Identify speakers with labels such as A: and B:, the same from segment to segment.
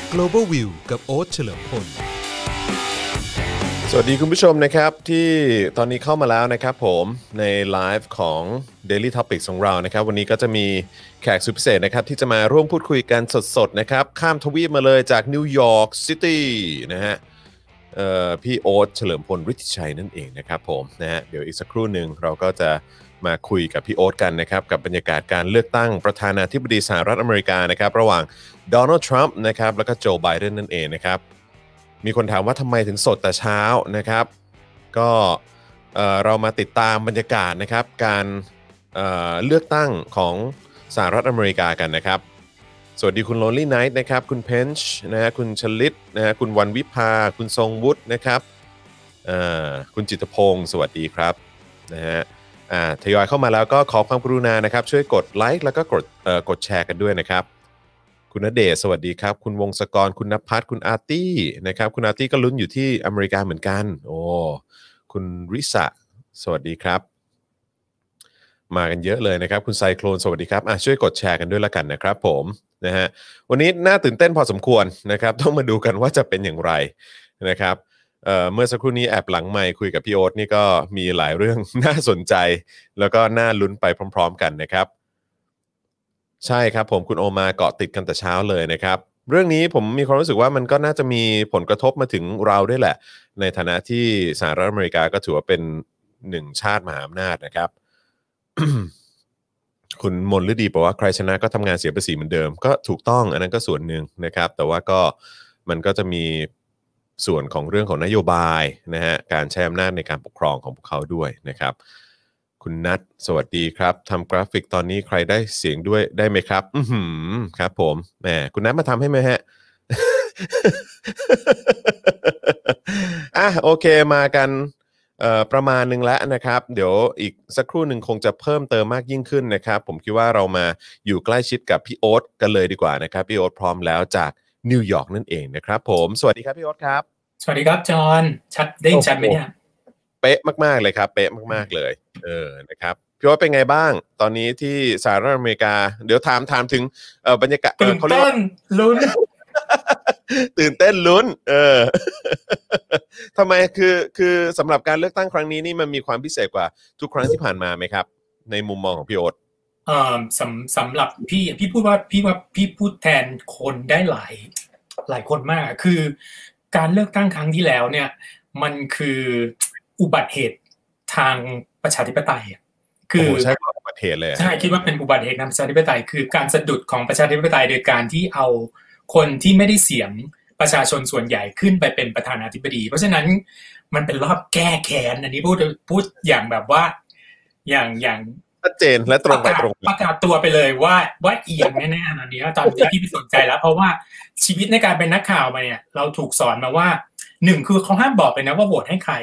A: Global View กับโอ๊ตเฉลิมพล
B: สวัสดีคุณผู้ชมนะครับที่ตอนนี้เข้ามาแล้วนะครับผมในไลฟ์ของ Daily Topics ของเรานะครับวันนี้ก็จะมีแขกสุดพิเศษนะครับที่จะมาร่วมพูดคุยกันสดๆนะครับข้ามทวีปมาเลยจากนิวยอร์กซิตี้นะฮะพี่โอ๊ตเฉลิมพลฤทธิชัยนั่นเองนะครับผมนะฮะเดี๋ยวอีกสักครู่หนึ่งเราก็จะมาคุยกับพี่โอ๊ตกันนะครับกับบรรยากาศการเลือกตั้งประธานาธิบดีสหรัฐอเมริกานะครับระหว่างโดนัลด์ทรัมป์นะครับแล้วก็โจไบเดนนั่นเองนะครับมีคนถามว่าทำไมถึงสดแต่เช้านะครับก็เรามาติดตามบรรยากาศนะครับการเลือกตั้งของสหรัฐอเมริกากันนะครับสวัสดีคุณ Lonely Night นะครับคุณเพนช์นะฮะคุณชลิตนะฮะคุณวันวิภาคุณทรงวุฒินะครับคุณจิตรพงศ์สวัสดีครับนะฮะทยอยเข้ามาแล้วก็ขอความกรุณานะครับช่วยกดไลค์แล้วก็กดแชร์กันด้วยนะครับคุณณเดชน์สวัสดีครับคุณวงศกรคุณณภัทรคุณอาร์ตี้นะครับคุณอาร์ตี้ก็ลุ้นอยู่ที่อเมริกาเหมือนกันโอ้คุณริษะสวัสดีครับมากันเยอะเลยนะครับคุณไซโคลนสวัสดีครับช่วยกดแชร์กันด้วยละกันนะครับผมนะฮะวันนี้น่าตื่นเต้นพอสมควรนะครับต้องมาดูกันว่าจะเป็นอย่างไรนะครับเมื่อสักครู่นี้แอบหลังไมค์คุยกับพี่โอ๊ตนี่ก็มีหลายเรื่อง น่าสนใจแล้วก็น่าลุ้นไปพร้อมๆกันนะครับใช่ครับผมคุณโอมาเกาะติดกันแต่เช้าเลยนะครับเรื่องนี้ผมมีความรู้สึกว่ามันก็น่าจะมีผลกระทบมาถึงเราด้วยแหละในฐานะที่สหรัฐอเมริกาก็ถือว่าเป็นหนึ่งชาติมหาอำนาจนะครับ คุณมนฤดีบอกว่าใครชนะก็ทำงานเสียภาษีเหมือนเดิมก็ถูกต้องอันนั้นก็ส่วนหนึ่งนะครับแต่ว่าก็มันก็จะมีส่วนของเรื่องของนโยบายนะฮะการใช้อำนาจในการปกครองของพวกเขาด้วยนะครับคุณนัทสวัสดีครับทำกราฟิกตอนนี้ใครได้เสียงด้วยได้ไหมครับครับผมแหมคุณนัทมาทำให้ไหมฮะ โอเคมากันประมาณนึงแล้วนะครับเดี๋ยวอีกสักครู่หนึ่งคงจะเพิ่มเติมมากยิ่งขึ้นนะครับผมคิดว่าเรามาอยู่ใกล้ชิดกับพี่โอ๊ตกันเลยดีกว่านะครับพี่โอ๊ตพร้อมแล้วจากนิวยอร์กนั่นเองนะครับผมสวัสดีครับพี่โอ๊ตครับ
C: สวัสดีครับจอห์นชัดได้ชัดไหมเนี่ย
B: เป๊ะมากๆเลยครับเป๊ะมากๆเลยนะครับพี่โอ๊ตเป็นไงบ้างตอนนี้ที่สหรัฐอเมริกาเดี๋ยวถามถึงบรรยากาศ
C: ตื่นเต้นลุ้น
B: ตื่นเต้นลุ้นทำไมคือสำหรับการเลือกตั้งครั้งนี้นี่มันมีความพิเศษกว่าทุกครั้งที่ผ่านมาไหมครับในมุมมองของพี่โอ๊ต
C: สำหรับพี่พูดว่าพี่พูดแทนคนได้หลายคนมากคือการเลือกตั้งครั้งที่แล้วเนี่ยมันคืออุบัติเหตุทางประชาธิปไตย
B: คือใช่อุบัติเหตุเลย
C: ใช่คิดว่าเป็นอุบัติเหตุทางประชาธิปไตยคือการสะดุดของประชาธิปไตยโดยการที่เอาคนที่ไม่ได้เสียงประชาชนส่วนใหญ่ขึ้นไปเป็นประธานาธิบดีเพราะฉะนั้นมันเป็นรอบแก้แค้นอันนี้พูดอย่างแบบว่าอย่าง
B: ชัดเจนและตรงไปตรง
C: ประกาศตัวไปเลยว่าเอียงแน่ๆอันนี้ตอนที่พี่สนใจแล้วเพราะว่าชีวิตในการเป็นนักข่าวมาเนี่ยเราถูกสอนมาว่า1คือเขาห้ามบอกเลยนะว่าโหวตให้ใคร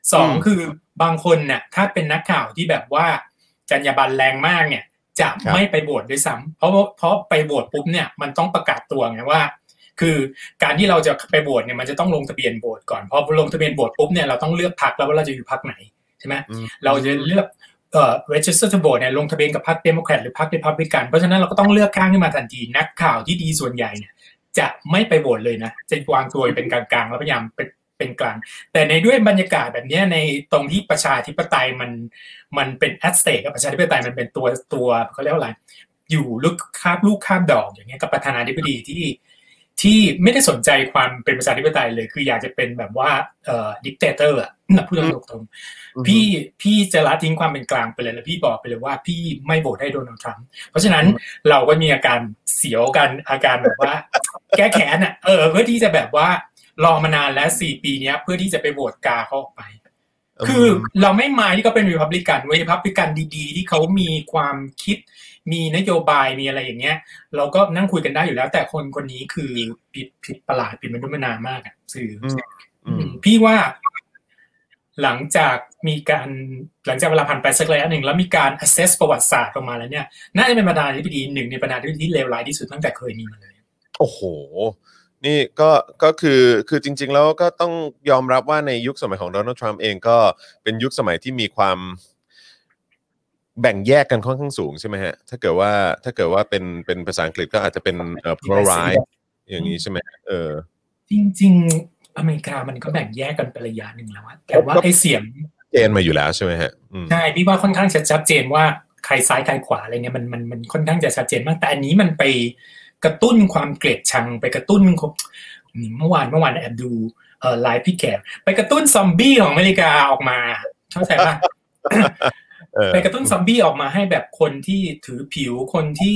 C: 2คือบางคนเนี่ยถ้าเป็นนักข่าวที่แบบว่าจรรยาบรรณแรงมากเนี่ยจะไม่ไปโหวตด้วยซ้ำเพราะไปโหวตปุ๊บเนี่ยมันต้องประกาศตัวไงว่าคือการที่เราจะไปโหวตเนี่ยมันจะต้องลงทะเบียนโหวตก่อนพอลงทะเบียนโหวตปุ๊บเนี่ยเราต้องเลือกพรรคแล้วว่าเราจะอยู่พรรคไหนใช่ไหมเราจะเลือกregister to vote เนี่ยลงทะเบียนกับพรรคเดโมแครตหรือพรรครีพับลิกันเพราะฉะนั้นเราก็ต้องเลือกข้างขึ้นมาทันทีนักข่าวที่ดีส่วนใหญ่เนี่ยจะไม่ไปโหวตเลยนะจะวางตัวเป็นกลางๆแล้วพยายามเป็นกลางแต่ในด้วยบรรยากาศแบบนี้ในตรงที่ประชาธิปไตยมันเป็น at stake กับประชาธิปไตยมันเป็นตัวเขาเรียกว่าอะไรอยู่ลูกคาบดอกอย่างเงี้ยกับประธานาธิบดีที่ไม่ได้สนใจความเป็นประชาธิปไตยเลยคืออยากจะเป็นแบบว่าดิกเตเตอร์อ่ะพูดตรงๆพี่จะละทิ้งความเป็นกลางไปเลยแล้วพี่บอกไปเลยว่าพี่ไม่โหวตให้โดนัลด์ทรัมป์เพราะฉะนั้นเราก็มีอาการเสียวกันอาการแบบว่าแก้แค้นอ่ะเพื่อที่จะแบบว่ารอมานานแล้ว4ปีนี้เพื่อที่จะไปโหวตกาเขาออกไปคือเราไม่หมายที่เขาเป็นรีพับลิกันดีๆที่เขามีความคิดมีนโยบายมีอะไรอย่างเงี้ยเราก็นั่งคุยกันได้อยู่แล้วแต่คนนี้คือผิดประหลาดผิดมนุษย์มนามากอ่ะสื่อพี่ว่าหลังจากเวลาผ่านไปสักระยะหนึ่งแล้วมีการ assess ประวัติศาสตร์ออกมาแล้วเนี่ยน่าจะเป็นประธานาธิบดีหนึ่งในประธานาธิบดีที่เลวร้ายที่สุดตั้งแต่เคยมีมาเลย
B: โอ้โหนี่ก็คือจริงๆแล้วก็ต้องยอมรับว่าในยุคสมัยของโดนัลด์ทรัมป์เองก็เป็นยุคสมัยที่มีความแบ่งแยกกันค่อนข้างสูงใช่ไหมฮะถ้าเกิดว่าเป็นภาษาอังกฤษก็อาจจะเป็น polarize อย่างนี้ใช่ไหม
C: จริงๆอเมริกามันก็แบ่งแยกกันเป็นระยะหนึ่งแล้วแต่ว่าไอ้เสียง
B: เจนมาอยู่แล้วใช่ไหมฮะ
C: ใช่พี่ว่าค่อนข้างชัดเจนว่าใครซ้ายใครขวาอะไรเนี่ยมันค่อนข้างจะชัดเจนมากแต่อันนี้มันไปกระตุ้นความเกลียดชังไปกระตุ้นเมื่อวานแอบดูไลฟ์พี่แขกไปกระตุ้นซอมบี้ของอเมริกาออกมาเข้าใจป่ะ ไปกระตุ้นซอมบี้ออกมาให้แบบคนที่ถือผิวคนที่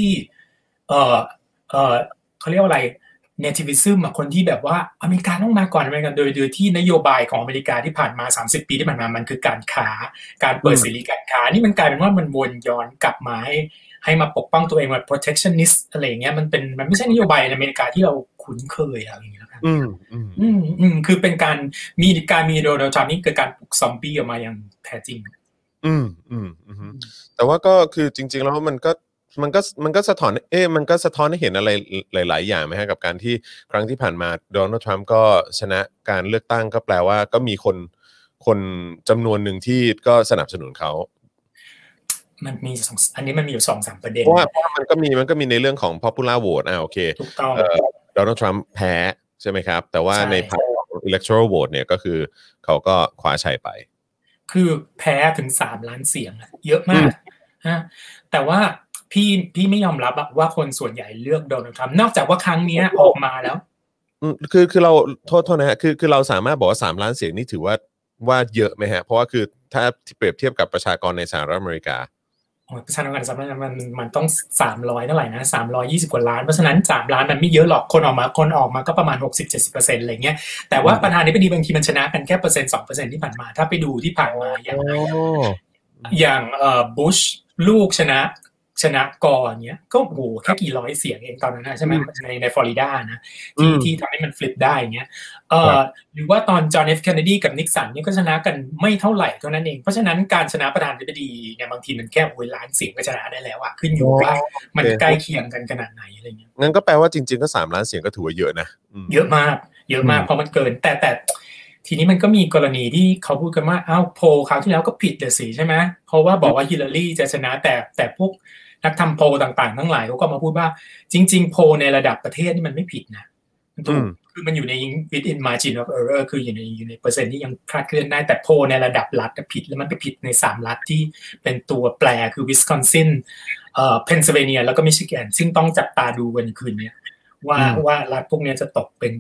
C: เขาเรียกว่าอะไร nativism คนที่แบบว่าอเมริกาต้องมาก่อนอเมริกันโดยที่นโยบายของอเมริกาที่ผ่านมา30ปีที่ผ่านมามันคือการค้าการเปิดเสรีการค้านี่มันกลายเป็นว่ามันวนย้อนกลับมาให้มาปกป้องตัวเองแบบ protectionist อะไรอย่างเงี้ยมันไม่ใช่นโยบายในอเมริกาที่เราคุ้นเคยอะไรอย่างเงี้ยครับคือเป็นการมีโดนัลด์ทรัมป์นี่คือการปลุกซอมบี้ออกมาอย่างแท้จริง
B: แต่ว่าก็คือจริงๆแล้วมันก็สะท้อนมันก็สะท้อนให้เห็นอะไรหลายๆอย่างไหมฮะกับการที่ครั้งที่ผ่านมาโดนัลด์ทรัมป์ก็ชนะการเลือกตั้งก็แปลว่าก็มีคนจำนวนหนึ่งที่ก็สนับสนุนเขา
C: มันมีอันนี้มันมีอยู่ 2-3 ประเด็น
B: เพราะว่ามันก็มีในเรื่องของ popular vote โอเค
C: ถูกต้อง
B: โดนัลด์ทรัมป์แพ้ใช่ไหมครับแต่ว่าในพาร์ทของ electoral vote เนี่ยก็คือเขาก็คว้าชัยไป
C: คือแพ้ถึง3 ล้านเสียงเยอะมากนะแต่ว่าพี่ไม่ยอมรับว่าคนส่วนใหญ่เลือกโดนัลด์ทรัมป์นอกจากว่าครั้งนี้ออกมาแล้ว
B: คือเราโทษนะฮะคือเราสามารถบอกว่า3 ล้านเสียงนี่ถือว่าเยอะไหมฮะเพราะว่าคือถ้าเปรียบเทียบกับประชากรในสหรัฐอเมริกา
C: ประชากรในสหรัฐมันต้อง300เท่าไหร่นะ320กว่าล้านเพราะฉะนั้น3ล้านมันไม่เยอะหรอกคนออกมาก็ประมาณ 60-70% อะไรเงี้ยแต่ว่าประธานาธิบดีบางทีมันชนะกันแค่1%-2% ที่ผ่านมาถ้าไปดูที่ผ่านมาอย่างบุชลูกชนะก่อนเนี้ยก็โหแค่กี่ร้อยเสียงเองตอนนั้นนะใช่ไหมในฟลอริดานะที่ทำให้มันฟลิปได้เงี้ยหรือว่าตอนจอห์น F. Kennedy กับนิกสันเนี่ยก็ชนะกันไม่เท่าไหร่เท่านั้นเองเพราะฉะนั้นการชนะประธานาธิบดีเนี่ยบางทีมันแค่ล้านเสียงก็ชนะได้แล้วขึ้นอยู่ว่ามันใกล้เคียงกันขนาดไหนอะไรเงี้ย
B: งั้นก็แปลว่าจริงๆก็3 ล้านเสียงก็ถือว่าเยอะนะ
C: เยอะมากเพราะมันเกินแต่ทีนี้มันก็มีกรณีที่เขาพูดกันว่าโพลคราวที่แล้วก็ผิดเลยสิใช่ไหมเพราะว่าบอกว่าฮิลลารีจะชนะแต่พวกนักทำโพลต่างๆทั้งหลายเขาก็มาพูดว่าจริงๆโพลในระดับประเทศนี่มันไม่ผิดนะคือมันอยู่ใน within margin of error คืออยู่ในเปอร์เซ็นต์ที่ยังคลาดเคลื่อนได้แต่โพลในระดับรัฐผิดแล้วมันไปผิดใน3รัฐที่เป็นตัวแปรคือวิสคอนซินเพนซิลเวเนียแล้วก็มิชิแกนซึ่งต้องจับตาดูวันคืนนี้ว่ารัฐพวกนี้จะตกเป็น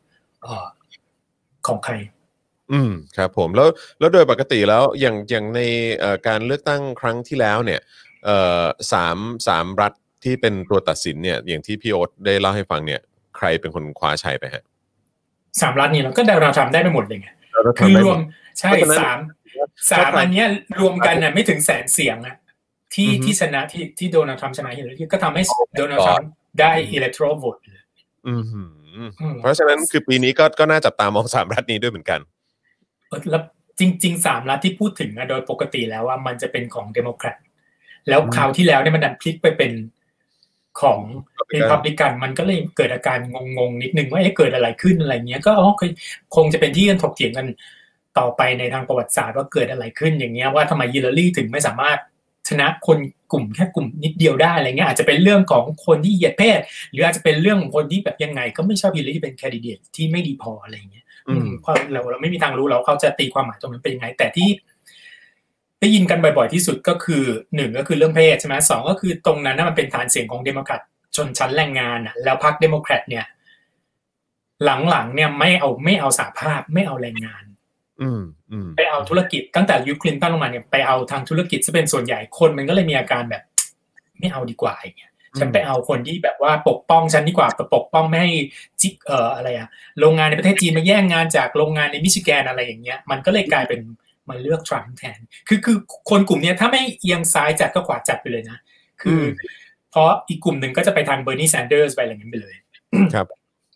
C: ของใคร
B: ครับผมแล้วโดยปกติแล้วอย่างในการเลือกตั้งครั้งที่แล้วเนี่ยสามรัฐที่เป็นตัวตัดสินเนี่ยอย่างที่พี่โอ๊ตได้เล่าให้ฟังเนี่ยใครเป็นคนคว้าชัยไปฮะ
C: 3รัฐนี้เราก็เราทำได้ไปหมดเลยไงคือรวมใช่3อันนี้รวมกันน่ะไม่ถึง100,000 เสียงนะที่ชนะที่โดนัลด์ทรัมป์ชนะฮิลลารีก็ทำให้โดนัลด์ทรัมป์ได้ electoral vote เลย
B: เพราะฉะนั้นคือปีนี้ก็น่าจับตามอง3รัฐนี้ด้วยเหมือนกัน
C: แล้วจริงๆ3รัฐที่พูดถึงโดยปกติแล้วว่ามันจะเป็นของเดโมแครตแล้วคราวที่แล้วเนี่ยมันดันพลิกไปเป็นของรีพับลิกันมันก็เลยเกิดอาการงงๆนิดนึงว่าเกิดอะไรขึ้นอะไรเงี้ยก็คงจะเป็นที่กันถกเถียงกันต่อไปในทางประวัติศาสตร์ว่าเกิดอะไรขึ้นอย่างเงี้ยว่าทำไมฮิลลารีถึงไม่สามารถชนะคนกลุ่มแค่กลุ่มนิดเดียวได้อะไรเงี้ยอาจจะเป็นเรื่องของคนที่เหยียดเพศหรืออาจจะเป็นเรื่องของคนที่แบบยังไงก็ไม่ชอบฮิลลารีเป็นแคนดิเดตที่ไม่ดีพออะไรเงี้ยเพราะเราไม่มีทางรู้แล้วเขาจะตีความหมายตรงนั้นเป็นยังไงแต่ที่ได้ยินกันบ่อยๆที่สุดก็คือ1ก็คือเรื่องเพศใช่ไหม2ก็คือตรงนั้นมันเป็นฐานเสียงของเดโมแครตชนชั้นแรงงานแล้วพรรคเดโมแครตเนี่ยหลังๆเนี่ยไม่เอาสหภาพไม่เอาแรงงานไปเอาธุรกิจตั้งแต่ยุคคลินตันลงมาเนี่ยไปเอาทางธุรกิจจะเป็นส่วนใหญ่คนมันก็เลยมีอาการแบบไม่เอาดีกว่าอย่างเงี้ยฉันไปเอาคนที่แบบว่าปกป้องฉันดีกว่าปกป้องไม่ให้อะไรโรงงานในประเทศจีนมาแย่งงานจากโรงงานในมิชิแกนอะไรอย่างเงี้ยมันก็เลยกลายเป็นมาเลือกทรัมป์แทนคือคนกลุ่มนี้ถ้าไม่เอียงซ้ายจัดก็ขวาจัดไปเลยนะคือเพราะอีกกลุ่มหนึ่งก็จะไปทางเบอร์นีแซนเดอร์สไปอะไรอย่างนี้ไปเลย
B: ครับ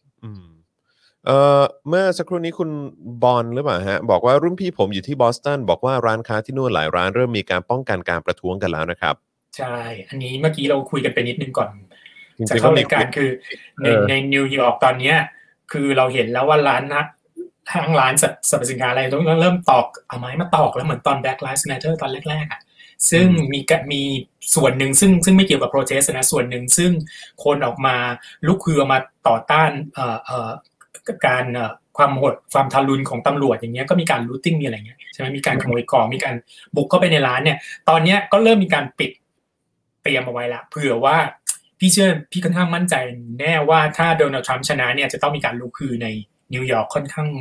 B: เมื่อสักครู่นี้คุณบอลหรือเปล่าฮะบอกว่ารุ่นพี่ผมอยู่ที่บอสตันบอกว่าร้านค้าที่นู่นหลายร้านเริ่มมีการป้องกันการประท้วงกันแล้วนะครับ
C: ใช่อันนี้เมื่อกี้เราคุยกันไปนิดนึงก่อนจะเข้ารายการคือในนิวยอร์กตอนนี้คือเราเห็นแล้วว่าห้างร้านสรรพสินค้าอะไรต้องเริ่มตอกเอาไม้มาตอกแล้วเหมือนตอน Black Lives Matter ตอนแรกซึ่งมีส่วนหนึ่งซึ่งไม่เกี่ยวกับ protest นะส่วนหนึ่งซึ่งคนออกมาลุกฮือมาต่อต้านการความโหดความทารุณของตำรวจอย่างเงี้ยก็มีการลูตติ้งมีอะไรเงี้ยใช่ไหมมีการขโมยของมีการบุกเข้าไปในร้านเนี่ยตอนเนี้ยก็เริ่มมีการปิดเตรียมเอาไว้ละเผื่อว่าพี่ค่อนข้างมั่นใจแน่ว่าถ้าโดนัลด์ทรัมป์ชนะเนี่ยจะต้องมีการลุกฮือในนิวยอร์กค่อนข้าง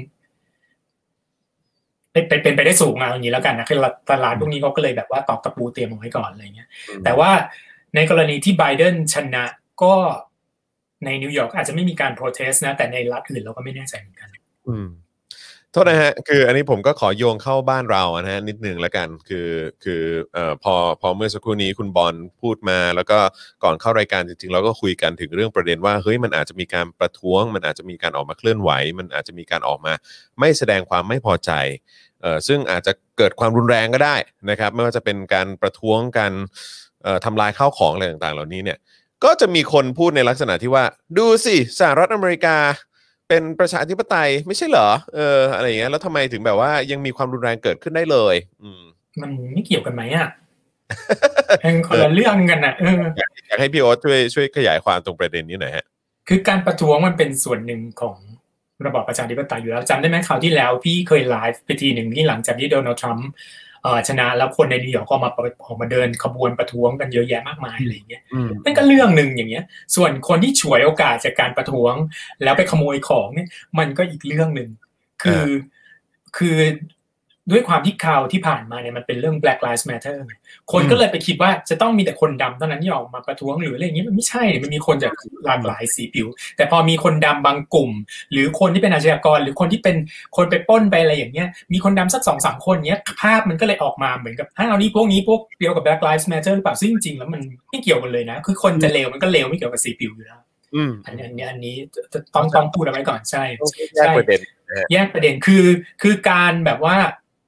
C: เป็นไปได้สูงอย่างนี้แล้วกันนะคือตลาดพวกนี้เขาก็เลยแบบว่าตอกตะปูเตรียมเอาไว้ก่อนอะไรเงี้ยแต่ว่าในกรณีที่ไบเดนชนะก็ในนิวยอร์กอาจจะไม่มีการโปรเทสต์นะแต่ในรัฐอื่นเราก็ไม่แน่ใจเหมือนกัน
B: โทษนะฮะคืออันนี้ผมก็ขอโยงเข้าบ้านเรานะฮะนิดนึงแล้วกันคือพอเมื่อสักครู่นี้คุณบอลพูดมาแล้วก็ก่อนเข้ารายการจริงๆเราก็คุยกันถึงเรื่องประเด็นว่าเฮ้ยมันอาจจะมีการประท้วงมันอาจจะมีการออกมาเคลื่อนไหวมันอาจจะมีการออกมาไม่แสดงความไม่พอใจซึ่งอาจจะเกิดความรุนแรงก็ได้นะครับไม่ว่าจะเป็นการประท้วงการทำลายข้าวของอะไรต่างๆเหล่านี้เนี่ยก็จะมีคนพูดในลักษณะที่ว่าดูสิสหรัฐอเมริกาเป็นประชาธิปไตยไม่ใช่เหรออะไรอย่างเงี้ยแล้วทำไมถึงแบบว่ายังมีความรุนแรงเกิดขึ้นได้เลย
C: มันไม่เกี่ยวกันไหมอ่ะเป็นคนละเรื่องกันอ่ะ
B: อยากให้พี่โอ๊ตช่วยขยายความตรงประเด็นนี้หน่อยฮะ
C: คือการประท้วงมันเป็นส่วนหนึ่งของระบอบประชาธิปไตยอยู่แล้วจำได้ไหมคราวที่แล้วพี่เคยไลฟ์ไปทีหนึ่งที่หลังจากที่โดนัลด์ทรัมป์ชนะแล้วคนในนิวยอร์กก็ออกมาเดินขบวนประท้วงกันเยอะแยะมากมายอะไรอย่างเงี้ยนั่นก็เรื่องนึงอย่างเงี้ยส่วนคนที่ฉวยโอกาสจากการประท้วงแล้วไปขโมยของเนี่ยมันก็อีกเรื่องนึงคือด้วยความที่ข่าวที่ผ่านมาเนี่ยมันเป็นเรื่อง Black Lives Matter คนก็เลยไปคิดว่าจะต้องมีแต่คนดำเท่านั้นที่ออกมาประท้วงหรืออะไรอย่างเงี้ยมันไม่ใช่มันมีคนจากหลากหลายสีผิวแต่พอมีคนดำบางกลุ่มหรือคนที่เป็นอาชญากรหรือคนที่เป็นคนไปปล้นไปอะไรอย่างเงี้ยมีคนดำสัก 2-3 คนเงี้ยภาพมันก็เลยออกมาเหมือนกับเอานี้พวกเกี่ยวกับ Black Lives Matter หรือเปล่าซึ่งจริงๆแล้วมันไม่เกี่ยวกันเลยนะคือคนจะเลวมันก็เลวไม่เกี่ยวกับสีผิวอยู่แล้วอันนี้ต้องพูดเอาไว้ก่อนใช่
B: แยกประเ
C: ด็นคือการแบบว่า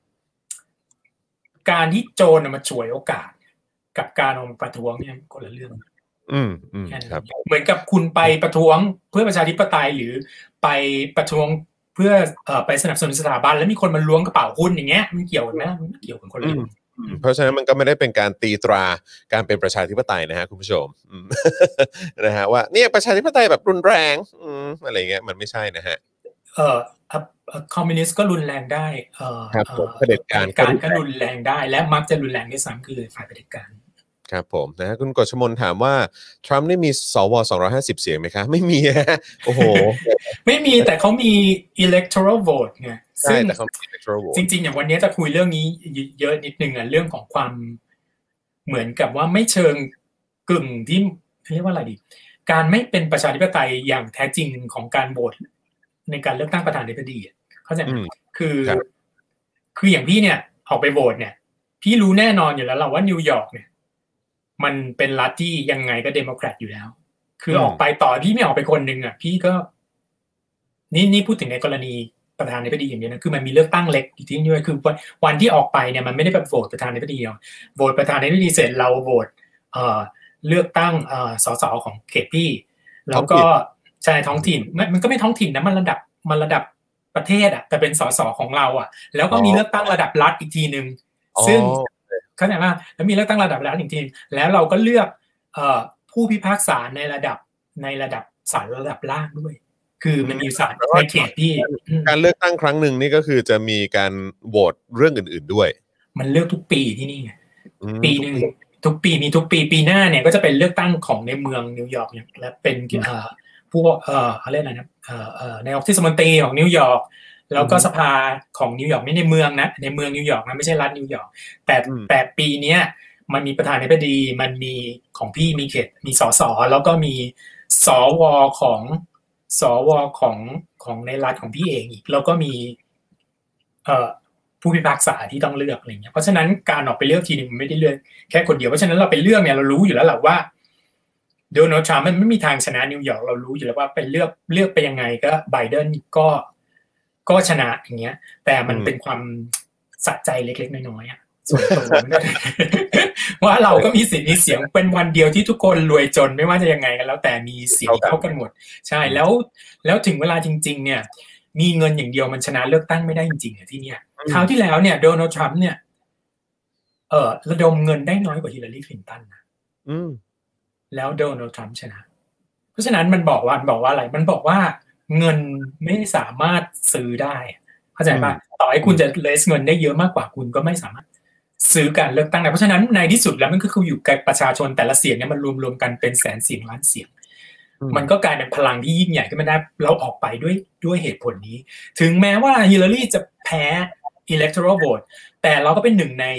C: การที่โจรมาฉวยโอกาสกับการออกมาประท้วงเนี่ยคนละเรื่อง
B: ครับ
C: เหมือนกับคุณไปประท้วงเพื่อประชาธิปไตยหรือไปประท้วงเพื่อไปสนับสนุนสถาบันแล้วมีคนมาล้วงกระเป๋าหุ้นอย่างเงี้ยมันเกี่ยวกันไหมไม่เกี่ยวกันคนละเรื่อง
B: เพราะฉะนั้นมันก็ไม่ได้เป็นการตีตราการเป็นประชาธิปไตยนะฮะคุณผู้ชมนะฮะว่าเนี่ยประชาธิปไตยแบบรุนแรงอะไรเงี้ยมันไม่ใช่นะฮะ
C: คอมมิวนิสต์ก็รุนแรงได้
B: เผด็จการ
C: ก็รุนแรงได้และมักจะรุนแรงด้วยซ้ำคือฝ่ายเผด็จการ
B: ครับผมนะฮะคุณกฤษมนถามว่าทรัมป์นี่มีสว250เสียงไหมคะไม่มีโอ้โห
C: ไม่มีแต่เขามี electoral vote ไง
B: ซึ่งแต่เขามี electoral vote
C: จริงๆอย่างวันนี้จะคุยเรื่องนี้เยอะนิดนึงเรื่องของความเหมือนกับว่าไม่เชิงกึ่งที่เรียกว่าอะไรดีการไม่เป็นประชาธิปไตยอย่างแท้จริงของการโหวตในการเลือกตั้งประธานาธิบดีเข้าใจไหมคืออย่างพี่เนี่ยออกไปโหวตเนี่ยพี่รู้แน่นอนอยู่แล้วเราว่านิวยอร์กเนี่ยมันเป็นรัฐที่ยังไงก็เดโมแครตอยู่แล้วคือออกไปต่อพี่ไม่ออกไปคนนึงพี่ก็นี่พูดถึงในกรณีประธานาธิบดีอย่างนี้นะคือมันมีเลือกตั้งเล็กอีกที่ด้วยคือวันที่ออกไปเนี่ยมันไม่ได้แบบโหวตประธานาธิบดีโหวตประธานาธิบดีเสร็จเราโหวตเลือกตั้งสสของเขตพี่แล้วก็ใช่ท้องถิ่นมันก็ไม่ท้องถิ่นนะมันระดับประเทศแต่เป็นสสของเราแล้วก็มีเลือกตั้งระดับรัฐอีกทีนึงซึ่งเข้าใจป่ะแล้วมีเลือกตั้งระดับรัฐอีกทีแล้วเราก็เลือกผู้พิพากษาในระดับศาลระดับล่างด้วยคือมันมีศาลในเขตที่
B: การเลือกตั้งครั้งหนึ่งนี่ก็คือจะมีการโหวตเรื่องอื่นๆด้วย
C: มันเลือกทุกปีที่นี่ไงปีนึงทุกปีมีทุกปีหน้าเนี่ยก็จะเป็นเลือกตั้งของในเมืองนิวยอร์กเนี่ยและเป็นพวกอะไรนะในออฟฟิศมนตรีของนิวยอร์กแล้วก็สภาของนิวยอร์กไม่ในเมืองนะในเมืองนิวยอร์กนะไม่ใช่รัฐนิวยอร์กแต่ปีนี้มันมีประธานาธิบดีมันมีของพี่มีเขตมีสสแล้วก็มีสวของในรัฐของพี่เองอีกแล้วก็มีผู้พิพากษาที่ต้องเลือกอะไรเงี้ยเพราะฉะนั้นการออกไปเลือกทีนึงมันไม่ได้เลือกแค่คนเดียวเพราะฉะนั้นเราไปเลือกเนี่ยเรารู้อยู่แล้วแหละว่าโดนัลด์ทรัมป์มันไม่มีทางชนะนิวยอร์กเรารู้อยู่แล้วว่าไปเลือกไปยังไงก็ไบเดนก็ชนะอย่างเงี้ยแต่มันเป็นความสะใจเล็กๆน้อยๆส่วนตัวว่าเราก็มีสิทธิ์มีเสียงเป็นวันเดียวที่ทุกคนรวยจนไม่ว่าจะยังไงกันแล้วแต่มีเสียงเท่ากันหมดใช่แล้วถึงเวลาจริงๆเนี่ยมีเงินอย่างเดียวมันชนะเลือกตั้งไม่ได้จริงๆที่เนี่ยคราวที่แล้วเนี่ยโดนัลด์ทรัมป์เนี่ยระดมเงินได้น้อยกว่าฮิลลารีคลินตันนะแล้วโดนัลด์ทรัมป์ชนะเพราะฉะนั้นมันบอกว่าอะไรมันบอกว่าเงินไม่สามารถซื้อได้เข้าใจป่ะต่อให้คุณจะเลสเงินได้เยอะมากกว่าคุณก็ไม่สามารถซื้อการเลือกตั้งได้เพราะฉะนั้นในที่สุดแล้วมันก็คืออยู่กับประชาชนแต่ละเสียงเนี่ยมันรวมกันเป็นแสนเสียงล้านเสียงมันก็กลายเป็นพลังที่ยิ่งใหญ่ขึ้นมาได้เราออกไปด้วยเหตุผลนี้ถึงแม้ว่าฮิลลารีจะแพ้ electoral vote แต่เราก็เป็นหนึ่งใน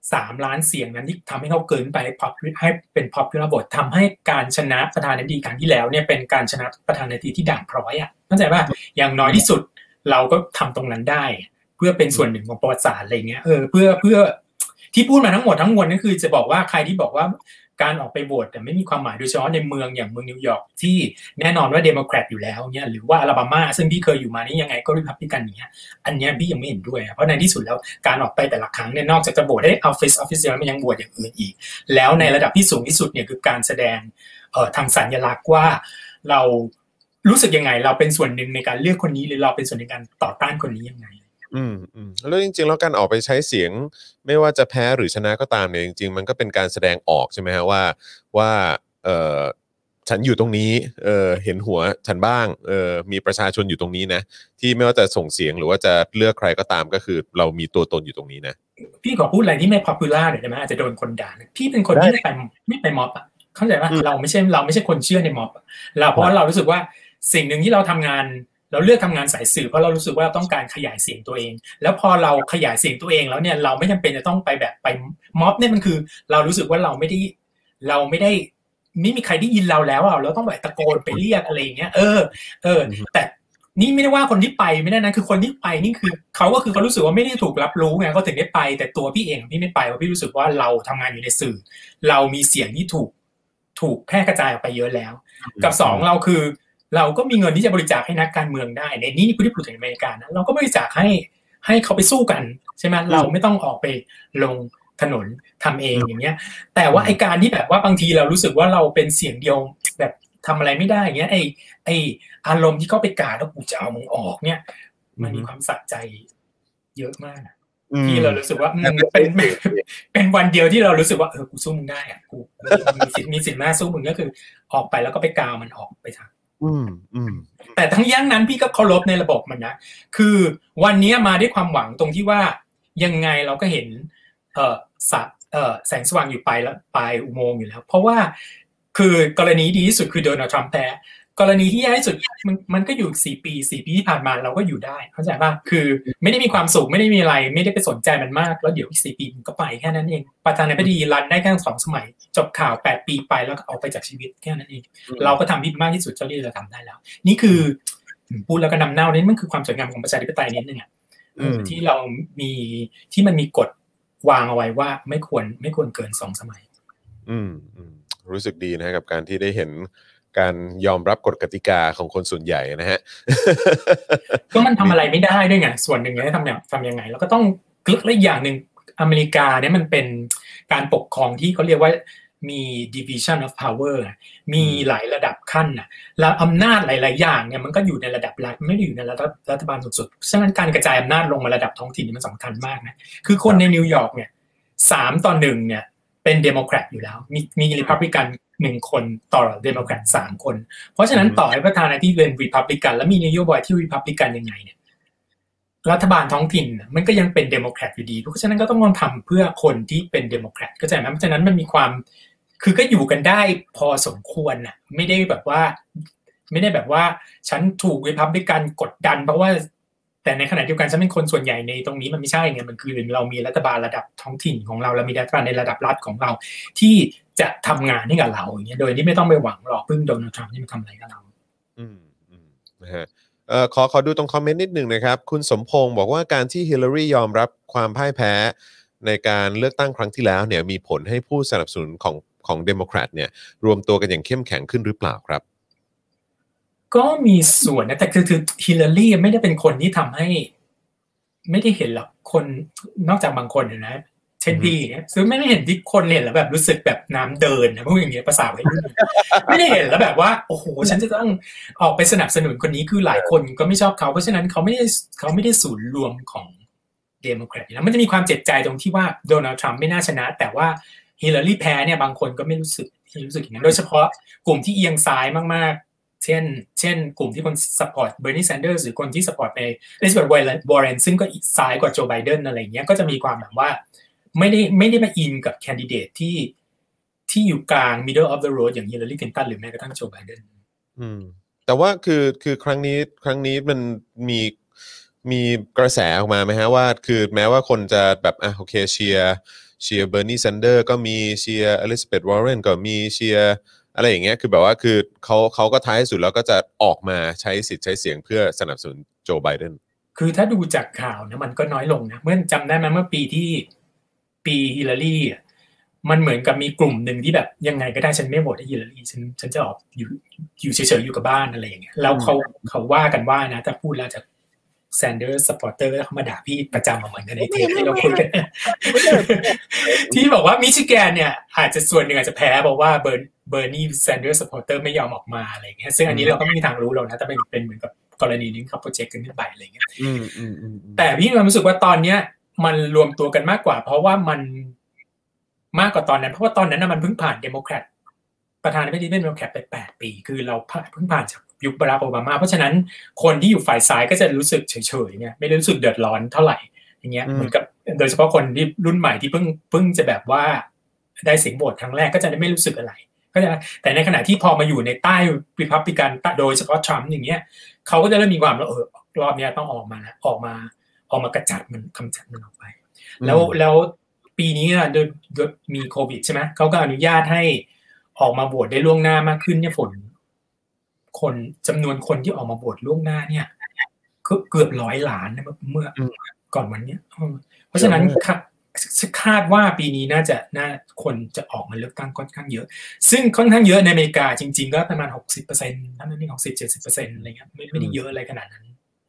C: 3 ล้านเสียงนั้นที่ทำให้เขาเกินไปให้เป็น popular vote ทำให้การชนะประธานาธิบดีครั้งที่แล้วเนี่ยเป็นการชนะประธานาธิบดีที่ด่างพร้อยอ่ะเข้าใจป่ะอย่างน้อยที่สุดเราก็ทำตรงนั้นได้เพื่อเป็นส่วนหนึ่งของประวัติศาสตร์อะไรเงี้ยเพื่อที่พูดมาทั้งหมดทั้งมวลนั่นคือจะบอกว่าใครที่บอกว่าการออกไปโหวตแต่ไม่มีความหมายโดยเฉพาะในเมืองอย่างเมืองนิวยอร์กที่แน่นอนว่าเดโมแครตอยู่แล้วเนี่ยหรือว่าอลาบามาซึ่งพี่เคยอยู่มานี่ยังไงก็รีพับลิกันอย่างเงี้ยอันนี้พี่ยังไม่เห็นด้วยเพราะในที่สุดแล้วการออกไปแต่ละครั้งเนี่ยนอกจากจะโหวตให้ออฟฟิศแล้วมันยังโหวตอย่างอื่นอีกแล้วในระดับที่สูงที่สุดเนี่ยคือการแสดงทางสัญลักษณ์ว่าเรารู้สึกยังไงเราเป็นส่วนหนึ่งในการเลือกคนนี้หรือเราเป็นส่วนในการต่อต้านคนนี้ยังไง
B: แล้วจริงๆแล้วการออกไปใช้เสียงไม่ว่าจะแพ้หรือชนะก็ตามเนี่ยจริงๆมันก็เป็นการแสดงออกใช่ไหมฮะว่าฉันอยู่ตรงนี้เห็นหัวฉันบ้างมีประชาชนอยู่ตรงนี้นะที่ไม่ว่าจะส่งเสียงหรือว่าจะเลือกใครก็ตามก็คือเรามีตัวตนอยู่ตรงนี้นะ
C: พี่ขอพูดอะไรที่ไม่ popular หน่อยได้ไหมอาจจะโดนคนด่าพี่เป็นคนที่ไม่ไปม็อบอ่ะเข้าใจว่าเราไม่ใช่คนเชื่อในม็อบเราเพราะเรารู้สึกว่าสิ่งหนึ่งที่เราทำงานเราเลือกทำงานสายสื่อเพราะเรารู้สึกว่าเราต้องการขยายเสียงตัวเองแล้วพอเราขยายเสียงตัวเองแล้วเนี่ยเราไม่จำเป็นจะต้องไปแบบไปม็อบเนี่ยมันคือเรารู้สึกว่าเราไม่มีใครได้ยินเราแล้วเราต้องแบบตะโกนไปเรียกอะไรอย่างเงี้ยแต่นี่ไม่ได้ว่าคนที่ไปไม่ได้นะคือคนที่ไปนี่คือเขารู้สึกว่าไม่ได้ถูกรับรู้ไงเขาถึงได้ไปแต่ตัวพี่เองพี่ไม่ไปเพราะพี่รู้สึกว่าเราทำงานอยู่ในสื่อเรามีเสียงที่ถูกแพร่กระจายออกไปเยอะแล้วกับ2เราก็มีเงินที่จะบริจาคให้นักการเมืองได้ในนี้ผู้ที่พูดถึงอเมริกานะเราก็บริจาคให้เขาไปสู้กันใช่ไหมเราไม่ต้องออกไปลงถนนทำเองอย่างเงี้ยแต่ว่าไอการที่แบบว่าบางทีเรารู้สึกว่าเราเป็นเสียงเดียวแบบทำอะไรไม่ได้อย่างเงี้ยไออารมณ์ที่เขาไปกาดแล้วกูจะเอามึงออกเนี่ยมันมีความสะใจเยอะมากที่เรารู้สึกว่ามันเป็นวันเดียวที่เรารู้สึกว่ากูสู้มึงได้อะกูมีสิทธิ์หน้าสู้มึงก็คือออกไปแล้วก็ไปกาวมันออกไปทางแต่ทั้งยังนั้นพี่ก็เคารพในระบบมันนะคือวันนี้มาด้วยความหวังตรงที่ว่ายังไงเราก็เห็นแสงสว่างอยู่ปลายอุโมงค์อยู่แล้วเพราะว่าคือกรณีดีที่สุดคือโดนัลด์ทรัมป์แพ้กรณีที่แย่ที่สุดมันก็อยู่4 ปีที่ผ่านมาเราก็อยู่ได้เข้าใจป่ะคือไม่ได้มีความสุขไม่ได้มีอะไรไม่ได้ไปสนใจมันมากแล้วเดี๋ยวอีก4 ปีมันก็ไปแค่นั้นเองประธานาธิบดีรันได้แค่2 สมัยจบข่าว8 ปีไปแล้วก็ออกไปจากชีวิตแค่นั้นเองเราก็ทำที่มากที่สุดเท่าที่จะทำได้แล้วนี่คือพูดแล้วก็นำเน่านี่มันคือความสวยงามของประชาธิปไตยนิดนึงที่เรามีที่มันมีกฎวางเอาไว้ว่าไม่ควรเกิน2 สมัย
B: รู้สึกดีนะกับการที่ได้เห็นการยอมรับกฎกติกาของคนส่วนใหญ่นะฮะ
C: ก็มันทำอะไรไม่ได้ด้วยไงส่วนหนึ่งเนี่ยทำยังไงแล้วก็ต้องกลึกและอย่างหนึ่งอเมริกาเนี่ยมันเป็นการปกครองที่เขาเรียกว่ามี division of power มีหลายระดับขั้นนะแล้วอำนาจหลายๆอย่างเนี่ยมันก็อยู่ในระดับรัฐไม่ได้อยู่ในรัฐบาลสูงสุดฉะนั้นการกระจายอำนาจลงมาระดับท้องถิ่นมันสำคัญมากนะคือคนในนิวยอร์กเนี่ย3-1เนี่ยเป็นเดโมแครตอยู่แล้วมีรีพับลิกัน1 คนต่อเดโมแครต3 คนเพราะฉะนั้นต่อให้ประธานาธิบดีเป็นรีพับลิกันแล้วมีนโยบายที่รีพับลิกันยังไงเนี่ยรัฐบาลท้องถิ่นมันก็ยังเป็นเดโมแครตอยู่ดีเพราะฉะนั้นก็ต้องทำเพื่อคนที่เป็นเดโมแครตเข้าใจไหมเพราะฉะนั้นมันมีความคือก็อยู่กันได้พอสมควรน่ะไม่ได้แบบว่าฉันถูกรีพับลิกันกดดันเพราะว่าแต่ในขณะเดียวกันฉันเป็นคนส่วนใหญ่ในตรงนี้มันไม่ใช่ไงมันคือเรามีรัฐบาลระดับท้องถิ่นของเรามีรัฐบาลในระดับรัฐของเราที่จะทำงานให้กับเราอย่างเงี้ยโดยที่ไม่ต้องไปหวังหรอกพึ่งโดนัลด์ทรัมป์ที่มาทำอะไรกับเรา
B: นะฮะขอดูตรงคอมเมนต์นิดนึงนะครับคุณสมพงศ์บอกว่าการที่ฮิลลารียอมรับความพ่ายแพ้ในการเลือกตั้งครั้งที่แล้วเนี่ยมีผลให้ผู้สนับสนุนของเดโมแครตเนี่ยรวมตัวกันอย่างเข้มแข็งขึ้นหรือเปล่าครับ
C: ก็มีส่วนนะแต่คือฮิลลารีไม่ได้เป็นคนที่ทำให้ไม่ได้เห็นหรอกคนนอกจากบางคนนะเช่นพี่ซึ่งไม่ได้เห็นที่คนเห็นแล้วแบบรู้สึกแบบน้ำเดินนะพวกอย่างเงี้ยภาษาวัยรุ่นไม่ได้เห็นแล้วแบบว่าโอ้โหฉันจะต้องออกไปสนับสนุนคนนี้คือหลายคนก็ไม่ชอบเขาเพราะฉะนั้นเขาไม่ได้ศูนย์รวมเดโมแครตแล้วมันจะมีความเจ็บใจตรงที่ว่าโดนัลด์ทรัมป์ไม่น่าชนะแต่ว่าฮิลลารีแพ้เนี่ยบางคนก็ไม่รู้สึกอย่างนั้นโดยเฉพาะกลุ่มที่เอียงซ้ายมากๆเช่นกลุ่มที่คนซัพพอร์ตเบอร์นีแซนเดอร์สหรือคนที่ซัพพอร์ตไปเอลิซาเบธวอร์เรนซึ่งก็ซ้ายกว่าโจไบเดนอะไรอย่างเงี้ยก็จะมีความแบบว่าไม่ได้มาอินกับแคนดิเดตที่อยู่กลาง middle of the road อย่างฮิลลารีคลินตันหรือแม้กระทั่งโจไบเดน
B: แต่ว่าคือครั้งนี้มันมีกระแสออกมาไหมฮะว่าคือแม้ว่าคนจะแบบโอเคเชียร์เบอร์นีแซนเดอร์ก็มีเชียร์อลิซาเบธวอร์เรนก็มีเชียร์อะไรอย่างเงี้ยคือแบบว่าคือเขาก็ท้ายสุดแล้วก็จะออกมาใช้สิทธิ์ใช้เสียงเพื่อสนับสนุนโจไบเดน
C: คือถ้าดูจากข่าวนะมันก็น้อยลงนะเมื่อจำได้ไหมเมื่อปีฮิลลารีมันเหมือนกับมีกลุ่มหนึ่งที่แบบยังไงก็ได้ฉันไม่โหวตให้ฮิลลารีฉันจะออกอยู่เฉยๆอยู่กับบ้านอะไรอย่างเงี้ยแล้วเขาว่ากันว่านะถ้าพูดแล้วจะแซนเดอร์สปอร์เตอร์เขามาด่าพี่ประจำเหมือนกันในเทปที่เราคุยกันที่บอกว่ามิชิแกนเนี่ยอาจจะส่วนหนึ่งอาจจะแพ้เพราะว่าเบอร์นีแซนเดอร์สปอร์เตอร์ไม่ยอมออกมาอะไรอย่างเงี้ยซึ่งอันนี้เราก็ไม่มีทางรู้หรอกนะแต่เป็นเหมือนกับกรณีนี้เขาโปรเจกต์กันขึ้นไปอะไรอย่างเงี้ยแต่พี่มีความรู้สึกว่าตอนเนี้ยมันรวมตัวกันมากกว่าเพราะว่ามันมากกว่าตอนนั้นเพราะว่าตอนนั้นมันเพิ่งผ่านเดโมแครตประธานาธิบดีเป็นเดโมแครตไป8 ปีคือเราเพิ่งผ่านจากยุคบารักโอบามาเพราะฉะนั้นคนที่อยู่ฝ่ายซ้ายก็จะรู้สึกเฉยๆเนี่ยไม่ได้รู้สึกเดือดร้อนเท่าไหร่อย่างเงี้ยเหมือนกับโดยเฉพาะคนที่รุ่นใหม่ที่เพิ่งจะแบบว่าได้เสียงโหวตครั้งแรกก็จะไม่รู้สึกอะไรก็จะแต่ในขณะที่พอมาอยู่ในใต้รีพับลิกันโดยเฉพาะทรัมป์อย่างเงี้ยเขาก็จะเริ่มมีความว่ารอบนี้ต้องออกมากระจัดมันกำจัดมันออกไปแล้วปีนี้โดยมีโควิดใช่ไหมเขาก็อนุญาตให้ออกมาโหวตได้ล่วงหน้ามากขึ้นเนี่ยคนจำนวนคนที่ออกมาโหวตล่วงหน้าเนี่ยเกือบ100 ล้านนะเมื่อก่อนวันนี้เพราะฉะนั้นคาดว่าปีนี้น่าคนจะออกมาเลือกตั้งค่อนข้างเยอะซึ่งค่อนข้างเยอะในอเมริกาจริงๆก็ประมาณ 60% นั่นนี่60-70% อะไรเงี้ยไม่ได้เยอะอะไรขนาดนั้น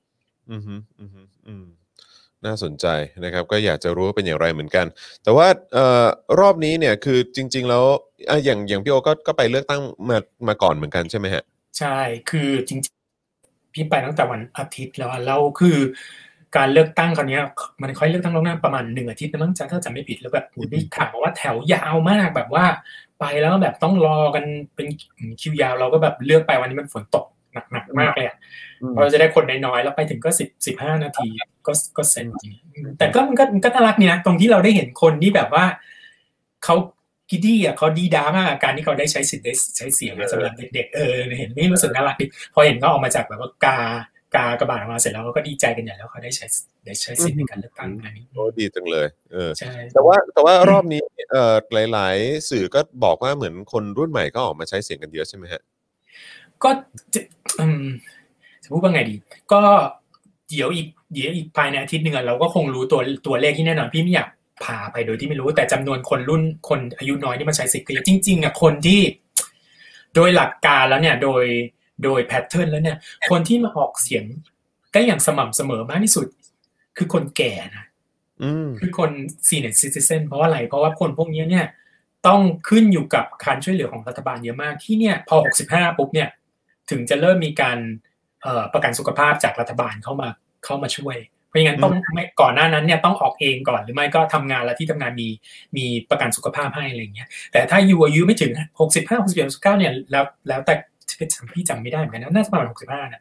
B: น่าสนใจนะครับก็อยากจะรู้ว่าเป็นอย่างไรเหมือนกันแต่ว่ารอบนี้เนี่ยคือจริงๆแล้วอย่างพี่โอก็ไปเลือกตั้งมาก่อนเหมือนกันใช่ไหมฮะ
C: ใช่คือจริงๆพี่ไปตั้งแต่วันอาทิตย์แล้วคือการเลือกตั้งคราวนี้มันค่อยเลือกตั้งล่วงหน้าประมาณ1 อาทิตย์นะมั้งถ้าจำไม่ผิดแล้วแบบมีข่าวว่าแถวยาวมากแบบว่าไปแล้วแบบต้องรอกันเป็นคิวยาวเราก็แบบเลือกไปวันนี้มันฝนตกหนักมากเลยเราจะได้คนน้อยๆแล้วไปถึงก็15 นาทีก็เซ็นแต่ก็มันก็น่ารักนี่นะตรงที่เราได้เห็นคนที่แบบว่าเขากิดดี้เขาดีด้ามากการที่เขาได้ใช้สิทธิ์ได้ใช้เสียงสำหรับเด็กๆเห็นนี่รู้สึกน่ารักดิพอเห็นเขาออกมาจากแบบว่ากระบาดออกมาเสร็จแล้วก็ดีใจกันใหญ่แล้วเขาได้ใช้สิทธิ์ในการเลือกตั้งอันนี้
B: โอ้ดีจังเลยใช่แต่ว่ารอบนี้หลายๆสื่อก็บอกว่าเหมือนคนรุ่นใหม่ก็ออกมาใช้เสียงกันเยอะใช่ไหมฮะ
C: ก็จะพูดว่าไงดีก็เดี๋ยวอีกภายในอาทิตย์นึงเราก็คงรู้ตัวเลขที่แน่นอนพี่ไม่อยากพาไปโดยที่ไม่รู้แต่จำนวนคนอายุน้อยที่มาใช้สิทธิ์ก็จริงๆคนที่โดยหลักการแล้วเนี่ยโดยแพทเทิร์นแล้วเนี่ยคนที่มาออกเสียงก็อย่างสม่ำเสมอมากที่สุดคือคนแก่นะคือคน senior citizen เพราะอะไรเพราะว่าคนพวกนี้เนี่ยต้องขึ้นอยู่กับการช่วยเหลือของรัฐบาลเยอะมากที่เนี่ยพอ65ปุ๊บเนี่ยถึงจะเริ่มมีการประกันสุขภาพจากรัฐบาลเข้ามาช่วยเพราะงั้นต้องไม่ก่อนหน้านั้นเนี่ยต้องออกเองก่อนหรือไม่ก็ทำงานแล้วที่ทำงานมีประกันสุขภาพให้อะไรอย่างเงี้ยแต่ถ้าอายุไม่ถึง65 61 69เนี่ยแล้วแต่พี่จำไม่ได้เหมือนกันน่าจะประมาณ65นะ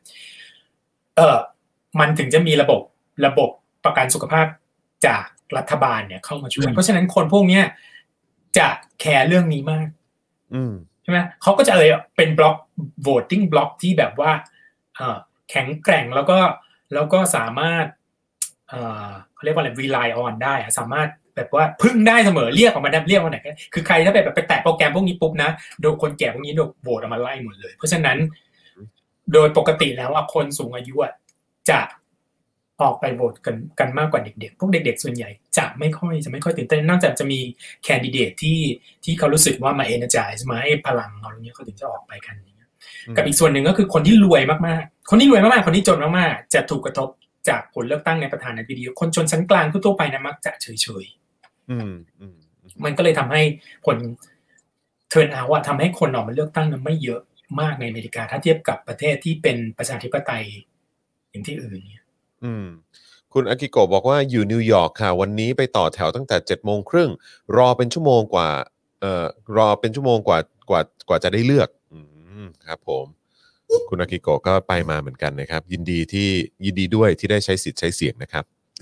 C: มันถึงจะมีระบบประกันสุขภาพจากรัฐบาลเนี่ยเข้ามาช่วยเพราะฉะนั้นคนพวกนี้จะแคร์เรื่องนี้มากใช่ไหมเขาก็จะเป็นบล็อก voting บล็อกที่แบบว่าแข็งแกร่งแล้วก็สามารถเขาเรียกว่าอะไร rely on ได้สามารถแบบว่าพึ่งได้เสมอเรียกออกมาได้เรียกว่าไหนคือใครถ้าแบบไปแตะโปรแกรมพวกนี้ปุ๊บนะโดยคนแก่พวกนี้โดนโหวตออกมาไล่หมดเลยเพราะฉะนั้นโดยปกติแล้วคนสูงอายุจะออกไปโหวตกันมากกว่าเด็กๆพวกเด็กๆส่วนใหญ่จะไม่ค่อยตื่นเต้นนอกจากจะมีแคนดิเดตที่เขารู้สึกว่ามา energize มาให้พลังอะไรเงี้ยเขาถึงจะออกไปกันกับอีกส่วนหนึ่งก็คือคนที่รวยมากๆคนที่จนมากๆจะถูกกระทบจากผลเลือกตั้งในประธานาธิบดีคนชนชั้นกลางทั่วไปนะมักจะเฉยๆมันก็เลยทำให้ผล turn out ทำให้คนออกมาเลือกตั้งนั้นไม่เยอะมากในอเมริกาถ้าเทียบกับประเทศที่เป็นประชาธิปไตยอย่างที่อื่นเนี่ย
B: คุณอากิโกะบอกว่าอยู่นิวยอร์กค่ะวันนี้ไปต่อแถวตั้งแต่7:30รอเป็นชั่วโมงกว่ารอเป็นชั่วโมงกว่าจะได้เลือกครับผมคุณอากิโกะก็ไปมาเหมือนกันนะครับยินดีด้วยที่ได้ใช้สิทธิ์ใช้เสียงนะครับ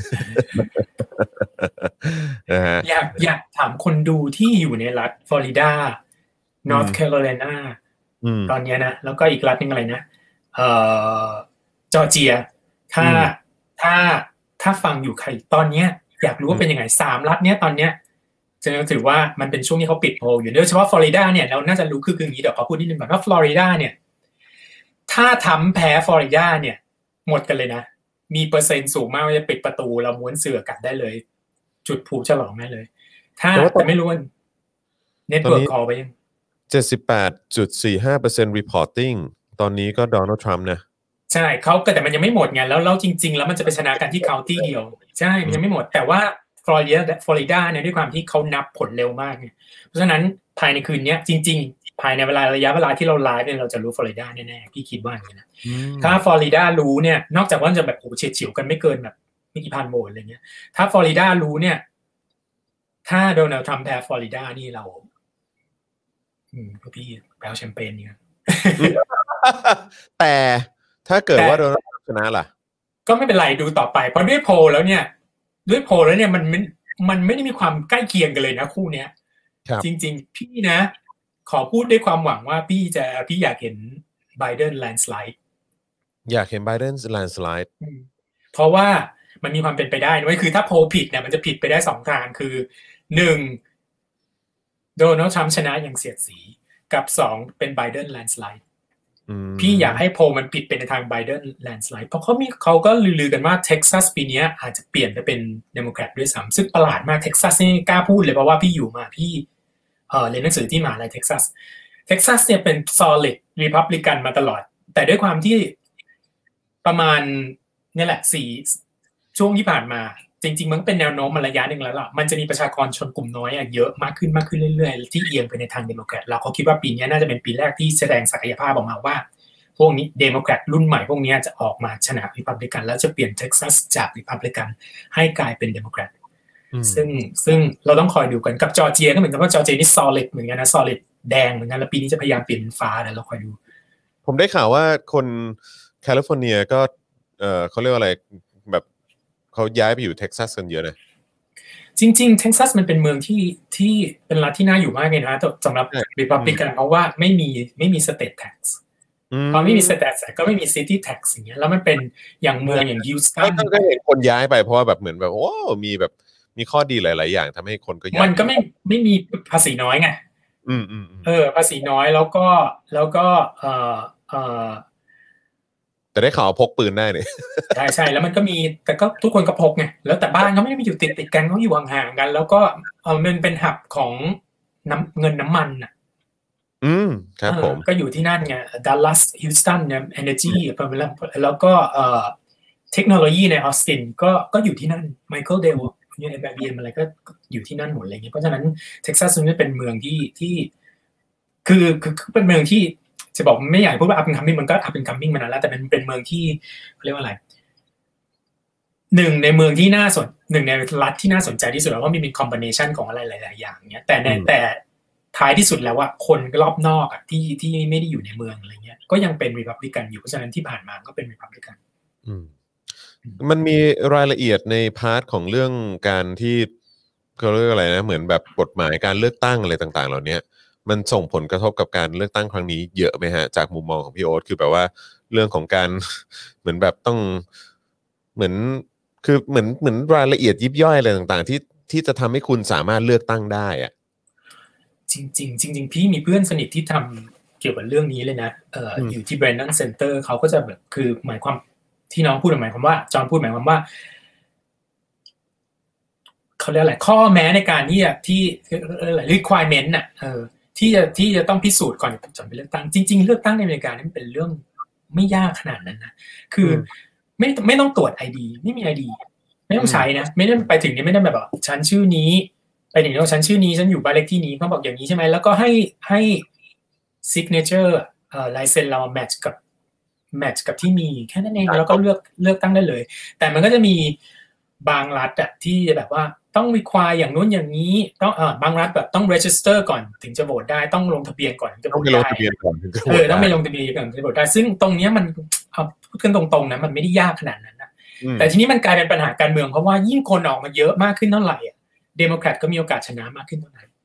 B: นะฮะ
C: อยากถามคนดูที่อยู่ในรัฐฟลอริดา North Carolina ตอนนี้นะแล้วก็อีกรัฐนึงอะไรนะจอร์เจียถ้าฟังอยู่ใครตอนนี้อยากรู้ว่าเป็นยังไง3รัฐเนี้ยตอนเนี้ยจะถือว่ามันเป็นช่วงที่เขาปิดโพลอยู่โดยเฉพาะฟลอริดาเนี่ยเราน่าจะรู้คืออย่างนี้เดี๋ยวขอพูดนิดนึงก่อนว่าฟลอริดาเนี่ยถ้าทำแพ้ฟลอริดาเนี่ยหมดกันเลยนะมีเปอร์เซ็นต์สูงมากว่าจะปิดประตูเราม้วนเสื่อกัดได้เลยจุดผูฉลองได้เลยแต่ไม่รู้ว่าเน็ตเวิร์กคอลไปยัง
B: 78.45% reporting ตอนนี้ก็โดนัลด์ทรัมป์นะ
C: ใช่เขาแต่มันยังไม่หมดไงแล้วจริงๆแล้วมันจะไปชนะกันที่เคาน์ตี้เดียวใช่มันยังไม่หมดแต่ว่าฟลอริดาเนี่ยด้วยความที่เขานับผลเร็วมากไงเพราะฉะนั้นภายในคืนนี้จริงๆภายในระยะเวลาที่เราไลฟ์เนี่ยเราจะรู้ฟลอริดาแน่ๆพี่คิดว่าอย่างนี้นะถ้าฟลอริดารู้เนี่ยนอกจากว่าจะแบบโอ้เฉียดฉิวกันไม่เกินแบบไม่กี่พันโหวตอะไรเงี้ยถ้าฟลอริดารู้เนี่ยถ้าโดนัลด์ทรัมป์แพ้ฟลอริดานี่เราพี่แปลแชมเปญเนี่ย
B: แต่ถ้าเกิดว่าโดนัลด์ทรัมป์ชนะล่ะ
C: ก็ไม่เป็นไรดูต่อไปเพราะด้วยโพลแล้วเนี่ยมันไม่ได้มีความใกล้เคียงกันเลยนะคู่เนี้ยจริงๆพี่นะขอพูดด้วยความหวังว่าพี่อยากเห็นไบเดนแลนด์สไลด์
B: อยากเห็นไบเดนแลนด์สไลด์
C: เพราะว่ามันมีความเป็นไปได้นะคือถ้าโพลผิดเนี่ยมันจะผิดไปได้2ทางคือ1โดนัลด์ทรัมป์ชนะอย่างเสียดสีกับ2เป็นไบเดนแลนด์สไลด์พี่อยากให้โพลมันผิดเป็นในทางไบเดนแลนด์สไลด์เพราะเขาก็ลือกันว่าเท็กซัสปีนี้อาจจะเปลี่ยนไปเป็นเดโมแครตด้วยซ้ำซึ่งประหลาดมากเท็กซัสนี่กล้าพูดเลยเพราะว่าพี่อยู่มาพี่เรียนหนังสือที่มหาลัยเท็กซัสเนี่ยเป็น solid Republican มาตลอดแต่ด้วยความที่ประมาณนี่แหละ4ช่วงที่ผ่านมาจริงๆมันก็เป็นแนวโน้มมาระยะหนึ่งแล้วล่ะมันจะมีประชากรชนกลุ่มน้อยเยอะมากขึ้นเรื่อยๆที่เอียงไปในทางเดโมแครตเราเขาคิดว่าปีนี้น่าจะเป็นปีแรกที่แสดงศักยภาพออกมาว่าพวกนี้เดโมแครตรุ่นใหม่พวกนี้จะออกมาชนะริพับลิกันแล้วจะเปลี่ยนเท็กซัสจากริพับลิกันให้กลายเป็นเดโมแครตซึ่งเราต้องคอยดูกันกับจอร์เจียก็เหมือนกันว่าจอร์เจียนี่ solid เหมือนกันนะ solid แดงเหมือนกันแล้วปีนี้จะพยายามเปลี่ยนเป็นฟ้าแล้วเราคอยดู
B: ผมได้ข่าวว่าคนแคลิฟอร์เนียก็เขาเรียกว่าอะไรแบบเขาย้ายไปอยู่เท็กซัสกันเยอะนะ
C: จริงๆเท็กซัสมันเป็นเมืองที่เป็นรัฐที่น่าอยู่มากเลยนะสำหรับริพับลิกันเพราะว่าไม่มีสเตทแท็กซ์พอไม่มีสเตทแท็กซ์ก็ไม่มีซิตี้แท็กซ์อย่างเงี้ยแล้วมันเป็นอย่างเมืองอย่างฮิวสตัน
B: ก็เห็นคนย้ายไปเพราะว่าแบบเหมือนแบบโอ้มีแบบมีข้อดีหลายๆอย่างทำให้คนก็ย้าย
C: มันก็ไม่มีภาษีน้อยไงภาษีน้อยแล้วก็
B: แต่ได้ข่าวพกปืนได้เนี่ย
C: ใช่แล้วมันก็มีแต่ก็ทุกคนก็พกไงแล้วแต่บ้านเขาไม่ได้อยู่ติดกันเขาอยู่ห่างๆกันแล้วก็มันเป็นหับของเงินน้ำมันอ่ะ
B: ครับผม
C: ก็อยู่ที่นั่นไงดัลลัสฮิวสตันเนี่ย energy แล้วก็เทคโนโลยีในออสตินก็อยู่ที่นั่นไมเคิลเดลเนี่ยIBMอะไรก็อยู่ที่นั่นหมดอะไรเงี้ยเพราะฉะนั้นเท็กซัสนี่เป็นเมืองที่คือเป็นเมืองที่จะบอกไม่อยากพูดว่า up and coming มันก็ up and coming มานานแล้วแต่เป็นเมืองที่เรียกว่าอะไรหนึ่งในรัฐที่น่าสนใจที่สุดแล้วว่ามีคอมบิเนชันของอะไรหลายๆอย่างเนี้ยแต่ท้ายที่สุดแล้วว่าคนรอบนอกที่ไม่ได้อยู่ในเมืองอะไรเงี้ยก็ยังเป็นรีพับลิกันอยู่เพราะฉะนั้นที่ผ่านมาก็เป็นรีพับลิกัน
B: มันมีรายละเอียดในพาร์ทของเรื่องการที่เขาเรียกอะไรนะเหมือนแบบกฎหมายการเลือกตั้งอะไรต่างๆเหล่านี้มันส่งผลกระทบกับการเลือกตั้งครั้งนี้เยอะไหมฮะจากมุมมองของพี่โอ๊ตคือแบบว่าเรื่องของการเหมือนแบบต้องเหมือนรายละเอียดยิบย่อยอะไรต่างๆที่จะทำให้คุณสามารถเลือกตั้งได้อะ
C: จริงพี่มีเพื่อนสนิทที่ทำเกี่ยวกับเรื่องนี้เลยนะอยู่ที่ Brennan Center เขาก็จะแบบคือหมายความที่น้องพูดหมายความว่าจอห์นพูดหมายความว่าเขาเรียกอะไรข้อแม้ในการที่ requirement น่ะที่จะต้องพิสูจน์ก่อนจะไปเลือกตั้งจริงๆเลือกตั้งในอเมริกานี่เป็นเรื่องไม่ยากขนาดนั้นนะคือไม่ต้องตรวจ ID ไม่มี ID ไม่ต้องใช้นะไม่ได้ไปถึงนี่ไม่ได้แบบฉันชื่อนี้ไปถึงแล้วฉันชื่อนี้ฉันอยู่บ้านเลขที่นี้เขาบอกอย่างนี้ใช่ไหมแล้วก็ให้ signature ลายเซ็นเราแมทช์กับแมทช์กับที่มีแค่นั้นเองแล้วก็เลือกตั้งได้เลยแต่มันก็จะมีบางรัฐอะที่แบบว่าต้องrequireอย่างนู้นอย่างนี้ต้องบางรัฐแบบต้อง register ก่อนถึงจะโหวตได้ต้องลงทะเบียนก่อนถึงจะโหวตได้ต้องไปลงทะเบียนก่อนถึงจะโหวตได้ต้องไปลงทะเบียนก่อนถึงจะโหวตได้ซึ่งตรงนี้มันเอาพูดกันตรงๆนะมันไม่ได้ยากขนาดนั้นนะแต่ทีนี้มันกลายเป็นปัญหาการเมืองเพราะว่ายิ่งคนออกมาเยอะมากขึ้นเท่าไหร่เดโมแครตก็มีโอกาสชนะมากขึ้นเท่านั้น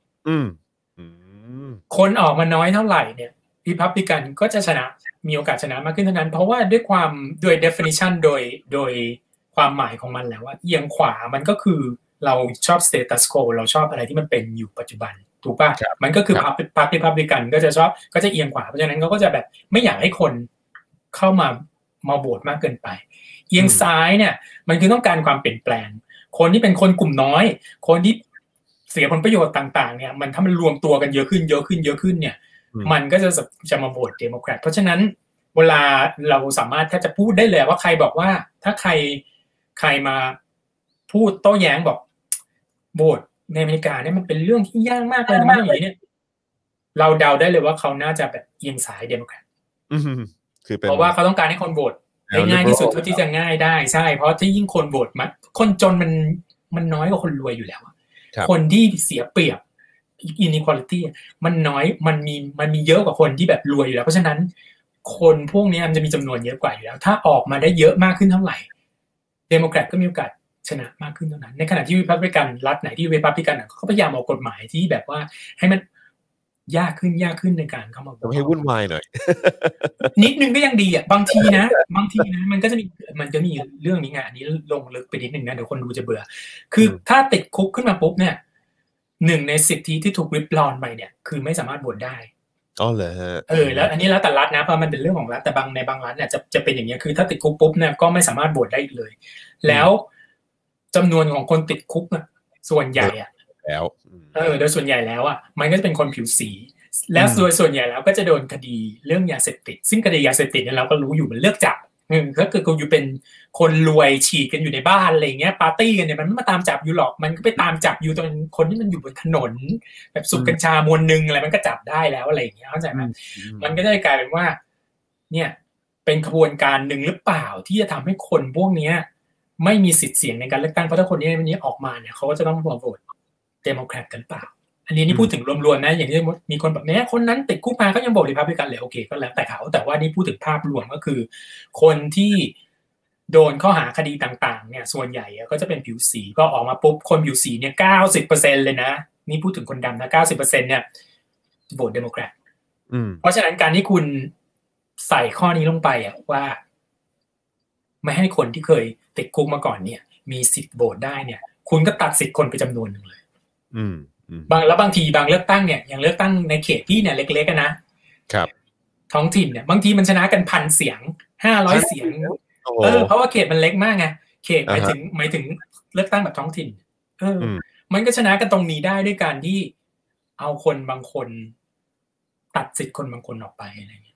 C: คนออกมาน้อยเท่าไหร่เนี่ยรีพับลิกันก็จะชนะมีโอกาสชนะมากขึ้นเท่านั้นเพราะว่าด้วยความโดย definition โดยความหมายของมันแล้วว่าเอียงขวามันก็คือเราชอบ status quo เราชอบอะไรที่มันเป็นอยู่ปัจจุบันถูกป่ะมันก็คือพรรครีพับลิกันก็จะชอบก็จะเอียงขวาเพราะฉะนั้นเขาก็จะแบบไม่อยากให้คนเข้ามาโหวตมากเกินไปเอียงซ้ายเนี่ยมันคือต้องการความเปลี่ยนแปลงคนที่เป็นคนกลุ่มน้อยคนที่เสียผลประโยชน์ต่างๆเนี่ยมันถ้ามันรวมตัวกันเยอะขึ้นเนี่ยมันก็จะมาโหวตเดโมแครตเพราะฉะนั้นเวลาเราสามารถถ้าจะพูดได้เลยว่าใครบอกว่าถ้าใครมาพูดโต้แย้งบอกโหวตในอเมริกาเนี่ยมันเป็นเรื่องที่ยากมากเลยนะอย่างนี้เนี่ยเราเดาได้เลยว่าเขาน่าจะแบบเอียงสายเดโมแครตเพราะว่าเขาต้องการให้คนโหวตได้ง่ายที่สุดเท่าที่จะง่ายได้ใช่เพราะที่ยิ่งคนโหวตมาคนจนมันน้อยกว่าคนรวยอยู่แล้วคนที่เสียเปรียบ inequality มันน้อยมันมีเยอะกว่าคนที่แบบรวยอยู่แล้วเพราะฉะนั้นคนพวกนี้มันจะมีจำนวนเยอะกว่าอยู่แล้วถ้าออกมาได้เยอะมากขึ้นเท่าไหร่เดโมแครตก็มีโอกาสชนะมากขึ้นเท่านั้นในขณะที่รีพับลิกันรัฐไหนที่รีพับลิกันเขาพยายามเอากฎหมายที่แบบว่าให้มันยากขึ้นในการเข้ามา
B: ให้วุ่นวายหน่อย
C: นิดนึงก็ยังดีบางทีนะมันก็จะมีเรื่องนี้ไงอันนี้ลงลึกไปนิดนึงนะเดี๋ยวคนดูจะเบื่อคือถ้าติดคุกขึ้นมาปุ๊บเนี่ยหนึ่งในสิทธิที่ถูกริบรอนไปเนี่ยคือไม่สามารถโหวตได้
B: อ๋อเหรอฮะ
C: แล้วอันนี้แล้วแต่รัฐนะเพราะมันเป็นเรื่องของรัฐแต่ในบางรัฐเนี่ยจะเป็นอย่างนี้คือถ้าติดคุกปุ๊บเนี่ยก็ไม่สามารถโหวตได้อีกเลยแล้วจำนวนของคนติดคุกน่ะส่วนใหญ่
B: แล้ว
C: โดยส่วนใหญ่แล้วมันก็จะเป็นคนผิวสีแล้วโดยส่วนใหญ่แล้วก็จะโดนคดีเรื่องยาเสพติดซึ่งคดียาเสพติดเนี่ยเราก็รู้อยู่มันเลือกจับก็คือกูอยู่เป็นคนรวยฉีกกันอยู่ในบ้านอะไรเงี้ยปาร์ตี้กันเนี่ยมันไม่มาตามจับอยู่หรอกมันก็ไปตามจับอยู่ตอนคนที่มันอยู่บนถนนแบบสูบกัญชามวลนึงอะไรมันก็จับได้แล้วอะไรอย่างเงี้ยเข้าใจมั้ยมันก็จะกลายเป็นว่าเนี่ยเป็นขบวนการนึงหรือเปล่าที่จะทำให้คนพวกนี้ไม่มีสิทธิ์เสียงในการเลือกตั้งเพราะถ้าคนนี้ออกมาเนี่ยเขาก็จะต้องโหวตเดโมแครตกันเปล่าอันนี้พูดถึงรวมๆนะอย่างที่มีคนแบบนี้คนนั้นติดคุกมาก็ยังโหวตรีพับลิกันเลยโอเคก็แล้วแต่เขาแต่ว่านี่พูดถึงภาพรวมก็คือคนที่โดนข้อหาคดีต่างๆเนี่ยส่วนใหญ่ก็จะเป็นผิวสีก็ออกมาปุ๊บคนผิวสีเนี่ย 90% เลยนะนี่พูดถึงคนดำนะ 90% เนี่ยโหวตเดโมแครตเพราะฉะนั้นการที่คุณใส่ข้อนี้ลงไปว่าไม่ให้คนที่เคยติดคุกมาก่อนเนี่ยมีสิทธิ์โหวตได้เนี่ยคุณก็ตัดสิทธิ์คนไปจำนวนนึงเลยบางทีบางเลือกตั้งเนี่ยอย่างเลือกตั้งในเขตพี่เนี่ยเล็กๆ
B: นะครับ
C: ท้องถิ่นเนี่ยบางทีมันชนะกัน1,000 เสียง500 เสียงเพราะว่าเขตมันเล็กมากไงเขตหมายถึงเลือกตั้งแบบท้องถิ่นมันก็ชนะกันตรงนี้ได้ด้วยการที่เอาคนบางคนตัดสิทธิ์คนบางคนออกไปอะไรเงี้ย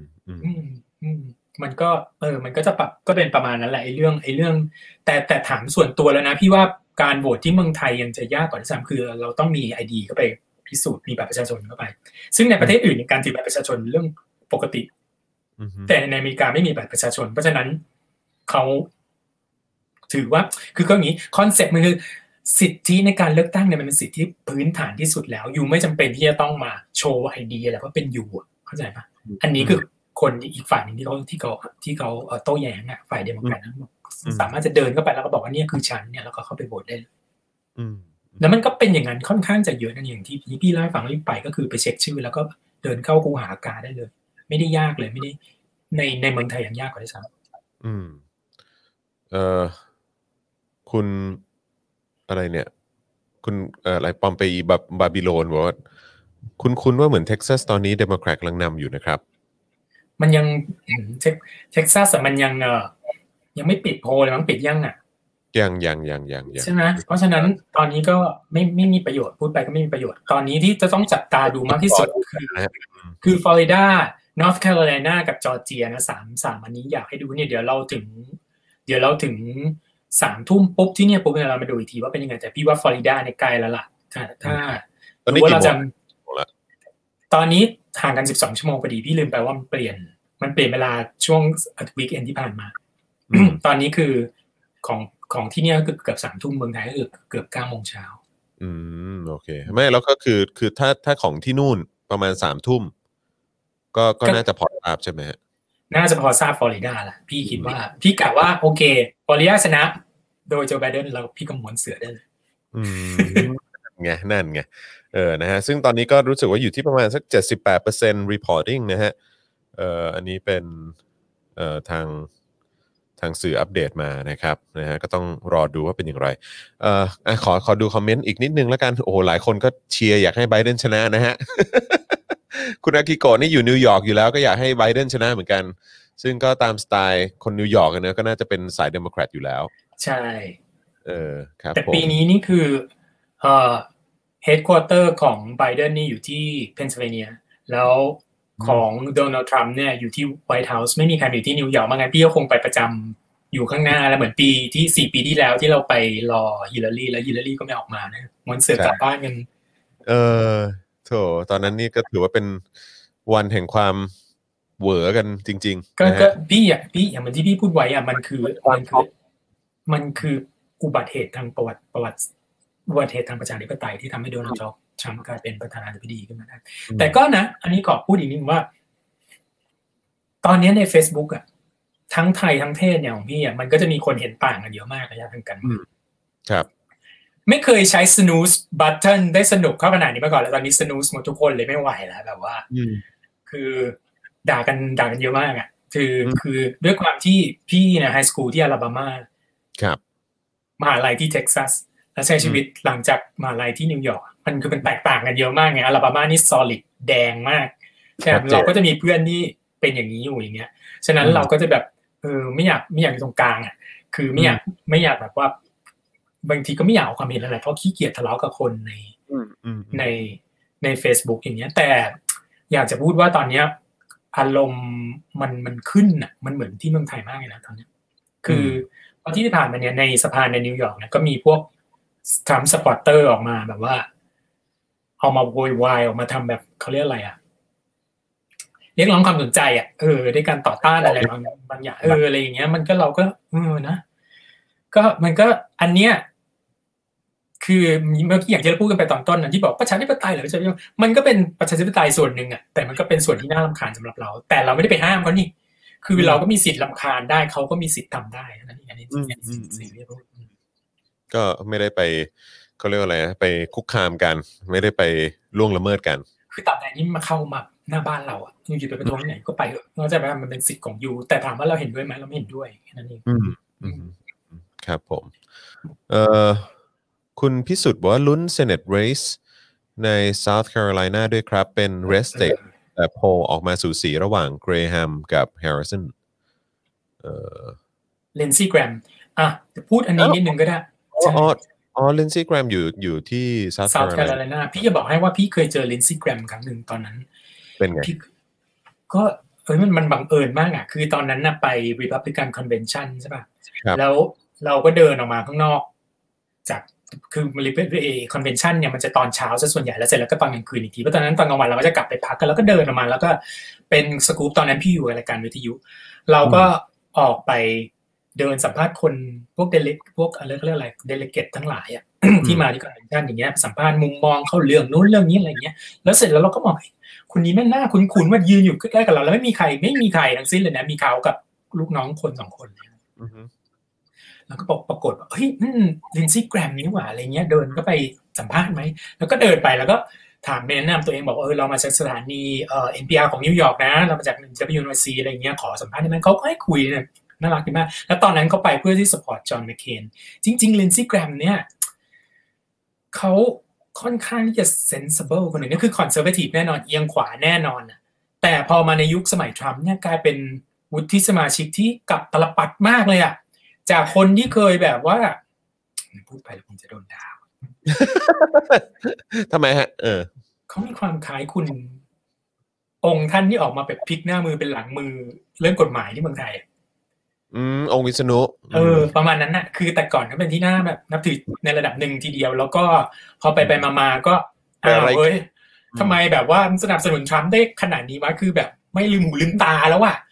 C: มันก็จะปรับก็เป็นประมาณนั้นแหละไอ้เรื่องแต่ถามส่วนตัวแล้วนะพี่ว่าการโหวตที่เมืองไทยยังจะยากกว่าที่3คือเราต้องมี ID เข้าไปพิสูจน์มีบัตรประชาชนเข้าไปซึ่งในประเทศอื่นการถือบัตรประชาชนเรื่องปกติแต่ในอเมริกาไม่มีบัตรประชาชนเพราะฉะนั้นเขาถือว่าคือก็อย่างนี้คอนเซ็ปต์มันคือสิทธิในการเลือกตั้งเนี่ยมันเป็นสิทธิพื้นฐานที่สุดแล้วอยู่ไม่จำเป็นที่จะต้องมาโชว์ ID อะไรเพราะเป็นอยู่เข้าใจป่ะอันนี้คือคนอีกฝ่ายนึงที่เขาโต้แย้งฝ่ายเดโมแครตสามารถจะเดินเข้าไปแล้วก็บอกว่าเนี่ยคือฉันเนี่ยแล้วก็เข้าไปโหวตได้แล้วมันก็เป็นอย่างนั้นค่อนข้างจะเยอะนั่นอย่างที่พี่เล่าให้ฟังรีบไปก็คือไปเช็คชื่อแล้วก็เดินเข้าคูหากาได้เลยไม่ได้ยากเลยไม่ได้ในเมืองไทยยังยากกว่าที่ซ้
B: ำคุณอะไรเนี่ยคุณอะไรปอมเปอีบาบิโลนบอกว่าคุณว่าเหมือนเท็กซัสตอนนี้เดโมแครตกำลังนำอยู่นะครับ
C: มันยังเท็กซัสมันยังไม่ปิดโพลเลยมั้งปิดยัง
B: ยัง
C: ใช่ไหมเพราะฉะนั้นตอนนี้ก็ไม่มีประโยชน์พูดไปก็ไม่มีประโยชน์ตอนนี้ที่จะต้องจับตาดูมากที่สุดคือฟลอริดานอร์ทแคโรไลนากับจอร์เจียนะ3อันนี้อยากให้ดูเนี่ยเดี๋ยวเราถึง 3 ทุ่มปุ๊บที่เนี่ยปุ๊บเรามาดูอีกทีว่าเป็นยังไงแต่พี่ว่าฟลอริดาเนี่ยใกล้แล้วล่ะถ้า
B: ตอนนี้กี่โมง
C: ตอนนี้ห่างกัน12 ชั่วโมงพอดีพี่ลืมไปว่ามันเปลี่ยนมันเปลี่ยนเวลาช่วงวีคเอนด์ที่ผ่านมาตอนนี้คือของที่เนี่ยก็เกือบ3 ทุ่มเมืองไทยก็เกือบ9 โมงเช้า
B: โอเคไม่แล้วก็คือถ้าของที่นู่นประมาณ3 ทุ่มก็น่าจะพอทราบใช่ไหมฮะ
C: น่าจะพอทราบฟลอริดาแหละพี่คิดว่าพี่กะว่าโอเคฟลอริดาชนะโดยโจไบเดนแล้วพี่ก็ม้วนเสือได้เลย
B: นั่นไงนะฮะซึ่งตอนนี้ก็รู้สึกว่าอยู่ที่ประมาณสัก 78% reporting นะฮะอันนี้เป็นทางสื่ออัปเดตมานะครับนะฮะก็ต้องรอดูว่าเป็นอย่างไรขอดูคอมเมนต์อีกนิดนึงแล้วกันโอ้โหหลายคนก็เชียร์อยากให้ไบเดนชนะนะฮะ คุณอากิโกะนี่อยู่นิวยอร์กอยู่แล้วก็อยากให้ไบเดนชนะเหมือนกันซึ่งก็ตามสไตล์คนนิวยอร์กนะก็น่าจะเป็นสายเดโมแครตอยู่แล้ว
C: ใช่
B: ครับ
C: แต่ปีนี้นี่คือเฮดควอเตอร์ของไบเดนนี่อยู่ที่เพนซิลเวเนียแล้วของโดนัลด์ทรัมป์เนี่ยอยู่ที่ไวท์เฮาส์ไม่มีใครอยู่ที่นิวยอร์กมาไงพี่ก็คงไปประจำอยู่ข้างหน้าแล้วเหมือนปีที่4 ปีที่แล้วที่เราไปรอฮิลลารีแล้วฮิลลารีก็ไม่ออกมานะม้วนเสือกลับบ้านกัน
B: โถตอนนั้นนี่ก็ถือว่าเป็นวันแห่งความเหวอกันจริงๆ
C: ก็พี่อย่างเหมือนที่พี่พูดไว้อ่ะมันคืออุบัติเหตุทางประวัติอุบัติเหตุทางประชาธิปไตยที่ทำให้โดนัลด์ทรัมป์กลายเป็นประธานาธิบดีขึ้นมาได้แต่ก็นะอันนี้ขอพูดอีกนิดนึงว่าตอนนี้ใน Facebook อ่ะทั้งไทยทั้งเทศเนี่ยของพี่อ่ะมันก็จะมีคนเห็นต่างกันเยอะมากระยะทางการ
B: ครับ
C: ไม่เคยใช้ snooze button ได้สนุกเข้าขนาดนี้มาก่อนแล้วตอนนี้ snooze หมดทุกคนเลยไม่ไหวแล้วแบบว่าคือด่ากันเยอะมากอ่ะคือด้วยความที่พี่นะไฮสคูลที่อลาบามา
B: ครับ
C: มหาลัยที่เท็กซัสแล้วใช้ชีวิตหลังจากมหาลัยที่นิวยอร์กมันคือเป็นแตกต่างกันเยอะมากไงอลาบามานี่ solid แดงมากใช่เราก็จะมีเพื่อนที่เป็นอย่างนี้อยู่อย่างเงี้ยฉะนั้นเราก็จะแบบไม่อยากอยู่ตรงกลางอ่ะคือไม่อยากแบบว่าบางทีก็ไม่อยากเอาความเห็นอะไรเพราะขี้เกียจทะเลาะกับคนใน Facebook อย่างเงี้ยแต่อยากจะพูดว่าตอนเนี้ยอารมณ์มันขึ้นอ่ะมันเหมือนที่เมืองไทยมากเลยนะตอนนี้คือพอที่ผ่านมาเนี่ยในสภาในนิวยอร์กเนี่ยก็มีพวกทรัมป์สปอร์ตเตอร์ออกมาแบบว่าเอามาโวยวายออกมาทำแบบเขาเรียกอะไรอ่ะเรียกร้องความสนใจอ่ะในการต่อต้านอะไรบางอย่างอะไรอย่างเงี้ยมันก็เราก็นะก็มันก็อันเนี้ยคือเมื่อกี้อย่างที่เราพูดกันไปตอนต้นนะที่บอกประชาธิปไตยหรือประชาธิปไตยมันก็เป็นประชาธิปไตยส่วนหนึ่งอ่ะแต่มันก็เป็นส่วนที่น่ารำคาญสำหรับเราแต่เราไม่ได้ไปห้ามเขานี่คือเราก็มีสิทธิ์รำคาญได้เขาก็มีสิทธิ์ทำได้นั่นเองอันนี้สิ่งที่พูด
B: ก็ไม่ได้ไปเขาเรียกว่าอะไรไปคุกคามกันไม่ได้ไปล่วงละเมิดกัน
C: คือตราบใดนี้มาเข้ามาหน้าบ้านเราอ่ะอยู่ไปประท้วงที่ไหนก็ไปเถอะนอกจากว่ามันเป็นสิทธิ์ของยูแต่ถามว่าเราเห็นด้วยไหมเราไม่เห็นด้วยแค่นั้นเอง
B: ครับผมคุณพิสุทธิ์บอกว่าลุ้น Senate Race ใน South Carolina ด้วยครับเป็น Red State แต่โพลออกมาสูสีระหว่าง Graham กับ Harrison
C: Lindsey Graham จะพูดอันนี้นิดนึงก็ได้
B: Lindsey Graham อยู่ที่ South
C: Carolina พี่จะบอกให้ว่าพี่เคยเจอ Lindsey Graham ครั้งนึงตอนนั้น
B: เป็นไง
C: ก็มันบังเอิญมากอ่ะคือตอนนั้นน่ะไป Republican Convention ใช่ป่ะแล้วเราก็เดินออกมาข้างนอกจากคือ Convention เนี่ยมันจะตอนเช้าซะส่วนใหญ่แล้วเสร็จแล้วก็ตอนกลางคืนอีกทีเพราะตอนนั้นตอนกลางวันเราก็จะกลับไปพักกันแล้วก็เดินออกมาแล้วก็เป็นสกู๊ปตอนนั้นพี่อยู่รายการวิทยุเราก็ออกไปเดินสัมภาษณ์คนพวกพวกอะไรเขาเรียกอะไรเดลิเกตทั้งหลายอ่ะ ที่มาที่คอนเวนชั่นอย่างเงี้ยสัมภาษณ์มุมมองเข้าเรื่องนู้นเรื่องนี้อะไรเงี้ยแล้วเสร็จแล้วเราก็มองคนนี้แม่งหน้าคุ้นๆว่ายืนอยู่ใกล้ๆกับเราแล้วไม่มีใครทั้งสิ้นเลยนะมีเขากับลูกน้องคน2 คนแล้วก็ปรากฏว่าเฮ้ยลินซี่แกรมนี่หว่าอะไรเงี้ยเดินก็ไปสัมภาษณ์ไหมแล้วก็เดินไปแล้วก็ถามแนะนำตัวเองบอกเรามาจากสถานีNPR ของนิวยอร์กนะเรามาจาก WNYC อะไรเงี้ยขอสัมภาษณ์ได้ไหมเขาก็ให้คุยเนี่ยน่ารักมากแล้วตอนนั้นเขาไปเพื่อที่สปอร์ตจอห์นแมคเคนจริงๆลินซี่แกรมเนี่ยเขาค่อนข้างที่จะเซนซิเบิลคนหนึ่งก็คือคอนเซอร์เวทีฟแน่นอนเอียงขวาแน่นอนแต่พอมาในยุคสมัยทรัมป์เนี่ยกลายเป็นวุฒิสมาชิกที่กลับตลปัดมากเลยอ่ะจากคนที่เคยแบบว่าพูดไปแล้วผมจะโดนด่า
B: ทำไมฮะ
C: เขามีความคล้ายคุณองค์ท่านที่ออกมาแบบพลิกหน้ามือเป็นหลังมือเรื่องกฎหมายที่เมืองไทย
B: องค์วิษณุ
C: ประมาณนั้นน่ะคือแต่ก่อนก็เป็นที่หน้าแบบนับถือในระดับหนึ่งทีเดียวแล้วก็พอไปมาก็เว้ยทำไมแบบว่าสนับสนุนทรัมป์ได้ขนาดนี้วะคือแบบไม่ลืมหูลืมตาแล้วว่ะ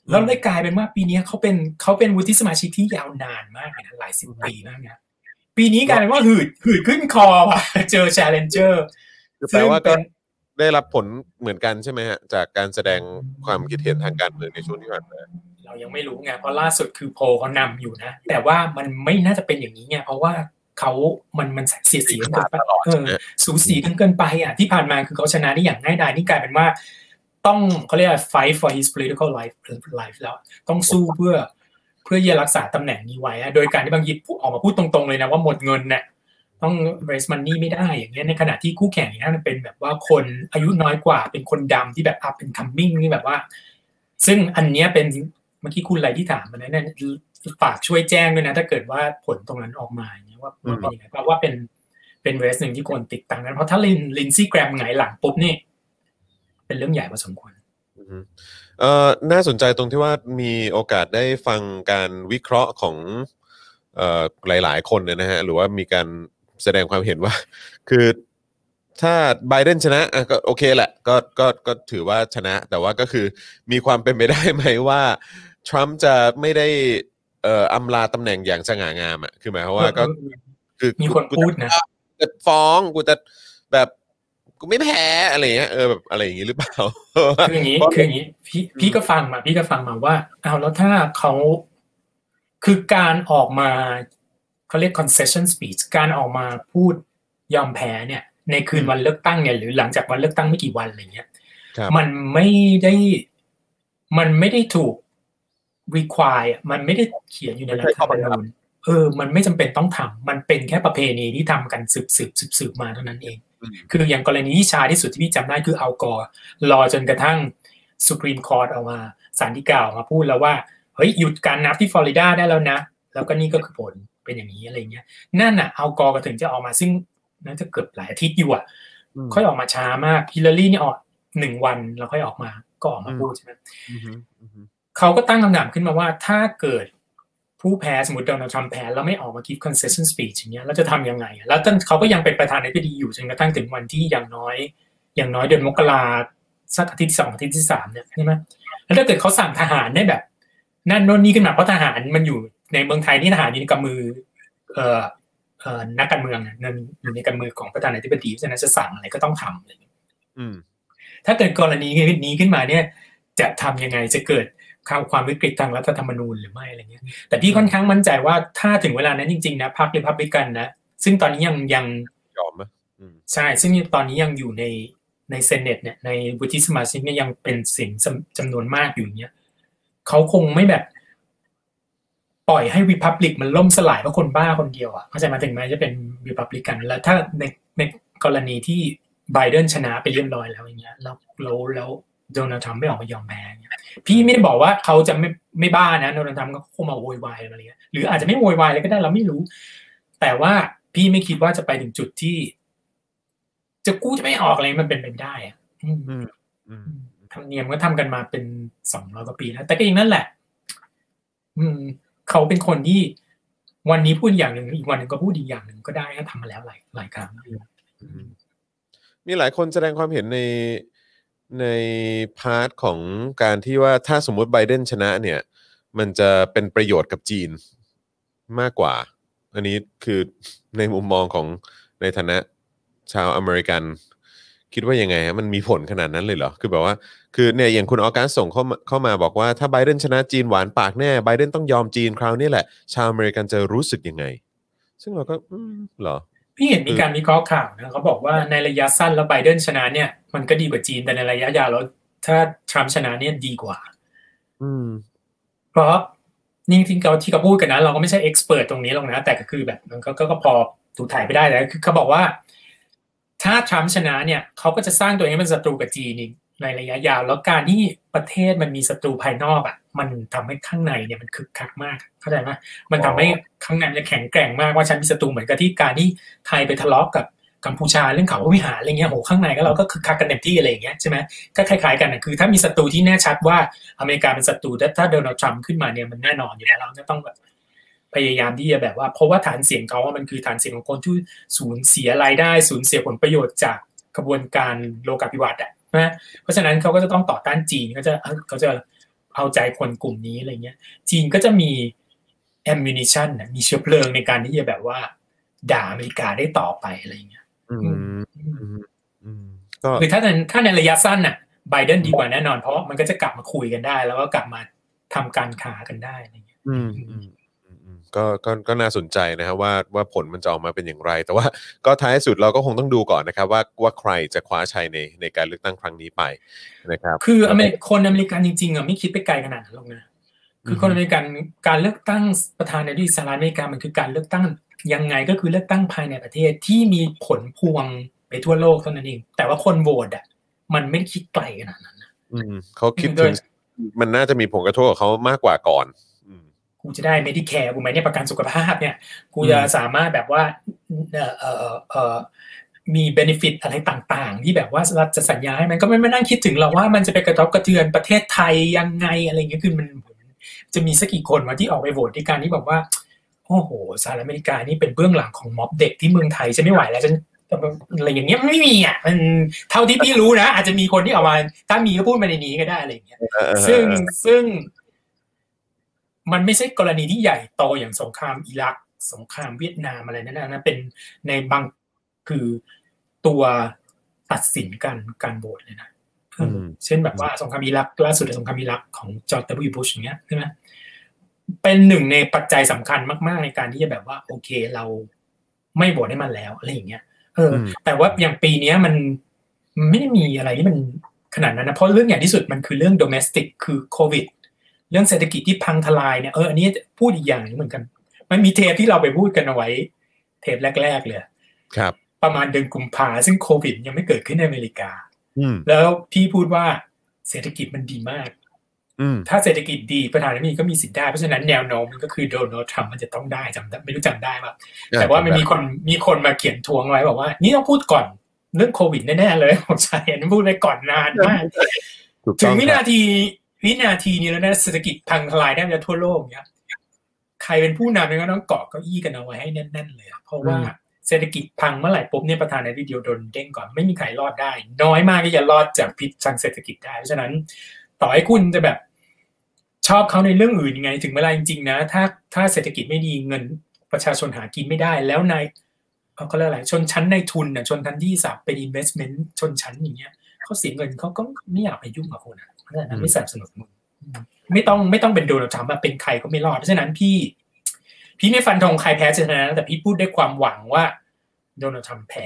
C: แล้วเลยกลายเป็นว่าปีนี้เขาเป็นวุฒิสมาชิกที่ยาวนานมากเลยนะหลายสิบปีมากนะปีนี้กลายเป็นว่าหืดขึ้นคอว่ะเจอ Challenger
B: แปลว่าก็ได้รับผลเหมือนกันใช่ไหมฮะจากการแสดงความคิดเห็นทางการเมืองในช่วงที่ผ่านมา
C: เรายังไม่รู้ไงเพราะล่าสุดคือโพลเขานำอยู่นะแต่ว่ามันไม่น่าจะเป็นอย่างนี้ไงเพราะว่ามันเสียดสีกันไปสูสีกันเกินไปอ่ะที่ผ่านมาคือเขาชนะได้อย่างง่ายดายนี่กลายเป็นว่าต้องเขาเรียกว่า fight for his political life แล้วต้องสู้เพื่อจะรักษาตำแหน่งนี้ไว้โดยการที่บางทีออกมาพูดตรงๆเลยนะว่าหมดเงินเนี่ยต้อง raise money ไม่ได้อย่างเงี้ยในขณะที่คู่แข่งอย่างนั้นมันเป็นแบบว่าคนอายุน้อยกว่าเป็นคนดำที่แบบ up and coming นี่แบบว่าซึ่งอันเนี้ยเป็นเมื่อกี้คุณอะไรที่ถามมาเนี่ยฝากช่วยแจ้งด้วยนะถ้าเกิดว่าผลตรงนั้นออกมาเนี่ยว่าเป็นยังไงเพราะว่าเป็นเรสหนึ่งที่คนติดตามกันเพราะถ้าลินซี่แกรมไงหลังปุ๊บนี่เป็นเรื่องใหญ่พอสมควร
B: น่าสนใจตรงที่ว่ามีโอกาสได้ฟังการวิเคราะห์ของหลายๆคนนะฮะหรือว่ามีการแสดงความเห็นว่าคือถ้าไบเดนชนะก็โอเคแหละก็ถือว่าชนะแต่ว่าก็คือมีความเป็นไปได้ไหมว่าทรัมป์จะไม่ได้อำลาตำแหน่งอย่างสง่างามอ่ะคือหมายความว่าก็คือ
C: มีคนพูดนะ
B: จะฟ้องกูจะแบบกูไม่แพ้อะไรเงี้ยแบบอะไรอย่างงี้หรือเปล่า
C: คืออย่างนี้พี่ก็ฟังมาว่าเอาแล้วถ้าเขาคือการออกมาเขาเรียก concession speech การออกมาพูดยอมแพ้เนี่ยในคืนวันเลือกตั้งเนี่ยหรือหลังจากวันเลือกตั้งไม่กี่วันอะไรเงี้ยมันไม่ได้ถูก require มันไม่ได้เขียนอยู่ในรัฐธรรมนูญมันไม่จำเป็นต้องทำมันเป็นแค่ประเพณีที่ทำกันสืบมาเท่านั้นเองคืออย่างกรณีที่ชาที่สุดที่พี่จำได้คืออัลกอร์รอจนกระทั่ง Supreme Court ออกมาศาลฎีกาออกมาพูดแล้วว่าเฮ้ยหยุดการนับที่ฟลอริดาได้แล้วนะแล้วก็นี่ก็คือผลเป็นอย่างนี้อะไรเงี้ยนั่นน่ะอัลกอร์ก็ถึงจะออกมาซึ่งน่าจะเกือบหลายอาทิตย์อยู่อ่ะค่อยออกมาช้ามากฮิลลารีนี่ออก1วันแล้วค่อยออกมาก็ออกมาพูดใช่ไหมเขาก็ตั้งคำถามขึ้นมาว่าถ้าเกิดผู้แพ้สมมติโดนัลด์ทรัมป์แพ้แล้วไม่ออกมา give concession speech อย่างเงี้ยแล้วจะทำยังไงแล้วเขาก็ยังเป็นประธานาธิบดีอยู่จนกระทั่งถึงวันที่อย่างน้อยเดือนมกราสักอาทิตย์ที่2อาทิตย์ที่3เนี่ยใช่ไหมแล้วถ้าเกิดเขาสั่งทหารได้แบบนั่นโน่นนี่ขึ้นมาเพราะทหารมันอยู่ในเมืองไทยนี่ทหารอยู่ในกำมือนักการเมืองนั่นอยู่ในกำมือของประธานาธิบดีฉะนั้นจะสั่งอะไรก็ต้องทำอะไรถ้าเกิดกรณีนี้ขึ้นมาเนี่ยจะทำยังไงจะเกิดความวิกฤตทางรัฐธรรมนูญหรือไม่อะไรเงี้ยแต่พี่ค่อนข้างมั่นใจว่าถ้าถึงเวลานั้นจริงๆนะพรรครีพับลิกันนะซึ่งตอนนี้ยัง
B: ยอมไหม
C: ใช่ซึ่งตอนนี้ยังอยู่ในเซเนตเนี่ยในวุฒิสมาชิกเนี่ยยังเป็นเสียงจำนวนมากอยู่เนี้ยเขาคงไม่แบบปล่อยให้รีพับลิกมันล่มสลายเพราะคนบ้าคนเดียวอ่ะเข้าใจมาถึงแม้จะเป็นรีพับลิกันแล้วถ้าในกรณีที่ไบเดนชนะไปเรียบร้อยแล้วอย่างเงี้ยแล้วโดนัลด์ทรัมป์ไม่ออกมายอมแพ้เนี่ยพี่ไม่ได้บอกว่าเขาจะไม่บ้านะโดนัลด์ทรัมป์ก็คงมาโวยวายอะไรเงี้ยหรืออาจจะไม่โวยวายเลยก็ได้เราไม่รู้แต่ว่าพี่ไม่คิดว่าจะไปถึงจุดที่จะไม่ออกอะไรมันเป็นไปไม่ได้อ่ะธรรมเนียมก็ทำกันมาเป็น200 กว่าปีแล้วแต่ก็อย่างนั้นแหละเขาเป็นคนที่วันนี้พูดอย่างหนึ่งอีกวันหนึ่งก็พูดอีกอย่างหนึ่งก็ได้ก็ทำมาแล้วหลายครั้ง
B: มีหลายคนแสดงความเห็นในพาร์ทของการที่ว่าถ้าสมมุติไบเดนชนะเนี่ยมันจะเป็นประโยชน์กับจีนมากกว่าอันนี้คือในมุมมองของในฐานะชาวอเมริกันคิดว่ายังไงฮะมันมีผลขนาดนั้นเลยเหรอคือแบบว่าคือเนี่ยอย่างคุณออกัสส่งเข้ามาบอกว่าถ้าไบเดนชนะจีนหวานปากแน่ไบเดนต้องยอมจีนคราวนี้แหละชาวอเมริกันจะรู้สึกยังไงซึ่งเราก็เหรอ
C: พี่เห็นมีการวิเคราะห์ข่าวนะเขาบอกว่าในระยะสั้นแล้วไบเดนชนะเนี่ยมันก็ดีกว่าจีนแต่ในระยะยาวแล้วถ้าทรัมป์ชนะเนี่ยดีกว่าเพราะนี่ที่เขาพูดกันนะเราก็ไม่ใช่เอ็กซ์เพิร์ตตรงนี้หรอกนะแต่ก็คือแบบมันก็พอถูกถ่ายไปได้แต่คือเขาบอกว่าถ้าทรัมป์ชนะเนี่ยเขาก็จะสร้างตัวเองให้เป็นศัตรูกับจีนในระยะยาวแล้วการที่ประเทศมันมีศัตรูภายนอกอ่ะมันทำให้ข้างในเนี่ยมันคึกคักมากเข้าใจไหมมันทำให้ข้างในมันจะแข็งแกร่งมากว่าฉันมีศัตรูเหมือนกับที่การที่ไทยไปทะเลาะกับกัมพูชาเรื่องเขาวิหารอะไรเงี้ยโหข้างในก็เราก็คึกคักกันเต็มที่อะไรอย่างเงี้ยใช่ไหมก็คล้ายๆกันนะคือถ้ามีศัตรูที่แน่ชัดว่าอเมริกาเป็นศัตรูถ้าโดนัลด์ทรัมป์ขึ้นมาเนี่ยมันแน่นอนอยู่แล้วเราจะต้องแบบพยายามที่จะแบบว่าเพราะว่าฐานเสียงเขาว่ามันคือฐานเสียงของคนที่สูญเสียรายได้สูญเสียผลประโยชน์จากกระบวนการโลกาภิวัตน์อ่ะนะเพราะฉะนั้นเขาก็จะต้องต่อต้านจีนเขาจะเอาใจคนกลุ่มนี้อะไรเงี้ยจีนก็จะมี ammunition นะมีเชื้อเพลิงในการที่จะแบบว่าด่าอเมริกาได้ต่อไปอะไรเงี้ยก็คือถ้าในระยะสั้นน่ะไบเดนดีกว่าแน่นอนเพราะมันก็จะกลับมาคุยกันได้แล้วก็กลับมาทำการค้ากันได้อะไรเงี้ย
B: ก็น่าสนใจนะครับว่าผลมันจะออกมาเป็นอย่างไรแต่ว่าก็ท้ายสุดเราก็คงต้องดูก่อนนะครับว่าใครจะคว้าชัยในการเลือกตั้งครั้งนี้ไปนะครับ
C: คือคนอเมริกันจริงๆอ่ะไม่คิดไปไกลขนาดนั้นหรอกนะคือคนอเมริกันการเลือกตั้งประธานาธิบดีสหรัฐอเมริกามันคือการเลือกตั้งยังไงก็คือเลือกตั้งภายในประเทศที่มีผลพวงไปทั่วโลกเท่านั้นเองแต่ว่าคนโหวตอ่ะมันไม่คิดไกลขนาดนั้นนะ
B: เขาคิดถึงมันน่าจะมีผลกระทบกับเขามากกว่าก่อน
C: กูจะได้ Medicare กูไหมเนี่ยประกันสุขภาพเนี่ยกูจะสามารถแบบว่ามี benefit อะไรต่างๆที่แบบว่ารัฐจะสัญญาให้มันก็ไม่นั่งคิดถึงหรอกว่ามันจะไปกระทบกระเทือนประเทศไทยยังไงอะไรเงี้ยคือมันจะมีสักกี่คนวะที่ออกไปโหวตในการที่บอกว่าโอ้โหสหรัฐอเมริกานี่เป็นเบื้องหลังของม็อบเด็กที่เมืองไทยจะไม่ไหวแล้วฉันอะไรอย่างเงี้ยไม่มีอ่ะมันเท่าที่พี่รู้นะอาจจะมีคนที่ออกมาถ้ามีก็พูดมาในนี้ก็ได้อะไรอย่างเงี้ยซึ่งมันไม่ใช่กรณีที่ใหญ่โตอย่างสงครามอิรักสงครามเวียดนามอะไรนั่นนะเป็นในบางคือตัวตัดสินการโหวตเลยนะเช่นแบบว่าสงครามอิรักล่าสุดสงครามอิรักของจอร์จ W. บุชอย่างเงี้ยใช่ไหมเป็นหนึ่งในปัจจัยสำคัญมากๆในการที่จะแบบว่าโอเคเราไม่โหวตให้มันแล้วอะไรอย่างเงี้ยแต่ว่าอย่างปีนี้มันไม่ได้มีอะไรที่มันขนาดนั้นนะเพราะเรื่องใหญ่ที่สุดมันคือเรื่อง domestic คือโควิดเรื่องเศรษฐกิจที่พังทลายเนี่ยอันนี้พูดอีกอย่างนึงเหมือนกันมันมีเทปที่เราไปพูดกันเอาไว้เทปแรกๆเลย
B: ครับ
C: ประมาณเดือนกุมภาซึ่งโควิดยังไม่เกิดขึ้นในอเมริกาแล้วพี่พูดว่าเศรษฐกิจมันดีมากถ้าเศรษฐกิจดีประธานาธิบดีก็มีสิทธิ์ได้เพราะฉะนั้นแนวโน้มมันก็คือโดนัลด์ทรัมป์มันจะต้องได้ไม่รู้จำได้ป่ะแต่ว่ามันมีคนมาเขียนทวงไว้บอกว่านี่ต้องพูดก่อนเรื่องโควิดแน่ๆเลยผมใช่อันนี้พูดไปก่อนนานมากถึงวินาทีนี้แล้วนะเศรษฐกิจพังทลายได้จะทั่วโลกเนี้ยใครเป็นผู้นำเนี่ยก็ต้องเกาะเก้าอี้กันเอาไว้ให้แน่นๆเลยเพราะว่าเศรษฐกิจพังเมื่อไหร่ปุ๊บเนี่ยประธานาธิบดีโดนเด้งก่อนไม่มีใครรอดได้น้อยมากที่จะรอดจากพิษทางเศรษฐกิจได้เพราะฉะนั้นต่อให้คุณจะแบบชอบเขาในเรื่องอื่นยังไงถึงเวลาจริงๆนะถ้าเศรษฐกิจไม่ดีเงินประชาชนหากินไม่ได้แล้วในเขาเรียกอะไรชนชั้นในทุนน่ะชนชั้นที่3เป็น investment ชนชั้นอย่างเงี้ยเขาเสียเงินเขาก็ไม่อยากไปยุ่งกับคุณนะเพราะฉะนั้นไม่สนับสนุนไม่ต้องเป็นโดนัลด์ทรัมป์เป็นใครก็ไม่รอดเพราะฉะนั้นพี่ไม่ฟันธงใครแพ้ชนะแต่พี่พูดด้วยความหวังว่าโดนัลด์ทรัมป์แพ้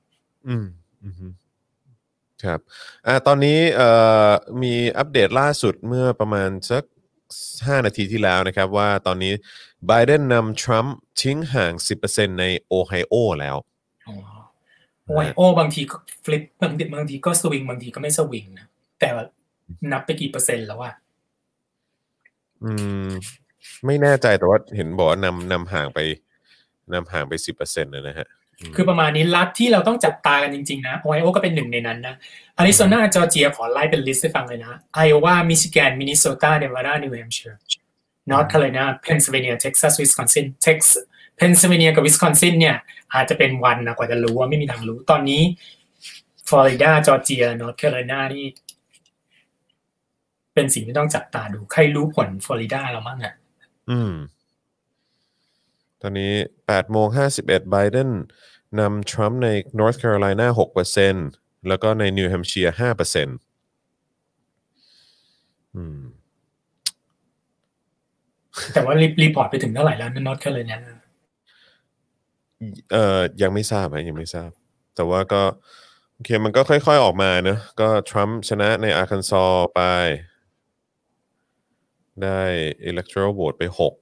B: ครับตอนนี้มีอัปเดตล่าสุดเมื่อประมาณสัก5 นาทีที่แล้วนะครับว่าตอนนี้ไบเดนนำทรัมป์ทิ้งห่าง 10% ในโอไฮโอแล้ว
C: โอไฮโอบางทีก็ฟลิปบางทีก็สวิงบางทีก็ไม่สวิงนะแต่นับไปกี่เปอร์เซ็นต์แล้วว่า
B: ไม่แน่ใจแต่ว่าเห็นบอกว่านำห่างไป 10% นะฮะ
C: คือประมาณนี้รัฐที่เราต้องจับตากันจริงๆนะโอไฮโอก็เป็นหนึ่งในนั้นนะอาริโซนาจอร์เจียขอไล่เป็นลิสต์ให้ฟังเลยนะไอโอวามิชิแกนมินนิโซตาเนวาดานิวแฮมป์เชียร์นอร์ทแคโรไลนาเพนซิลเวเนียเท็กซัสวิสคอนซินเพนซิลเวเนียกับวิสคอนซินเนี่ยอาจจะเป็นวันนะกว่าจะรู้ว่าไม่มีทางรู้ตอนนี้ฟลอริดาจอร์เจียนอร์ทแคโรไลนานี่เป็นสิ่งที่ต้องจับตาดูใครรู้ผลฟลอริดาแล้วมั้งอ่ะ
B: ตอนนี้ 8:51 ไบเดนนำทรัมป์ใน North Carolina 6% แล้วก็ใน New Hampshire 5%
C: แต่ว่ารีพอร์ตไปถึงเท่าไหร่แล้วใน North Carolina
B: ยังไม่ทราบแต่ว่าก็โอเคมันก็ค่อยๆออกมาเนอะก็ทรัมป์ชนะในอาร์คันซอสไปได้ electoral vote ไป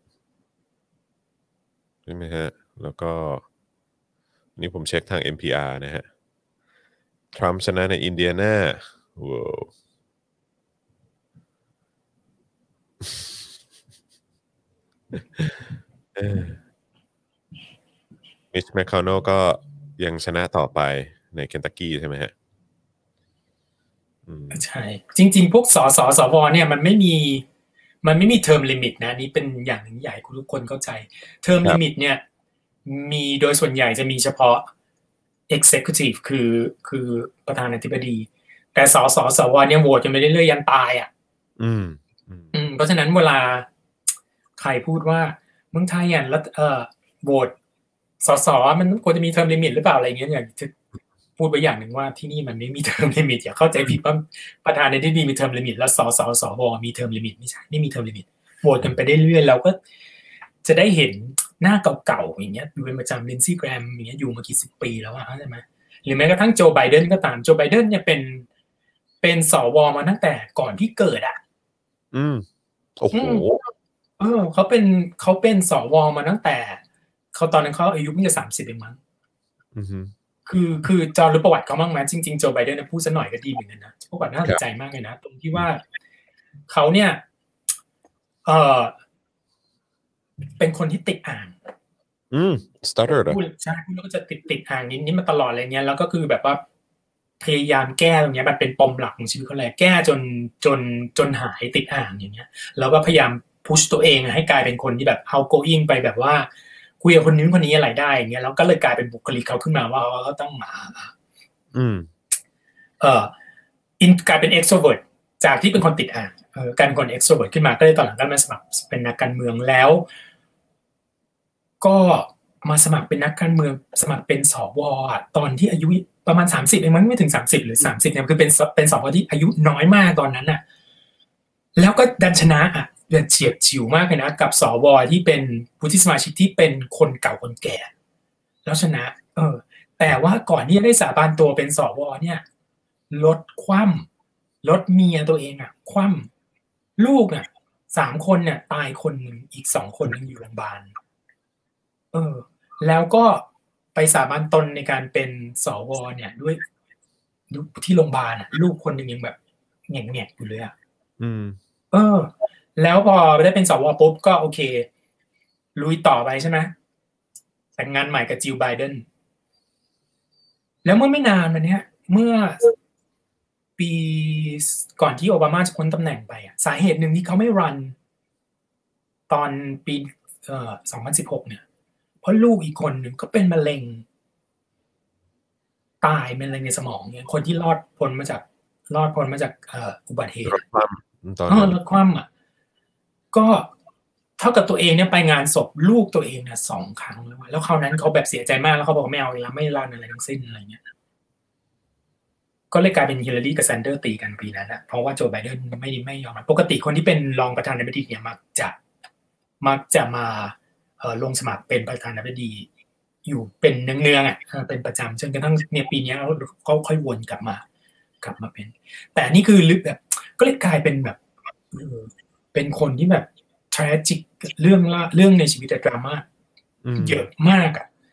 B: 6ใช่ไหมฮะแล้วก็นี่ผมเช็คทาง NPR นะฮะทรัมป์ชนะในอินเดียนาว้าวมิชแมคคอนเนลก็ยังชนะต่อไปในเคนตักกี้ใช่ไหมฮะ
C: ใช่จริงๆพวกสวเนี่ยมันไม่มีเทอมลิมิตนะนี่เป็นอย่างหนึ่งใหญ่ทุกคนเข้าใจเทอมลิมิตเนี่ยมีโดยส่วนใหญ่จะมีเฉพาะ executive คือประธานาธิบดีแต่สวเนี่ยโหวตกันไปเรื่อยๆยันตายอ่ะเพราะฉะนั้นเวลาใครพูดว่าเมืองไทยแล้วโหวตสสมันควรจะมีเทอมลิมิตหรือเปล่าอะไรเงี้ยอย่างพูดไปอย่างหนึ่งว่าที่นี่มันไม่มีเทอมลิมิตอย่าเข้าใจผิดว่าประธานาธิบดีมีเทอมลิมิตแล้วสวมีเทอมลิมิตไม่ใช่ไม่มีเทอมลิมิตโหวตกันไปได้เรื่อยๆเราก็จะได้เห็นหน้าเก่าๆอย่างเงี้ยอยู่เป็นประจำลินซี่แกรมอย่างเงี้ยอยู่มากี่สิบปีแล้วใช่ไหมหรือแม้กระทั่งโจไบเดนก็ตามโจไบเดนเนี่ยเป็นสวมาตั้งแต่ก่อนที่เกิด
B: โอ้โห
C: เขาเป็นสวมาตั้งแต่เขาตอนนั้นเขาอายุเพิ่งจะ30เองมั้งคือจอรู้ประวัติเขาบ้างไหมจริงๆโจไบเดนพูดซะหน่อยก็ดีเหมือนกันนะประวัติน่าสนใจมากเลยนะตรงที่ว่าเขาเนี่ยเป็นคนที่ติดอ่าง
B: starter
C: พูดใช่พูดแล้วก็จะติดอ่างนี้มาตลอดอะไรเงี้ยแล้วก็คือแบบว่าพยายามแก้ตรงนี้มันเป็นปมหลักของชีวิตเขาเลยแก้จนหายติดอ่างอย่างเงี้ยแล้วก็พยายามพุชตัวเองให้กลายเป็นคนที่แบบ outgoing ไปแบบว่าคุยกับคนนี้อะไรได้อย่างเงี้ยแล้วก็เลยกลายเป็นบุคลิกเขาขึ้นมาว่าเขาต้องมากลายเป็น extrovert จากที่เป็นคนติดอ่างกลายเป็นคน extrovert ขึ้นมาก็เลยตอนหลังก็มาสมัครเป็นนักการเมืองแล้วก็มาสมัครเป็นนักการเมืองสมัครเป็นสวตอนที่อายุประมาณ30เองมั้งไม่ถึง30หรือ30เนี่ยคือเป็นสวที่อายุน้อยมากตอนนั้นน่ะแล้วก็ดันชนะเดือดเฉียดฉิวมากเลยนะกับสวที่เป็นผู้ที่สมาชิกที่เป็นคนเก่าคนแก่แล้วชนะแต่ว่าก่อนที่จะได้สาบานตัวเป็นสวเนี่ยรถเมียตัวเองคว่ำลูก3คนเนี่ยตายคนนึงอีก2คนยังอยู่โรงพยาบาลแล้วก็ไปสาบานตนในการเป็นสวเนี่ยด้วยที่โรงพยาบาลลูกคนนึงยังแบบแง่ๆอยู่เลยแล้วพอได้เป็นสวปุ๊บก็โอเคลุยต่อไปใช่ไหมแต่งงานใหม่กับจิลไบเดนแล้วเมื่อไม่นานมาเนี้ยเมื่อปีก่อนที่โอบามาจะพ้นตำแหน่งไปสาเหตุหนึ่งที่เขาไม่รันตอนปี2016เนี่ยเพราะลูกอีกคนหนึ่งก็เป็นมะเร็งตายเป็นมะเร็งในสมองเนี่ยคนที่รอดพ้นมาจากอุบัติเหตุรถคว่ำก็เท่ากับตัวเองเนี่ยไปงานศพลูกตัวเองเนี่ย2 ครั้งแล้วคราวนั้นเขาแบบเสียใจมากแล้วเขาบอกไม่เอาแล้วไม่รันอะไรทั้งสิ้นอะไรเงี้ยก็เลยกลายเป็นฮิลลารีกับแซนเดอร์ตีกันปีนั้นเพราะว่าโจไบเดนไม่ยอมปกติคนที่เป็นรองประธานาธิบดีเนี่ยมักจะมาลงสมัครเป็นประธานาธิบดีอยู่เป็นเนืองๆเป็นประจำจนกระทั่งเนี่ยปีนี้เขาค่อยวนกลับมาเป็นแต่นี่คือลึกแบบก็เลยกลายเป็นแบบเป็นคนที่แบบ tragic เรื่องในชีวิตดราม่าเยอะมาก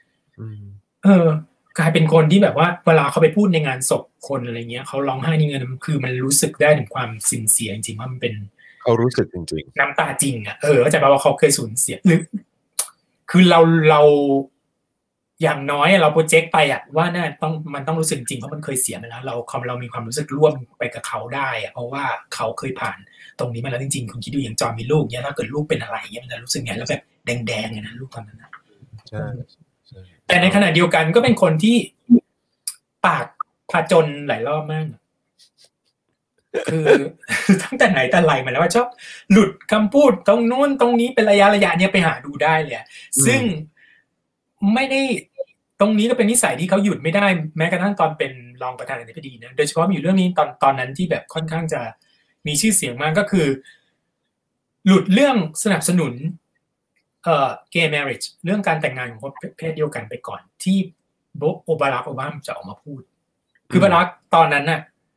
C: กลายเป็นคนที่แบบว่าเวลาเขาไปพูดในงานศพคนอะไรเงี้ยเขาร้องไห้ในเงินคือมันรู้สึกได้ถึงความสินเสียจริงๆว่ามันเป็น
B: เขารู้สึกจริง
C: ๆน้ำตาจริงเข้าใจป่ะว่าเขาเคยสูญเสียหรือคือเราอย่างน้อยเราโปรเจกต์ไปว่าน่ามันต้องรู้สึกจริงเพราะมันเคยเสียมาแล้วเรามีความรู้สึกร่วมไปกับเขาได้เพราะว่าเขาเคยผ่านตรงนี้มาแล้วจริงๆคุณคิดดูอย่างจอมีลูกเนี่ยถ้าเกิดลูกเป็นอะไรเนี่ยมันจะรู้สึกไงแล้วแบบแดงๆเลยนะลูกตอนนั้น
B: ใช่
C: แต่ในขณะเดียวกันก็เป็นคนที่ปากผจญหลายรอบมากคือตั้งแต่ไหนแต่ไรมาแล้วว่าชอบหลุดคำพูดตรงนู้นตรงนี้เป็นระยะเนี่ยไปหาดูได้เลยซึ่งไม่ได้ตรงนี้ก็เป็นนิสัยที่เขาหยุดไม่ได้แม้กระทั่งตอนเป็นรองประธานาธิบดีนะโดยเฉพาะมีอยู่เรื่องนี้ตอนนั้นที่แบบค่อนข้างจะมีชื่อเสียงมากก็คือหลุดเรื่องสนับสนุนgay marriage เรื่องการแต่งงานของคนเพศเดียวกันไปก่อนที่บารักโอบามาจะออกมาพูดคือบารักตอนนั้น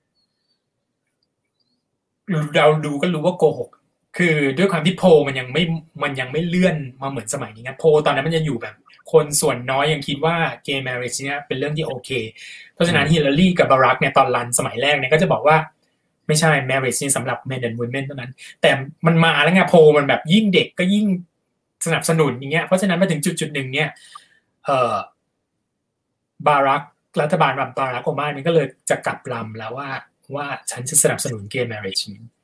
C: เราดูก็รู้ว่าโกหกคือด้วยความที่โพมันยังไม่เลื่อนมาเหมือนสมัยนี้นะโพตอนนั้นมันจะอยู่แบบคนส่วนน้อยยังคิดว่า gay marriage เนี่ยเป็นเรื่องที่โอเคเพราะฉะนั้นฮิลลารีกับบารักเนี่ยตอนรันสมัยแรกเนี่ยก็จะบอกว่าไม่ใช่ marriage นี่สำหรับ men and women เท่านั้นแต่มันมาแล้วไงโพมันแบบยิ่งเด็กก็ยิ่งสนับสนุนอย่างเงี้ยเพราะฉะนั้นมาถึงจุดหนึ่งเนี่ยบารักรัฐบาลบารักโอบามาเนี่ยก็เลยจะกลับลำแล้วว่าฉันจะสนับสนุน gay marriage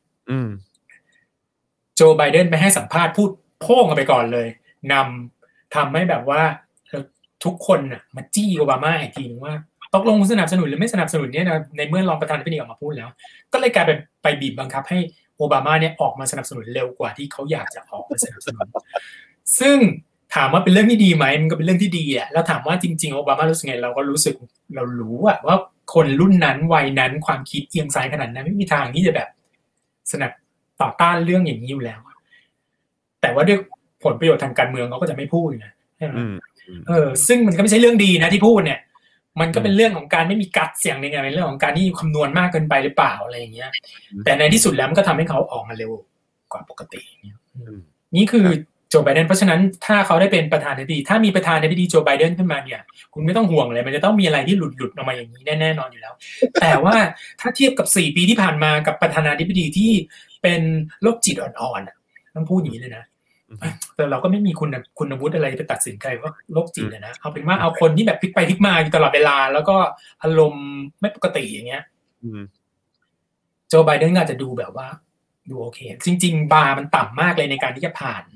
C: โจไบเดนไปให้สัมภาษณ์พูดโพ่งกันไปก่อนเลยทำให้แบบว่าทุกคนมาจี้โอบามาอีกทีนึงว่าตกลงสนับสนุนหรือไม่สนับสนุนเนี่ยนะในเมื่อรองประธานาธิบดีออกมาพูดแล้วก็เลยกลายไปบีบบังคับให้โอบามาเนี่ยออกมาสนับสนุนเร็วกว่าที่เขาอยากจะออกมาสนับสนุนซึ่งถามว่าเป็นเรื่องที่ดีไหมมันก็เป็นเรื่องที่ดีแหละแล้วถามว่าจริงๆโอบามารู้สึกไงเราก็รู้สึกเรารู้ว่าคนรุ่นนั้นวัยนั้นความคิดเอียงซ้ายขนาดนั้นไม่มีทางที่จะแบบสนับต่อต้านเรื่องอย่างนี้อยู่แล้วแต่ว่าด้วยผลประโยชน์ทางการเมืองเขาก็จะไม่พูดนะใช่ไหมซึ่งมันก็ไม่ใช่เรื่องดีนะที่พูดเนี่ยมันก็เป็นเรื่องของการไม่มีกัดเสียงนึงเป็นเรื่องของการที่คำนวณมากเกินไปหรือเปล่าอะไรอย่างเงี้ยแต่ในที่สุดแล้วมันก็ทำให้เขาออกมาเร็วกว่าปกตินี่คือโจไบเดนเพราะฉะนั้นถ้าเขาได้เป็นประธานาธิบดีถ้ามีประธานาธิบดีโจไบเดนขึ้นมาเนี่ยคุณไม่ต้องห่วงเลยมันจะต้องมีอะไรที่หลุดออกมาอย่างนี้แน่นอนอยู่แล้วแต่ว่าถ้าเทียบกับ4ปีที่ผ่านมากับประธานาธิบดีที่เป็นโรคจิตอ่อนๆต้องพูดอย่างนี้เลยนะแต่เราก็ไม่มีคุณวุฒิอะไรไปตัดสินใครว่าโรคจิตนะเอาเป็นว่าเอาคนที่แบบพลิกไปพลิกมาอยู่ตลอดเวลาแล้วก็อารมณ์ไม่ปกติอย่างเงี้ยโจไบเดนอาจจะดูแบบว่าดูโอเคจริงๆบาร์มันต่ำมากเลยในการที่จะผ่าน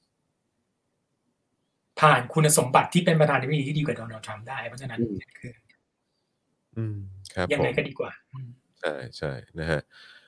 C: คุณสมบัติที่เป็นประธานาธิบดีที่ดีกว่าโดนัลด์ทรัมป์ได้เพราะฉะนั้นคือ
B: ครับ
C: ยังไงก็ดีกว่า
B: ใช่นะฮะ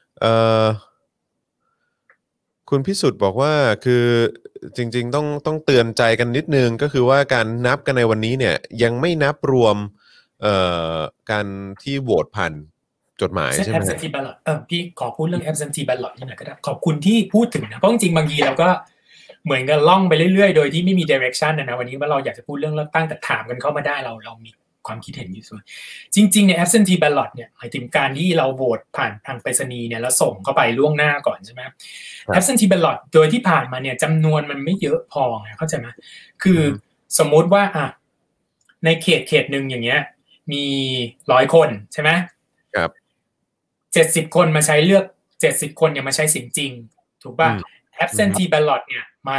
B: คุณพิสุทธิ์บอกว่าคือจริงๆต้องเตือนใจกันนิดนึงก็คือว่าการนับกันในวันนี้เนี่ยยังไม่นับรวมการที่โหวตผ่านจดหมายใช่ไหม
C: absentee ballot พี่ขอพูดเรื่อง absentee ballot นิดหน่อยก็ได้ขอบคุณที่พูดถึงนะเพราะจริงๆบางทีเราก็เหมือนกันล่องไปเรื่อยๆโดยที่ไม่มี direction นะวันนี้ว่าเราอยากจะพูดเรื่องเลือกตั้งแต่ถามกันเข้ามาได้เรามีความคิดเห็นอยู่ส่วนจริงๆเนี่ย absentee ballot เนี่ยหมายถึงการที่เราโหวตผ่านทางไปรษณีย์เนี่ยแล้วส่งเข้าไปล่วงหน้าก่อนใช่ไหม absentee ballot โดยที่ผ่านมาเนี่ยจำนวนมันไม่เยอะพอไงเข้าใจไหมคือสมมุติว่าในเขตนึงอย่างเงี้ยมี100 คนใช่ไหม
B: ครับ
C: 70 คนมาใช้เลือก70 คนเนี่ยมาใช้เสียงจริงถูกป่ะ absentee ballot เนี่ยมา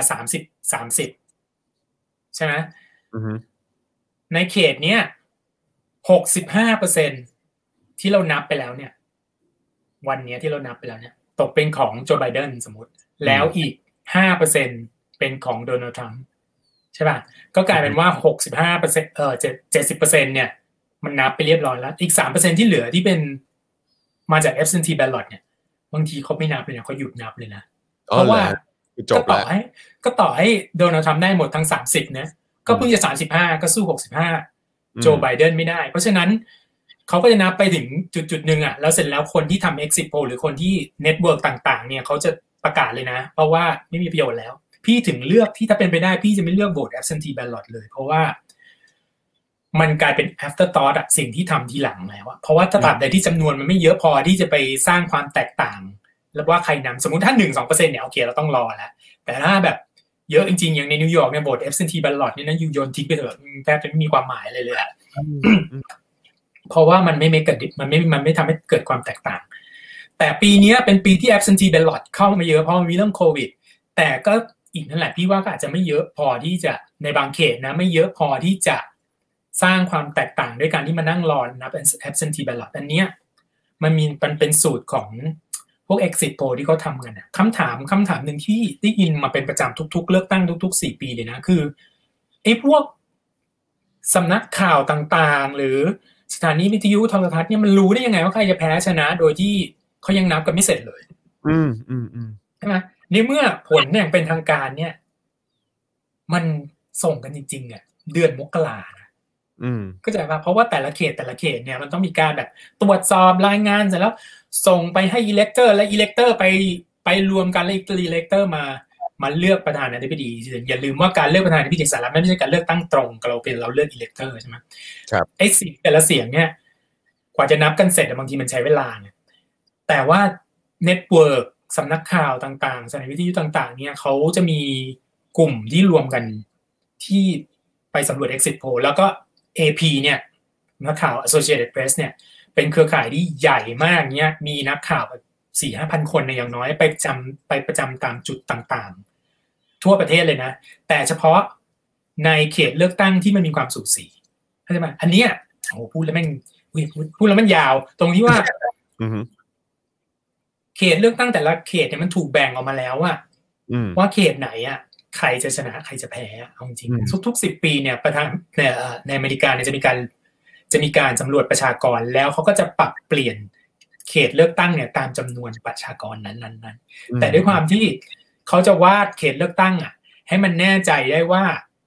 C: 30ใช่ไหมในเขตเนี้ย 65% ที่เรานับไปแล้วเนี่ยวันนี้ที่เรานับไปแล้วเนี่ยตกเป็นของโจไบเดนสมมติแล้วอีก 5% เป็นของโดนัลด์ทรัมป์ใช่ป่ะก็กลายเป็นว่า 65% 70% เนี่ยมันนับไปเรียบร้อยแล้วอีก 3% ที่เหลือที่เป็นมาจาก absentee ballot เนี่ยบางทีเขาไม่นับเลยนะเขาหยุดนับเลยนะเพราะว่าก็ต่อให้โดนัลด์ทรัมป์ได้หมดทั้ง30นะก็เพิ่งจะ35ก็สู้65โจไบเดนไม่ได้เพราะฉะนั้นเขาก็จะนับไปถึงจุดๆนึงแล้วเสร็จแล้วคนที่ทำ exit poll หรือคนที่เน็ตเวิร์กต่างๆเนี่ยเขาจะประกาศเลยนะเพราะว่าไม่มีประโยชน์แล้วพี่ถึงเลือกที่ถ้าเป็นไปได้พี่จะไม่เลือกโหวต absentee ballot เลยเพราะว่ามันกลายเป็น after thought สิ่งที่ทำทีหลังแล้วเพราะว่าถ้าตราบใดที่จำนวนมันไม่เยอะพอที่จะไปสร้างความแตกต่างแล้วว่าใครนำสมมุติถ้า 1-2% เนี่ยโอเคเราต้องรอแล้วแต่ถ้าแบบเยอะจริงๆอย่างในนิวยอร์กเนี่ยโหวต absentee ballot นี่นะโยนทิ้งไปเถอะแทบจะไม่มีความหมายเลยเพราะว่ามันไม่ทำให้เกิดความแตกต่างแต่ปีนี้เป็นปีที่ absentee ballot เข้ามาเยอะเพราะมีเรื่องโควิดแต่ก็อีกนั่นแหละพี่ว่าก็อาจจะไม่เยอะพอที่จะในบางเขตนะไม่เยอะพอที่จะสร้างความแตกต่างด้วยการที่มานั่งรอนับ absentee ballot อันเนี้ยมันเป็นสูตรของพวก exit poll ที่เขาทำกันนะคำถามหนึ่งที่ได้ยินมาเป็นประจำทุกๆเลือกตั้งทุกๆ4 ปีเลยนะคือไอ้พวกสำนักข่าวต่างๆหรือสถานีวิทยุโทรทัศน์เนี่ยมันรู้ได้ยังไงว่าใครจะแพ้ชนะโดยที่เขายังนับกันไม่เสร็จเลยใช่ไหมในเมื่อผลอย่างเป็นทางการเนี่ยมันส่งกันจริงๆเดือนมกราก็จะว่าเพราะว่าแต่ละเขตเนี่ยมันต้องมีการแบบตรวจสอบรายงานเสร็จแล้วส่งไปให้ elector และ elector ไปรวมกันแล้ว elector มาเลือกประธานาธิบดีอย่าลืมว่าการเลือกประธานาธิบดีสหรัฐไม่ใช่การเลือกตั้งตรงเราเลือก elector ใช่ไหม
B: ครับ
C: ไอ้เสียงแต่ละเสียงเนี่ยกว่าจะนับกันเสร็จบางทีมันใช้เวลาเนี่ยแต่ว่าเน็ตเวิร์กสำนักข่าวต่างๆสถานีวิทยุต่างๆเนี่ยเขาจะมีกลุ่มที่รวมกันที่ไปสำรวจ exit poll แล้วก็ AP เนี่ยนักข่าว Associated Press เนี่ยเป็นเครือข่ายที่ใหญ่มากเนี่ยมีนักข่าว 4-5,000 คนในอย่างน้อยไปประจำตามจุดต่างๆทั่วประเทศเลยนะแต่เฉพาะในเขตเลือกตั้งที่มันมีความสูสีเข้าใจไหมอันเนี้ยโอ้พูดแล้วมันยาวตรงที่ว่าเขตเลือกตั้งแต่ละเขตเนี่ยมันถูกแบ่งออกมาแล้วว่าเขตไหนใครจะชนะใครจะแพ้เอาจริงทุก10 ปีเนี่ยประธานในอเมริกาเนี่ยจะมีการสำรวจประชากรแล้วเขาก็จะปรับเปลี่ยนเขตเลือกตั้งเนี่ยตามจำนวนประชากรนั้นแต่ด้วยความที่เขาจะวาดเขตเลือกตั้งอ่ะให้มันแน่ใจได้ว่า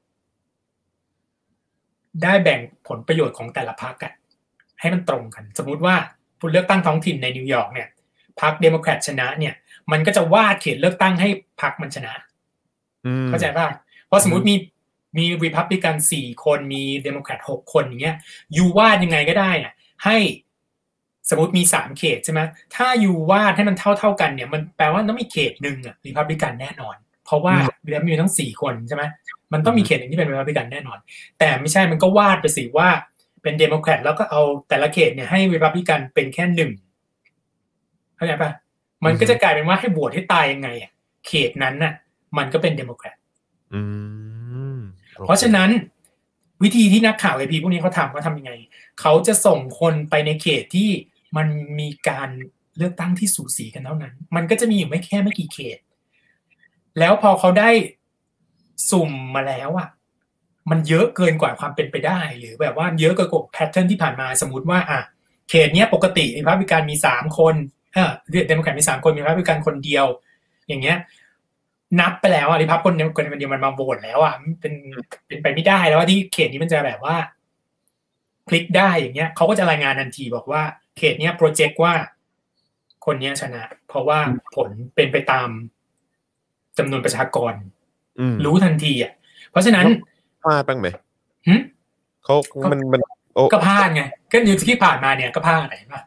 C: ได้แบ่งผลประโยชน์ของแต่ละพรรคอ่ะให้มันตรงกันสมมุติว่าผู้เลือกตั้งท้องถิ่นในนิวยอร์กเนี่ยพรรคเดโมแครตชนะเนี่ยมันก็จะวาดเขตเลือกตั้งให้พรรคมันชนะเข้าใจป่ะเพราะสมมุติมีรีพับลิกัน4คนมีเดโมแครต6คนอย่างเงี้ยยูวาดยังไงก็ได้อ่ะให้สมมติมี3เขตใช่ไหมถ้ายูวาดให้มันเท่ากันเนี่ยมันแปลว่าต้องมีเขตนึงอ่ะรีพับลิกันแน่นอนเพราะว่ามีทั้ง4คนใช่ไหมมันต้องมีเขตนึงที่เป็นรีพับลิกันแน่นอนแต่ไม่ใช่มันก็วาดไปสิว่าเป็นเดโมแครตแล้วก็เอาแต่ละเขตเนี่ยให้รีพับลิกันเป็นแค่1เข้าใจป่ะมันก็จะกลายเป็นว่าให้โหวตให้ตายยังไงอ่ะเขตนั้นน่ะมันก็เป็นเดโมแครตเพราะฉะนั้นวิธีที่นักข่าว AP พวกนี้เขาทำยังไงเขาจะส่งคนไปในเขตที่มันมีการเลือกตั้งที่สูสีกันเท่านั้นมันก็จะมีอยู่ไม่กี่เขตแล้วพอเขาได้สุ่มมาแล้วอ่ะมันเยอะเกินกว่าความเป็นไปได้หรือแบบว่าเยอะกว่าแพทเทิร์นที่ผ่านมาสมมุติว่าเขตเนี้ยปกติรีพับลิกันมี3คนเดโมแครตมี3คนมีรีพับลิกันคนเดียวอย่างเงี้ยนับไปแล้วรีพับคนเดียวมันมาโหวตแล้วเป็นไปไม่ได้แล้วว่าที่เขตนี้มันจะแบบว่าพลิกได้อย่างเงี้ยเขาก็จะรายงานทันทีบอกว่าเขตเนี้ยโปรเจกต์ว่าคนนี้ชนะเพราะว่าผลเป็นไปตามจำนวนประชากรรู้ทันทีอ่ะเพราะฉะนั้น
B: พลาดบ้างไหมเขามัน
C: ก็พลาดไงก็อยู่ที่ผ่านมาเนี่ยก็พลาดอะไรป่ะ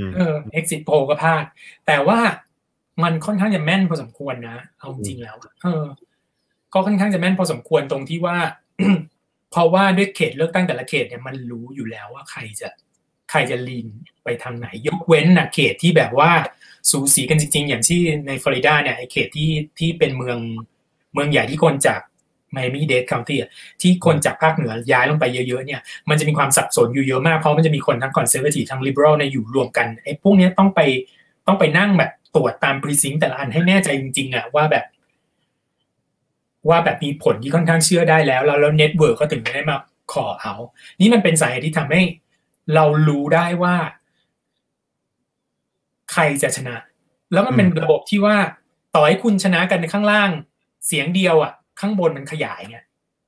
C: exit poll ก็พลาดแต่ว่ามันค่อนข้างจะแม่นพอสมควรนะเอาจริงแล้วก็ค่อนข้างจะแม่นพอสมควรตรงที่ว่า เพราะว่าด้วยเขตเลือกตั้งแต่ละเขตเนี่ยมันรู้อยู่แล้วว่าใครจะลีนไปทางไหนยกเว้นนะเขตที่แบบว่าสูสีกันจริงๆอย่างที่ในฟลอริดาเนี่ยไอ้เขตที่เป็นเมืองใหญ่ที่คนจากไมอามี่เดดคาวน์ตี้ที่คนจากภาคเหนือย้ายลงไปเยอะๆเนี่ยมันจะมีความสับสนอยู่เยอะมากเพราะมันจะมีคนทั้งคอนเซอร์เวทีฟทั้งลิเบอรัลในอยู่รวมกันไอ้พวกนี้ต้องไปนั่งแบบตรวจตามพรีซิงค์แต่ละอันให้แน่ใจจริงๆอ่ะว่าแบบมีผลที่ค่อนข้างเชื่อได้แล้วเน็ตเวิร์กก็ถึงได้มาขอเอานี่มันเป็นสาเหตุที่ทำให้เรารู้ได้ว่าใครจะชนะแล้วมันเป็นระบบที่ว่าต่อให้คุณชนะกันในข้างล่างเสียงเดียวอ่ะข้างบนมันขยายไง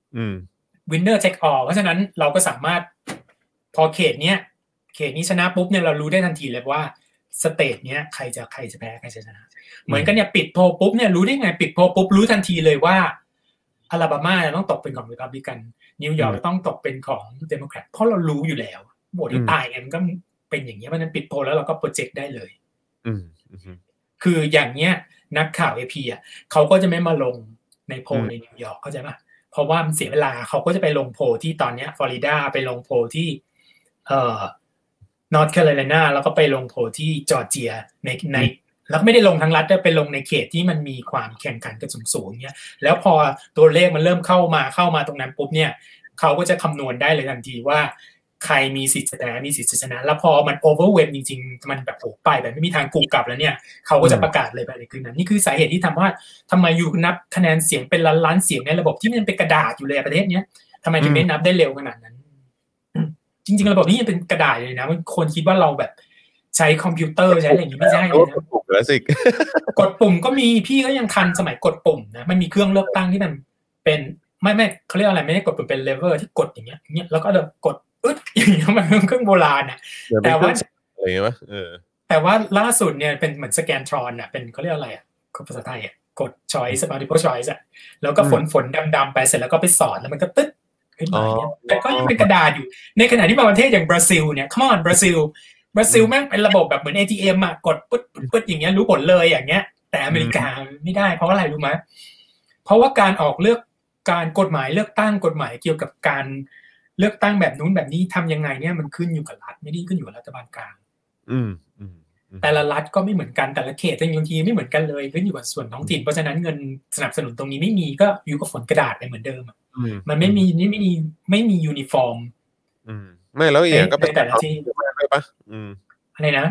C: winner take all เพราะฉะนั้นเราก็สามารถพอเขตนี้ชนะปุ๊บเนี่ยเรารู้ได้ทันทีเลยว่าสเตทเนี้ยใครจะแพ้ใครจะชนะเหมือนกันเนี่ยปิดโพลปุ๊บเนี่ยรู้ได้ไงปิดโพลปุ๊บรู้ทันทีเลยว่าอลาบามาต้องตกเป็นของรีพับลิกันนิวยอร์กต้องตกเป็นของเดโมแครตเพราะเรารู้อยู่แล้วโหวตที่ตายไงมันก็เป็นอย่างเงี้ยเพราะนั้นปิดโพลแล้วเราก็โปรเจกต์ได้เลยคืออย่างเงี้ยนักข่าว AP อ่ะเขาก็จะไม่มาลงในโพลในนิวยอร์กเข้าใจป่ะเพราะว่ามันเสียเวลาเขาก็จะไปลงโพลที่ตอนเนี้ยฟลอริดาไปลงโพลที่นอร์ทแคโรไลนาแล้วก็ไปลงโพลที่จอร์เจียในแล้วไม่ได้ลงทั้งรัฐแต่ไปลงในเขตที่มันมีความแข่งขันกันสูงๆเนี่ยแล้วพอตัวเลขมันเริ่มเข้ามาตรงนั้นปุ๊บเนี่ยเขาก็จะคำนวณได้เลยทันทีว่าใครมีสิทธิ์ชนะมีสิทธิ์ชนะแล้วพอมันโอเวอร์เวมจริงๆมันแบบโผล่ไปแบบไม่มีทางกูกลับแล้วเนี่ยเขาก็จะประกาศเลยไปในคืนนั้นนี่คือสาเหตุที่ทำว่าทำไมอยู่นับคะแนนเสียงเป็นล้านเสียงในระบบที่มันเป็นกระดาษอยู่เลยประเทศนี้ทำไมถึงไม่นับได้เร็วขนาดนั้นจริงๆระบบนี้ยังเป็นกระดาษเลยนะมันคนคิดว่าเราแบบใช้คอมพิวเตอร์ใช้อะไรอย่างนี้ไม่ใช่เลยนะกดปุ่มก็มีพี่ก็ยังทันสมัยกดปุ่มนะมันมีเครื่องเลือกตั้งที่มันเป็นไม่เขาเรียกอะไรไม่ได้กดปุ่มเป็นเลเวอร์ที่กดอย่างเงี้ยแล้วก็กดอย่างเงี้ยมันเป็นเครื่องโบราณน่ะแต่ว่า
B: อะไรเงี้ยวะ
C: แต่ว่าล่าสุดเนี่ยเป็นเหมือนสแกนทรอนน่ะเป็นเขาเรียกอะไรอ่ะภาษาไทยอ่ะกด choice multiple choice อ่ะแล้วก็ฝนดำๆไปเสร็จแล้วก็ไปสอดแล้วมันก็ตึ๊ดขึ้นมาเนี่ยแต่ก็ยังเป็นกระดาษอยู่ในขณะที่บางประเทศอย่างบราซิลเนี่ยcome onบราซิลแม่งเป็นระบบแบบเหมือน ATM อ่ะกดปึ๊ดอย่างเงี้ยรู้ผลเลยอย่างเงี้ยแต่อเมริกาไม่ได้เพราะอะไรรู้มั้ยเพราะว่าการออกเลือกการกฎหมายเลือกตั้งกฎหมายเกี่ยวกับการเลือกตั้งแบบนู้นแบบนี้ทำยังไงเนี่ยมันขึ้นอยู่กับรัฐไม่ได้ขึ้นอยู่กับรัฐบาลกลางแต่ละรัฐก็ไม่เหมือนกันแต่ละเขตบางทีไม่เหมือนกันเลยขึ้นอยู่กับส่วนท้องถิ่นเพราะฉะนั้นเงินสนับสนุนตรงนี้ไม่มีก็อยู่กับฝนกระดาษไปเหมือนเดิมมันไม่มียูนิฟอร์ม
B: ไม่แล้วอย่างก็เป็น
C: แต่ละที่
B: ด้วยปะ
C: อะไรนะ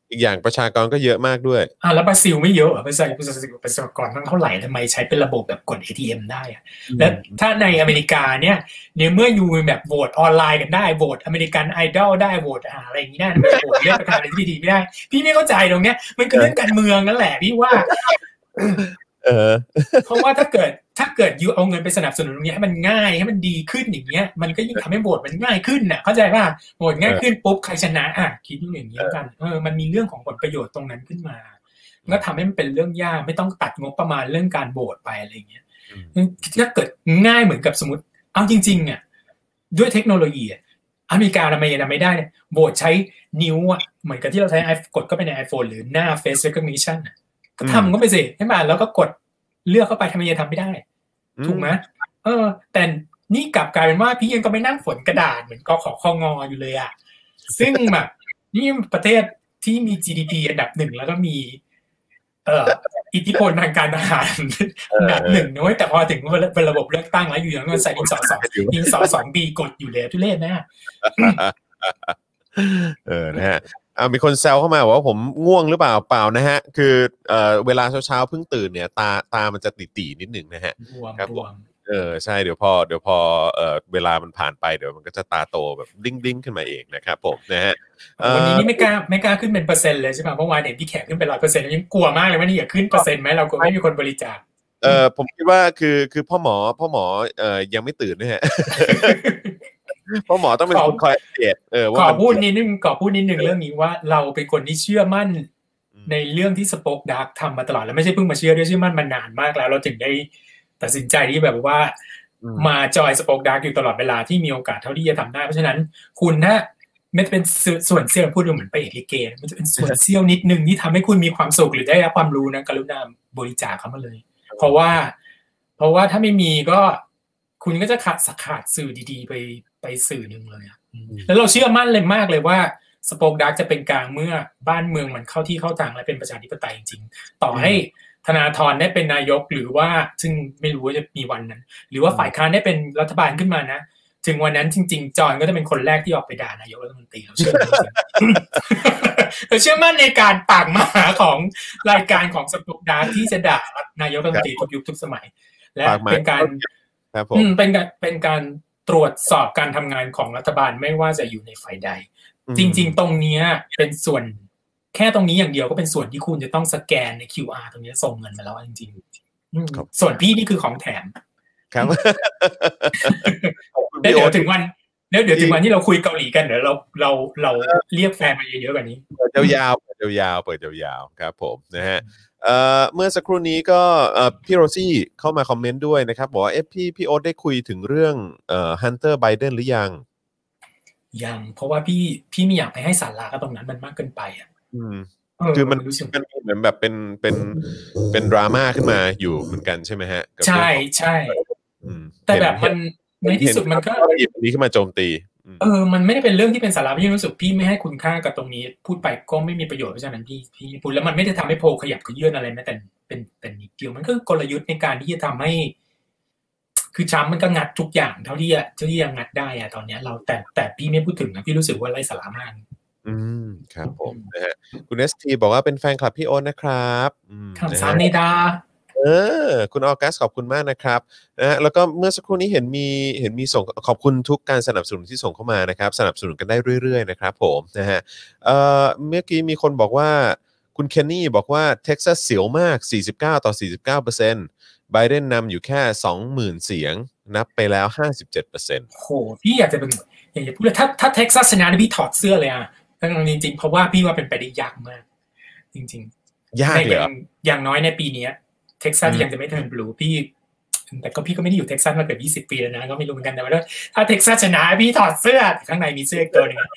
B: อีกอย่างประชากรก็เยอะมากด้วย
C: แล้วบราซิลไม่เยอะประชากรต้องเท่าไหร่ทำไมใช้เป็นระบบแบบกด ATM ได้อะและถ้าในอเมริกาเนี่ยเมื่ออยู่แบบโหวตออนไลน์กันได้โหวตอเมริกันไอดอลได้โหวตอะไรอย่างนี้ได้ไม่โหวตเลือกประธานาธิบดีไม่ได้พี่ไม่เข้าใจตรงเนี้ยมันคือเรื่องการเมืองนั่นแหละพี่ว่าเพราะว่าถ้าเกิดยูเอาเงินไปสนับสนุนตรงนี้ให้มันง่ายให้มันดีขึ้นอย่างเงี้ยมันก็ยิ่งทำให้โหวตมันง่ายขึ้นน่ะเข้าใจป่ะโหวตง่ายขึ้นปุ๊บใครชนะคิดอย่างนี้กันมันมีเรื่องของผลประโยชน์ตรงนั้นขึ้นมาก็ทำให้มันเป็นเรื่องยากไม่ต้องตัดงบประมาณเรื่องการโหวตไปอะไรอย่างเงี้ยถ้าเกิดง่ายเหมือนกับสมมติเอาจริงๆด้วยเทคโนโลยีอเมริกาทำไมยังไม่ได้โหวตใช้นิ้วเหมือนกับที่เราใช้กดเข้าไปใน iPhone หรือหน้า Face Recognition ก็ทำก็ไปสิใช่ไหมแล้วก็กดเลือกเข้าไปทำไมยังทำไม่ได้ถูกไหมแต่นี่กลับกลายเป็นว่าพี่ยังก็ไม่นั่งฝนกระดาษเหมือนกขคงอยู่เลยซึ่งแบบนี่ประเทศที่มี GDP อันดับ1แล้วก็มีอิทธิพลทางการทหารอันดับ1น้อยแต่พอถึงเป็นระบบเลือกตั้งแล้วอยู่อย่างนั้นใส่ดินสอ2 ปีกดอยู่เลยทุเรศนะ
B: นะฮะมีคนแซวเข้ามาว่าผมง่วงหรือเปล่านะฮะคือเวลาเช้าๆเพิ่งตื่นเนี่ยตามันจะตีๆนิดนึงนะฮะครับใช่เดี๋ยวพอเวลามันผ่านไปเดี๋ยวมันก็จะตาโตแบบดิ้งขึ้นมาเองนะครับผมนะฮะ
C: วันนี้นี่ไม่กล้าขึ้นเป็นเปอร์เซ็นต์เลยใช่ป่ะเมื่อวานเห็นพี่แขกขึ้นไป 100% ยังกลัวมากเลยว่านี่อย่าขึ้นเปอร์เซ็นต์มั้ยเรากลัวไม่มีคนบริจาค
B: ผมคิดว่าคือพ่อหมอยังไม่ตื่นนะฮะเพราะหมอต้องเป็นคนคอยอัปเดต
C: ขอพูดนิดนึงเรื่องนี้ว่าเราเป็นคนที่เชื่อมั่นในเรื่องที่สป็อคดาร์กทำมาตลอดแล้วไม่ใช่เพิ่งมาเชื่อด้วยเชื่อมั่นมานานมากแล้วเราถึงได้ตัดสินใจที่แบบว่ามาจอยสป็อคดาร์กอยู่ตลอดเวลาที่มีโอกาสเท่าที่จะทำได้เพราะฉะนั้นคุณถ้าไม่เป็นส่วนเสี้ยวพูดเหมือนไปเอกลิเกมันจะเป็นส่วนเสี้ยวนิดนึงที่ทำให้คุณมีความสุขหรือได้รับความรู้นะกรุณาบริจาคเข้ามาเลยเพราะว่าถ้าไม่มีก็คุณก็จะขาดสื่อดีๆไปสื่อนึงเลยแล้วเราเชื่อมั่นเลยมากเลยว่าสป็อคดาร์กจะเป็นกลางเมื่อบ้านเมืองมันเข้าที่เข้าทางและเป็นประชาธิปไตยจริงๆต่อให้ธนาธรได้เป็นนายกหรือว่าซึ่งไม่รู้ว่าจะมีวันนั้นหรือว่าฝ่ายค้านได้เป็นรัฐบาลขึ้นมานะถึงวันนั้นจริงๆจอนก็จะเป็นคนแรกที่ออกไปด่านายกรัฐมนตรีเราเชื่อมั่นในการปากหมาของรายการของสป็อคดาร์กที่จะด่านายกรัฐมนตรีทุกยุคทุกสมัยและเป็นการเป็นการตรวจสอบการทำงานของรัฐบาลไม่ว่าจะอยู่ในฝ่ายใดจริงๆตรงนี้เป็นส่วนแค่ตรงนี้อย่างเดียวก็เป็นส่วนที่คุณจะต้องสแกนใน QR ตรงนี้ส่งเงินมาแล้วจริงๆส่วนพี่นี่คือของแถม
B: ครับ
C: เดี๋ยวถึงวันที่เราคุยเกาหลีกันเดี๋ยวเราเรียกแฟนมาเยอะๆกว่านี้
B: เปิดยาวครับผมนะฮะเมื่อสักครู่นี้ก็พี่โรซี่เข้ามาคอมเมนต์ด้วยนะครับบอกว่าพี่โอ๊ตได้คุยถึงเรื่องHunter Biden หรือยัง
C: เพราะว่าพี่ไม่อยากไปให้สาระกับตรงนั้นมันมากเกินไป
B: คือมันเหมือนแบบเป็นดราม่าขึ้นมาอยู่เหมือนกันใช่ไหมฮะ
C: ใช่แต่แบบมันในที่สุดมันก็
B: หยิบนี้ขึ้นมาโจมตี
C: มันไม่ได้เป็นเรื่องที่เป็นสาระพี่รู้สึกพี่ไม่ให้คุณค่ากับตรงนี้พูดไปก็ไม่มีประโยชน์เพราะฉะนั้นพี่พูดแล้วมันไม่ได้ทำให้โพลขยับขยื่นอะไรแม้แต่เป็นนิดเดียวมันก็กลยุทธ์ในการที่จะทำให้คือทรัมป์มันก็งัดทุกอย่างเท่าที่จะงัดได้ตอนนี้เราแต่พี่ไม่พูดถึงนะพี่รู้สึกว่าไร้สาระมาก
B: ครับผมนะฮะคุณเอสทีบอกว่าเป็นแฟนคลับพี่โอ๊ตนะครับ
C: คำสามเนดา
B: คุณออกัสขอบคุณมากนะครับนะแล้วก็เมื่อสักครู่นี้เห็นมีส่งขอบคุณทุกการสนับสนุนที่ส่งเข้ามานะครับสนับสนุนกันได้เรื่อยๆนะครับผมนะฮะเมื่อกี้มีคนบอกว่าคุณเคนนี่บอกว่าเท็กซัสเสียวมาก 49% ไบเดนนำอยู่แค่ 20,000 เสียงนับไปแล้ว 57%
C: โหพี่อยากจะพูดเลยถ้าเท็กซัสชนะนี่พี่ถอดเสื้อเลยจริงๆเพราะว่าพี่ว่าเป็นไปได้ยากมากจริง
B: ๆยากเลย
C: อย่างน้อยในปีนี้เท็กซัสยังจะไม่เทิร์นบลูพี่แต่ก็พี่ก็ไม่ได้อยู่เท็กซัสมาเกือบ20 ปีแล้วนะก็ไม่รู้เหมือนกันแต่ว่าถ้าเท็กซัสชนะพี่ถอดเสื้อข้างในมีเสื้ออีกตัวนึง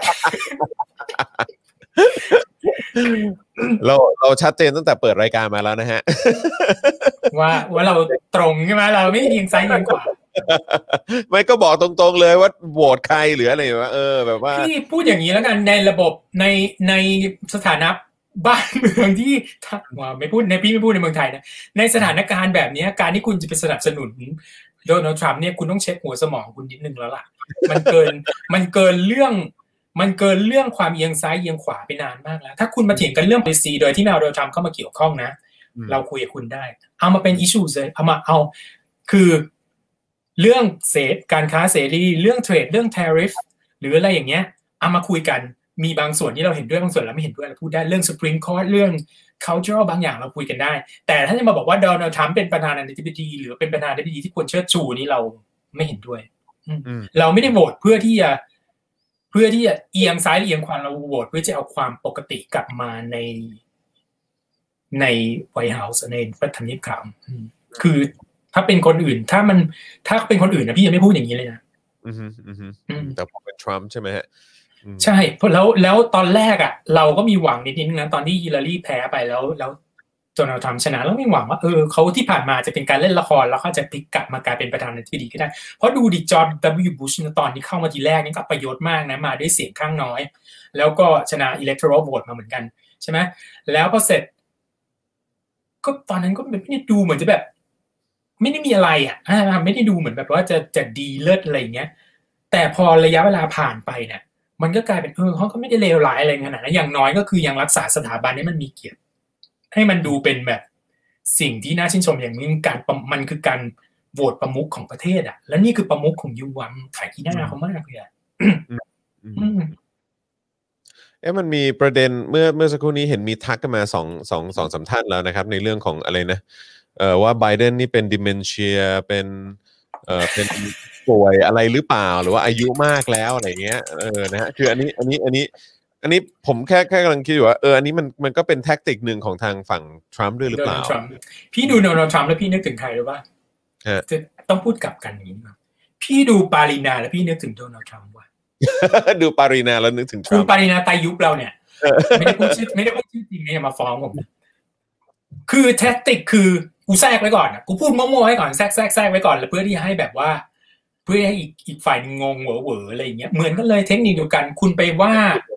B: เราชัดเจนตั้งแต่เปิดรายการมาแล้วนะฮะ
C: ว่าเราตรงใช่ไหมเราไม่เอียงซ้ายเอียงขวา
B: ไม่ก็บอกตรงๆเลยว่าโหวตใครหรืออะไรว่าแบบว่า
C: พี่พูดอย่างนี้แล้วกันในระบบในสถานะบ้านเมืองที่ไม่พูดในพี่ไม่พูดในเมืองไทยนะในสถานการณ์แบบนี้การที่คุณจะไปสนับสนุนโดนัลด์ทรัมป์เนี่ยคุณต้องเช็คหัวสมองคุณนิดนึงแล้วล่ะมันเกินเรื่องมันเกินเรื่องความเอียงซ้ายเอียงขวาไปนานมากแล้วถ้าคุณมาเถียงกันเรื่อง policy โดยที่ไม่เอาโดนัลด์ทรัมป์เข้ามาเกี่ยวข้องนะเราคุยกับคุณได้เอามาเป็น issue เลยเอาคือเรื่องการค้าเสรีเรื่องเทรดเรื่อง tariff หรืออะไรอย่างเงี้ยเอามาคุยกันมีบางส่วนที่เราเห็นด้วยบางส่วนเราไม่เห็นด้วยเราพูดได้เรื่อง Supreme Court เรื่อง cultural บางอย่างเราคุยกันได้แต่ถ้าจะมาบอกว่าโดนัลด์ทรัมป์เป็นประธานาธิบดีหรือเป็นประธานาธิบดีที่ควรเชิดชูนี่เราไม่เห็นด้วยเราไม่ได้โหวตเพื่อที่จะเอียงซ้ายเอียงขวาเราโหวตเพื่อจะเอาความปกติกลับมาในไวท์เฮาส์ในทำเนียบขาวคือถ้าเป็นคนอื่นถ้าเป็นคนอื่นนะพี่จะไม่พูดอย่างนี้เลยนะ
B: แต่พอเป็นทรัมป์ใช่ไหมฮะ
C: ใช่แล้วตอนแรกอ่ะเราก็มีหวังนิดนึงนะตอนที่ฮิลลารีแพ้ไปแล้วโดนัลด์ทรัมป์ชนะแล้วมีหวังว่าเขาที่ผ่านมาจะเป็นการเล่นละครแล้วเขาจะพลิกกลับมากลายเป็นประธานาธิบดีก็ได้เพราะดูดิจอร์จ W. บุชตอนที่เข้ามาทีแรกนี่ก็ประโยชน์มากนะมาด้วยเสียงข้างน้อยแล้วก็ชนะ electoral vote มาเหมือนกันใช่ไหมแล้วพอเสร็จก็ตอนนั้นก็ไม่ได้ดูเหมือนจะแบบไม่ได้มีอะไรอ่ะไม่ได้ดูเหมือนแบบว่าจะดีเลิศอะไรอย่างเงี้ยแต่พอระยะเวลาผ่านไปเนี่ยมันก็กลายเป็นเขาก็ไม่ได้เลวร้ายอะไรขนาดนั้นอย่างน้อยก็คือยังรักษาสถาบันให้มันมีเกียรติให้มันดูเป็นแบบสิ่งที่น่าชื่นชมอย่างนึงมันคือการโหวตประมุขของประเทศอ่ะและนี่คือประมุขของยูวัมขายที่หน้าเขามากเลยอ่ะ
B: มันมีประเด็นเมื่อสักครู่นี้เห็นมีทักกันมา2-3ท่านแล้วนะครับในเรื่องของอะไรนะว่าไบเดนนี่เป็นดิเมนเชียเป็นป่วยอะไรหรือเปล่าหรือว่าอายุมากแล้วอะไรเงี้ยนะฮะคืออันนี้ผมแค่กำลังคิดอยู่ว่าอันนี้มันก็เป็นแท็กติกหนึ่งของทางฝั่งทรัมป์ด้วยหรือเปล่า
C: พี่ดูโดนัลด์ทรัมป์แล้วพี่นึกถึงใครหรือเปล่าจะต้องพูดกลับกันอย่างนี้มั้ยพี่ดูปารีนาแล้วพี่นึกถึงโดนัลด์ทรัมป์ว่ะ
B: ดูปารีนาแล้วนึกถึงทรัมป์
C: คุณปารีนาตายยุคเราเนี่ยไม่ได้พูดชื่อจริงเนี่ยมาฟ้องผมคือแท็กติกคือกูแทรกไว้ก่อนกูพูดมั่วๆไว้ก่อนแทรกไว้ก่อนแล้วเพื่อที่ให้แบบว่าเพื่อให้อีกฝ่ายนึงงงเหวออะไรอย่างเงี้ยเหมือนกันเลยเทคนิคเดียวกันคุณไปว่า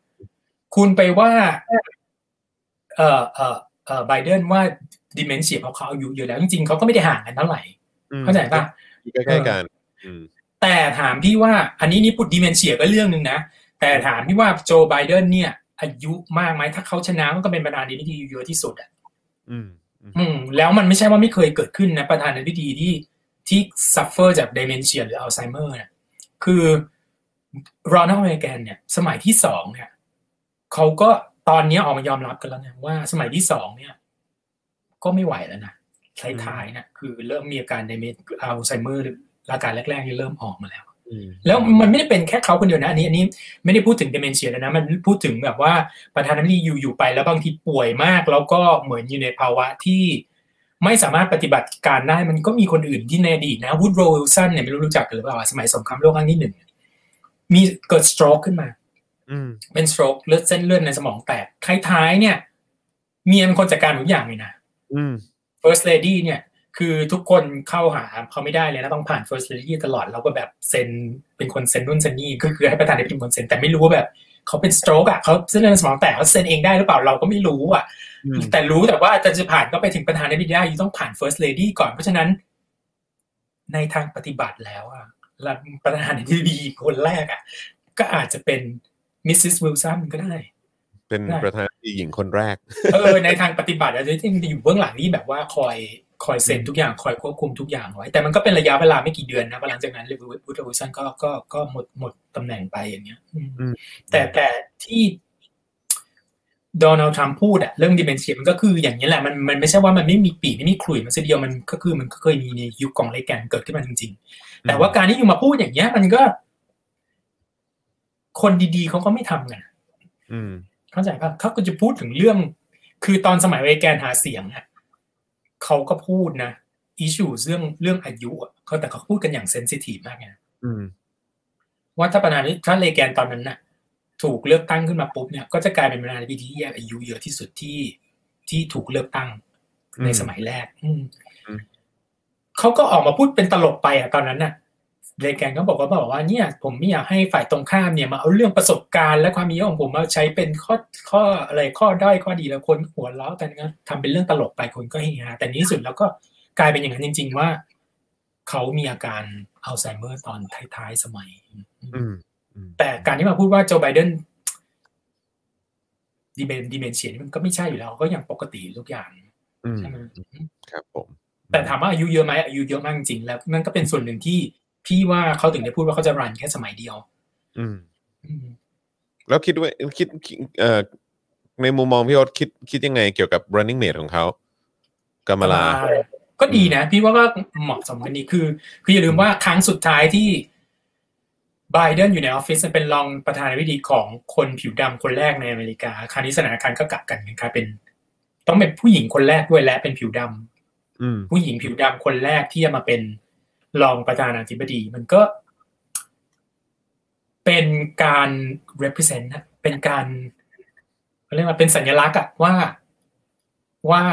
C: ไบเดนว่าดิเมนเชียเพราะเขาอายุเยอะแล้วจริงๆเขาก็ไม่ได้ห่างกันเท่าไหร่เข้าใจป่ะ
B: ใกล้ๆกัน
C: แต่ถามพี่ว่าอันนี้พูดดิเมนเชียก็เรื่องนึงนะแต่ถามพี่ว่าโจไบเดนเนี่ยอายุมากไหมถ้าเขาชนะก็เป็นประธานาธิบดีเยอะที่สุดอ่ะแล้วมันไม่ใช่ว่าไม่เคยเกิดขึ้นนะประธานาธิบดีที่ซัฟเฟอร์จากดิเมนเชียหรืออัลไซเมอร์เนี่ยคือโรนัลด์ เรแกนเนี่ยสมัยที่2เนี่ยเขาก็ตอนนี้ออกมายอมรับกันแล้วนะว่าสมัยที่2เนี่ยก็ไม่ไหวแล้วนะท้ายๆนะคือเริ่มมีอาการอัลไซเมอร์อาการแรกๆนี่เริ่มออกมาแล้วมันไม่ได้เป็นแค่เขาคนเดียวนะอันนี้ไม่ได้พูดถึง dementia แล้วนะมันพูดถึงแบบว่าประธานาธิบดีอยู่ไปแล้วบางทีป่วยมากแล้วก็เหมือนอยู่ในภาวะที่ไม่สามารถปฏิบัติการได้มันก็มีคนอื่นที่ในอดีตนะวูดโร วิลสันเนี่ยไม่รู้จักกันหรือเปล่าสมัยสงครามโลกครั้งที่1มีเกิด stroke ขึ้นมาเป็น stroke เส้นเลือดในสมองแตกท้ายๆเนี่ยเมียเป็นคนจัดการทุกอย่างเลยนะ first lady เนี่ยคือทุกคนเข้าหาเขาไม่ได้เลยนะต้องผ่าน first lady ตลอดแล้วก็แบบเซ็นเป็นคนเซ็นนู่นเซ็นนี่คือให้ประธานาธิบดีเป็นคนเซ็นแต่ไม่รู้ว่าแบบเขาเป็น stroke อ่ะเขาเส้นเลือดในสมองแตกเขาเซ็นเองได้หรือเปล่าเราก็ไม่รู้อ่ะแต่รู้แต่ว่าจะผ่านก็ไปถึงประธานาธิบดีได้ต้องผ่าน first lady ก่อนเพราะฉะนั้นในทางปฏิบัติแล้วอ่ะประธานาธิบดีคนแรกอ่ะก็อาจจะเป็นมิสซิสวิลสันก็ได้
B: เป็นประธานาธิบดีหญิงคนแรก
C: ในทางปฏิบัติอาจจะอยู่เบื้องหลังนี่แบบว่าคอยเซ็นทุกอย่างคอยควบคุมทุกอย่างไว้แต่มันก็เป็นระยะเวลาไม่กี่เดือนนะหลังจากนั้นวูดโร วิลสันก็หมดตำแหน่งไปอย่างเงี้ยแต่ที่โดนัลด์ทรัมป์พูดอะเรื่องดิเมนเชียมันก็คืออย่างนี้แหละมันไม่ใช่ว่ามันไม่มีปีไม่มีขลุ่ยมันเสียเดียวมันก็เคยมีในยุคของเรแกนเกิดขึ้นมาจริงๆแต่ว่าการที่อยู่มาพูดอย่างเงี้ยมันก็คนดีๆเขาก็ไม่ทำกันเข้าใจป่ะเขาก็จะพูดถึงเรื่องคือตอนสมัยเรแกนหาเสียงอะเขาก็พูดนะอิชชูเรื่องอายุเขาแต่เขาพูดกันอย่างเซนซิทีฟมากไงว่าถ้าเรแกนตอนนั้นน่ะถูกเลือกตั้งขึ้นมาปุ๊บเนี่ยก็จะกลายเป็นประธานาธิบดีที่อายุเยอะที่สุดที่ถูกเลือกตั้งในสมัยแรกเขาก็ออกมาพูดเป็นตลกไปอ่ะตอนนั้นน่ะเรแกนก็บอกว่าเนี่ยผมไม่อยากให้ฝ่ายตรงข้ามเนี่ยมาเอาเรื่องประสบการณ์และความมีของผมมาใช้เป็นข้ออะไรข้อด้อยข้อดีแล้วคนหัวเราะกันก็ทำเป็นเรื่องตลกไปคนก็เฮฮาแต่ในที่สุดแล้วก็กลายเป็นอย่างนั้นจริงๆว่าเขามีอาการอัลไซเมอร์ตอนท้ายๆสมัยแต่การที่มาพูดว่าโจไบเดนดิเมนเชียนี่มันก็ไม่ใช่อยู่แล้วก็ยังปกติทุกอย่างใช่ไหม
B: ครับผม
C: แต่ถามว่าอายุเยอะไหมอายุเยอะมากจริงๆแล้วนั่นก็เป็นส่วนหนึ่งที่พี่ว่าเขาถึงได้พูดว่าเขาจะรันแค่สมัยเดียว
B: แล้วคิดว่าคิดในมุมมองพี่โอ๊ตคิดยังไงเกี่ยวกับ running mate ของเขากามลา
C: ก็ดีนะพี่ว่าก็เหมาะสมกันดีคืออย่าลืมว่าครั้งสุดท้ายที่ไบเดนอยู่ในออฟฟิศเป็นรองประธานาธิบดีของคนผิวดำคนแรกในอเมริกาคราวนี้สถานการณ์ก็กลับกันครับเป็นต้องเป็นผู้หญิงคนแรกด้วยและเป็นผิวดำผู้หญิงผิวดำคนแรกที่จะมาเป็นรองประธานาธิบดีมันก็เป็นการ represent นะเป็นการเรียกว่าเป็นสัญลักษณ์อะว่า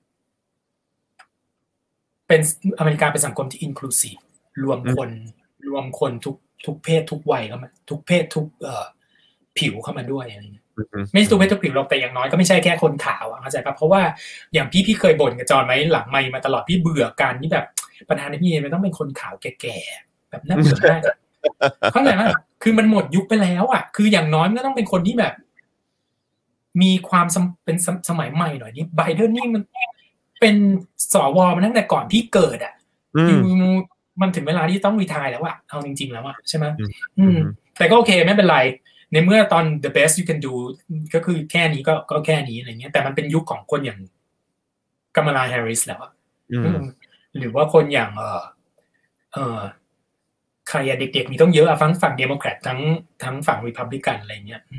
C: เป็นอเมริกาเป็นสังคมที่ inclusive รวมคนทุกเพศทุกวัยเข้ามาทุกเพศทุกผิวเข้ามาด้วยอะไรเงี้ยไม่ใช่ทุกเพศทุกผิวหรอกแต่อย่างน้อยก็ไม่ใช่แค่คนขาวอ่ะเข้าใจป่ะเพราะว่าอย่างพี่เคยบ่นกับจอนไหมหลังไมค์มาตลอดพี่เบื่อการที่แบบประธานาธิบดีมันต้องเป็นคนขาวแก่ๆแบบน่าเบื่อมากเข้าใจป่ะคือมันหมดยุคไปแล้วอ่ะคืออย่างน้อยมันก็ต้องเป็นคนที่แบบมีความเป็นสมัยใหม่หน่อยนี่ไบเดนนี่มันเป็นสวมาตั้งแต่ก่อนพี่เกิดอ่ะมันถึงเวลาที่ต้องรีไทร์แล้วอะเอาจริงๆแล้วอะใช่ไหมแต่ก็โอเคไม่เป็นไรในเมื่อตอน the best you can do ก็คือแค่นี้ก็แค่นี้อะไรเงี้ยแต่มันเป็นยุคของคนอย่างกัมลาแฮร์ริสแล้วอะหรือว่าคนอย่างใครเด็กๆมีต้องเยอะอะฝั่งเดโมแครตทั้งฝั่งรีพับลิกันอะไรเงี้ย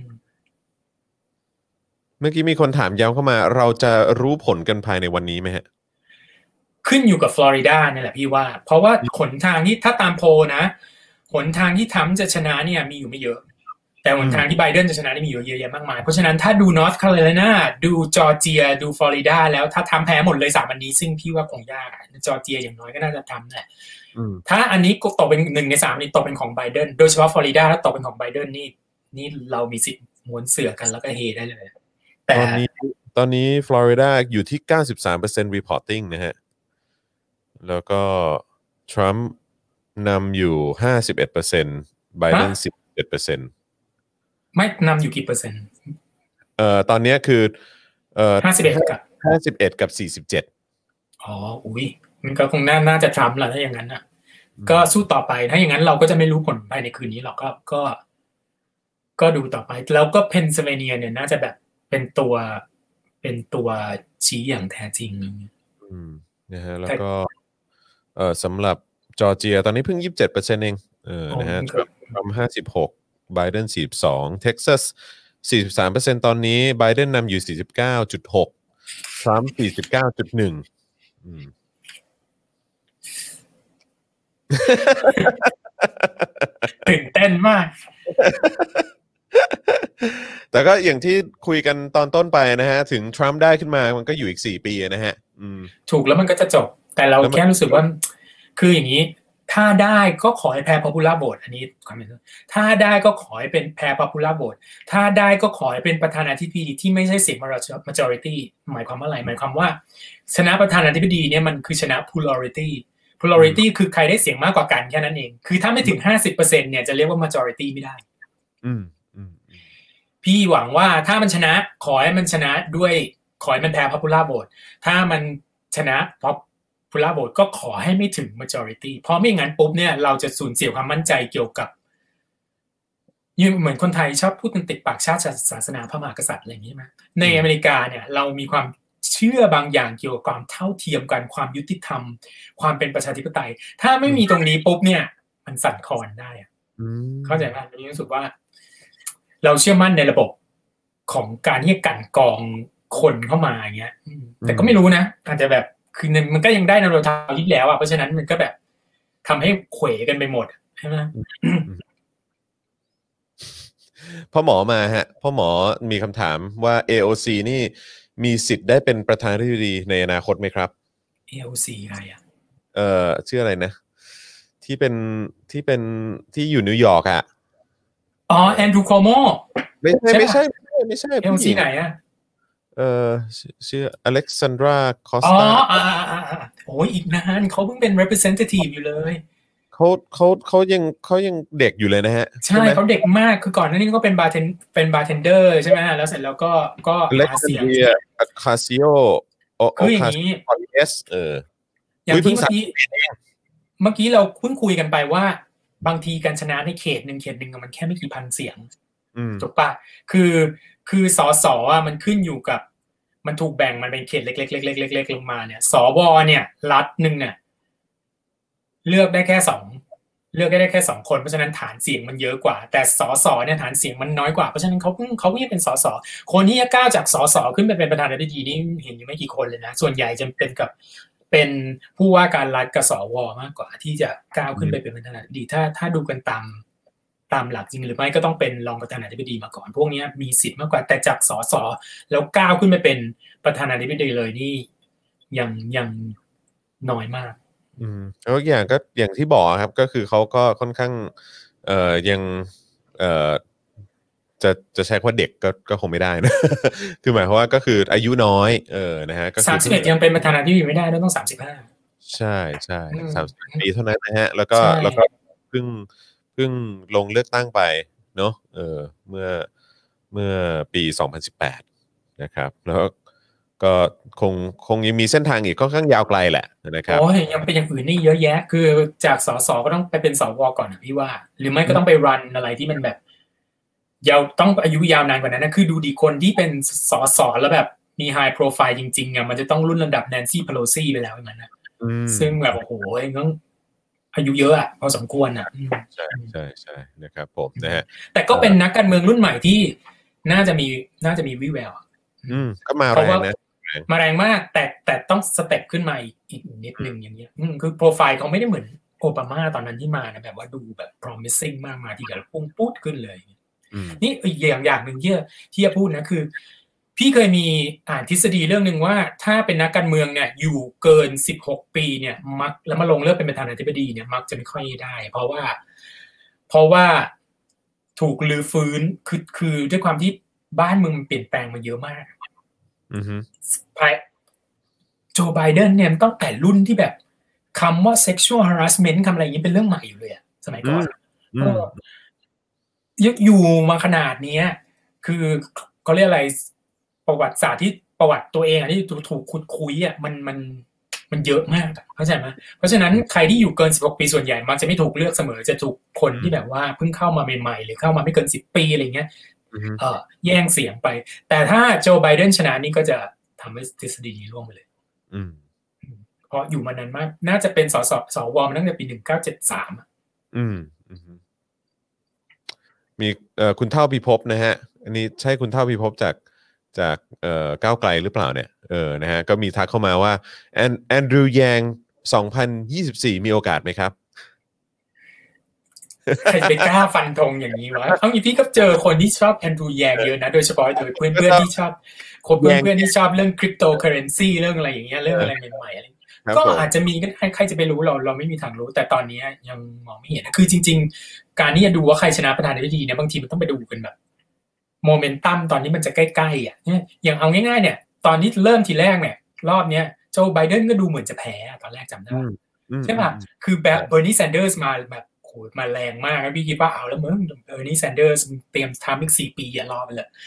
B: เมื่อกี้มีคนถามย้ำเข้ามาเราจะรู้ผลกันภายในวันนี้ไหมฮะ
C: ขึ้นอยู่กับฟลอริดาเนี่ยแหละพี่ว่าเพราะว่าหนทางที่ถ้าตามโพลนะหนทางที่ทรัมป์จะชนะเนี่ยมีอยู่ไม่เยอะแต่หนทางที่ไบเดนจะชนะนี่มีอยู่เยอะแยะมากมายเพราะฉะนั้นถ้าดูนอร์ทแคโรไลนาดูจอร์เจียดูฟลอริดาแล้วถ้าทรัมป์แพ้หมดเลย3อันนี้ซึ่งพี่ว่าคงยากจอร์เจียอย่างน้อยก็น่าจะทำแหละถ้าอันนี้ตกเป็น1ใน3อันนี้ตกเป็นของไบเดนโดยเฉพาะฟลอริดาถ้าตกเป็นของไบเดนนี่เรามีสิทธิ์ม้วนเสือกันแล้วก็เฮได้เลยแต่
B: ตอนนี้ฟลอริดาอยู่ที่ 93% reporting นะฮะแล้วก็ทรัมป์นำอยู่ 51% ไบเดน 11%
C: ไม่นำอยู่กี่เปอร์เซ็นต์
B: ตอนนี้คือ51กับ47
C: อ๋ออุ้ยมันก็คงน่าจะทรัมป์แหละถ้าอย่างนั้นน่ะก็สู้ต่อไปถ้าอย่างนั้นเราก็จะไม่รู้ผลภายในคืนนี้หรอกก็ดูต่อไปแล้วก็เพนซิลเวเนียเนี่ยน่าจะแบบเป็นตัวชี้อย่างแท้จริง
B: นะฮะแล้วก็สำหรับจอร์เจียตอนนี้เพิ่ง 27% เองนะฮะทรัมป์56ไบเดน42เท็กซัส43%ตอนนี้ไบเดนนำอยู่ 49.6 ทรัมป์ 49.1
C: ตื่นเต้นมาก
B: แต่ก็อย่างที่คุยกันตอนต้นไปนะฮะถึงทรัมป์ได้ขึ้นมามันก็อยู่อีก4 ปีนะฮะ
C: ถูกแล้วมันก็จะจบแต่เราแค่รู้สึกว่าคืออย่างนี้ถ้าได้ก็ขอให้แพ้ popular vote อันนี้ความเห็นถ้าได้ก็ขอให้เป็นแพ้ popular vote ถ้าได้ก็ขอให้เป็นประธานาธิบดีที่ไม่ใช่เสียง majority หมายความว่าอะไรหมายความว่าชนะประธานาธิบดีเนี่ยมันคือชนะ plurality คือใครได้เสียงมากกว่ากันแค่นั้นเองคือถ้าไม่ถึง 50% เนี่ยจะเรียกว่า majority ไม่ได้พี่หวังว่าถ้ามันชนะขอให้มันชนะด้วยขอให้มันแพ้ popular vote ถ้ามันชนะ popular vote ก็ขอให้ไม่ถึง majority เพราะไม่งั้นปุ๊บเนี่ยเราจะสูญเสียความมั่นใจเกี่ยวกับเหมือนคนไทยชอบพูดติดปากชาติศาสนาพระมหากษัตริย์อะไรอย่างนี้ใช่ไหมในอเมริกาเนี่ยเรามีความเชื่อบางอย่างเกี่ยวกับความเท่าเทียมกันความยุติธรรมความเป็นประชาธิปไตยถ้าไม่มีตรงนี้ปุ๊บเนี่ยมันสั่นคลอนได้เข้าใจไหมผมรู้สึกว่าเราเชื่อมั่นในระบบของการที่จะกั่นกรองคนเข้ามาอย่างเงี้ยแต่ก็ไม่รู้นะอาจจะแบบคือมันก็ยังได้ในโรทาวที่แล้วอ่ะเพราะฉะนั้นมันก็แบบทำให้เขวกันไปหมดใช่ไหม
B: พ่อหมอมาฮะพ่อหมอมีคำถามว่า AOC นี่มีสิทธิ์ได้เป็นประธานาธิบดีในอนาคตไหมครับ
C: AOC อะไรอ่ะ
B: ชื่ออะไรนะที่ที่อยู่นิวยอร์กอ่ะ
C: แอนดรูว์ โคโม
B: ไม่ใช่
C: AOC ไหนอ่ะ
B: ชื่ออเล็กซานดราคอสตา
C: โอ้ยอีกนานเขาเพิ่งเป็น representative อยู่เลย
B: เขเขายังเด็กอยู่เลยนะฮะ
C: ใช่เขาเด็กมากคือก่อนหน้านี้ก็เป็นบาร์เทนเดอร์ใช่ไหมแล้วเสร็จแล้วก็หาเสียง
B: คาซิโอ
C: คืออย่างนี้อย่างที่เมื่อกี้เราเพิ่งคุยกันไปว่าบางทีการชนะในเขตหนึ่งมันแค่ไม่กี่พันเสียงถูกปะคือสสมันขึ้นอยู่กับมันถูกแบ่งมันเป็นเขตเล็กๆลงมาเนี่ยสวเนี่ยรัฐนึงเนี่ยเลือกได้แค่2คนเพราะฉะนั้นฐานเสียงมันเยอะกว่าแต่สสเนี่ยฐานเสียงมันน้อยกว่าเพราะฉะนั้นเขาไม่เป็นสสคนที่จะก้าวจากสสขึ้นไปเป็นประธานาธิบดีนี่เห็นอยู่ไม่กี่คนเลยนะส่วนใหญ่จะเป็นผู้ว่าการรัฐกับสวมากกว่าที่จะก้าวขึ้นไปเป็นประธานาธิบดีถ้าดูกันตามหลักจริงหรือไม่ก็ต้องเป็นรองประธานาธิบดีมาก่อนพวกนี้มีสิทธิ์มากกว่าแต่จากสสแล้วก้าวขึ้นไปเป็นประธานาธิบดีเลยนี่ยังน้อยมาก
B: แล้วอย่างก็อย่างที่บอกครับก็คือเขาก็ค่อนข้างยังจะใช้คำว่าเด็กก็คงไม่ได้นะ คือหมายความว่าก็คืออายุน้อยนะฮะก็
C: 31ยังเป็นประธานาธิบดีไม่ได้ต้อง35
B: ใช่ใช่30 ปีเท่านั้นนะฮะแล้วก็เพิ่งลงเลือกตั้งไปเนาะเมื่อปี2018นะครับแล้วก็คงยังมีเส้นทางอีกค่อนข้างยาวไกลแหละนะครับ
C: โอ้ยยังเป็นอย่างอื่นนี่เยอะแยะคือจากสสก็ต้องไปเป็นสวก่อนนะพี่ว่าหรือไม่ก็ต้องไปรันอะไรที่มันแบบยาวต้องอายุยาวนานกว่านั้นนะคือดูดีคนที่เป็นสสแล้วแบบมีไฮโปรไฟล์จริงๆอ่ะมันจะต้องรุ่นระดับแนนซี่เพโลซี่ไปแล้วอย่างนั้นนะซึ่งแบบโอ้โหต้องอายุเยอะอ่ะพอสมควรอ่ะ
B: ใช่นะครับผมนะฮะ
C: แต่ก็เป็นนักการเมืองรุ่นใหม่ที่น่าจะมีวิแวว
B: ก็มาแรงนะ
C: มาแรงมากแต่ต้องสเต็ปขึ้นมาอีกนิดนึงอย่างเงี้ยคือโปรไฟล์เขาไม่ได้เหมือนโอบามาตอนนั้นที่มานะแบบว่าดูแบบ promising มากมาทีเดียวพุ่งปุ๊ดขึ้นเลยนี่อย่างหนึ่งที่จะพูดนะคือพี่เคยมีอ่านทฤษฎีเรื่องนึงว่าถ้าเป็นนักการเมืองเนี่ยอยู่เกิน16ปีเนี่ยมักแล้วมาลงเลือกเป็นประธานาธิบดีเนี่ยมักจะไม่ค่อยได้เพราะว่าถูกลื้อฟื้นคือด้วยความที่บ้านเมืองมันเปลี่ยนแปลงมาเยอะมากโจไบเดนเนี่ยตั้งแต่รุ่นที่แบบคำว่า sexual harassment คำอะไรอย่างนี้เป็นเรื่องใหม่อยู่เลยอะสมัยก่อนอยู่มาขนาดนี้คือเขาเรียกอะไรประวัติศาสตร์ที่ประวัติตัวเองที่ถูกขุดคุยอ่ะมันเยอะมากเข้าใจไหมเพราะฉะนั้นใครที่อยู่เกิน16ปีส่วนใหญ่มันจะไม่ถูกเลือกเสมอจะถูกคนที่แบบว่าเพิ่งเข้ามาใหม่ๆหรือเข้ามาไม่เกิน10ปีอะไรเงี้ยแย่งเสียงไปแต่ถ้าโจไบเดนชนะนี่ก็จะทำให้ทฤษฎีนี้ร่วงไปเลยเพราะอยู่มานานมากน่าจะเป็นสวมาตั้งแต่ปี1973
B: มีคุณเท่าพิภพนะฮะอันนี้ใช่คุณเท่าพิภพจากก้าวไกลหรือเปล่าเนี่ยนะฮะก็มีทักเข้ามาว่าแอนดรูว์แยง2024มีโอกาสไหมครับ
C: ใครไปกล้าฟันธงอย่างนี้วะเอางี้พี่ก็เจอคนที่ชอบแอนดรูว์แยงเยอะนะโดยเฉพาะโดยเพื่อนที่ชอบเพื่อนที่ชอบเรื่องคริปโตเคอเรนซีเรื่องอะไรอย่างเงี้ยเรื่องอะไรใหม่ๆอะไรก็อาจจะมีก็ใครจะไปรู้เราไม่มีทางรู้แต่ตอนนี้ยังมองไม่เห็นคือจริงๆการที่จะดูว่าใครชนะประธานาธิบดีเนี่ยบางทีมันต้องไปดูกันแบบโมเมนตัมตอนนี้มันจะใกล้ๆอ่ะอย่างเอาง่ายๆเนี่ยตอนนี้เริ่มทีแรกเนี่ยรอบเนี้ยโจไบเดนก็ดูเหมือนจะแพ้ตอนแรกจำได้ใช่ป่ะคือแบบเบอร์นีแซนเดอร์สมาแบบโหมาแรงมากพี่คิดว่าเอาแล้วมึงเบอร์นีแซนเดอร์สเตรียมทำอีก4 ปีอย่ารอไปเลย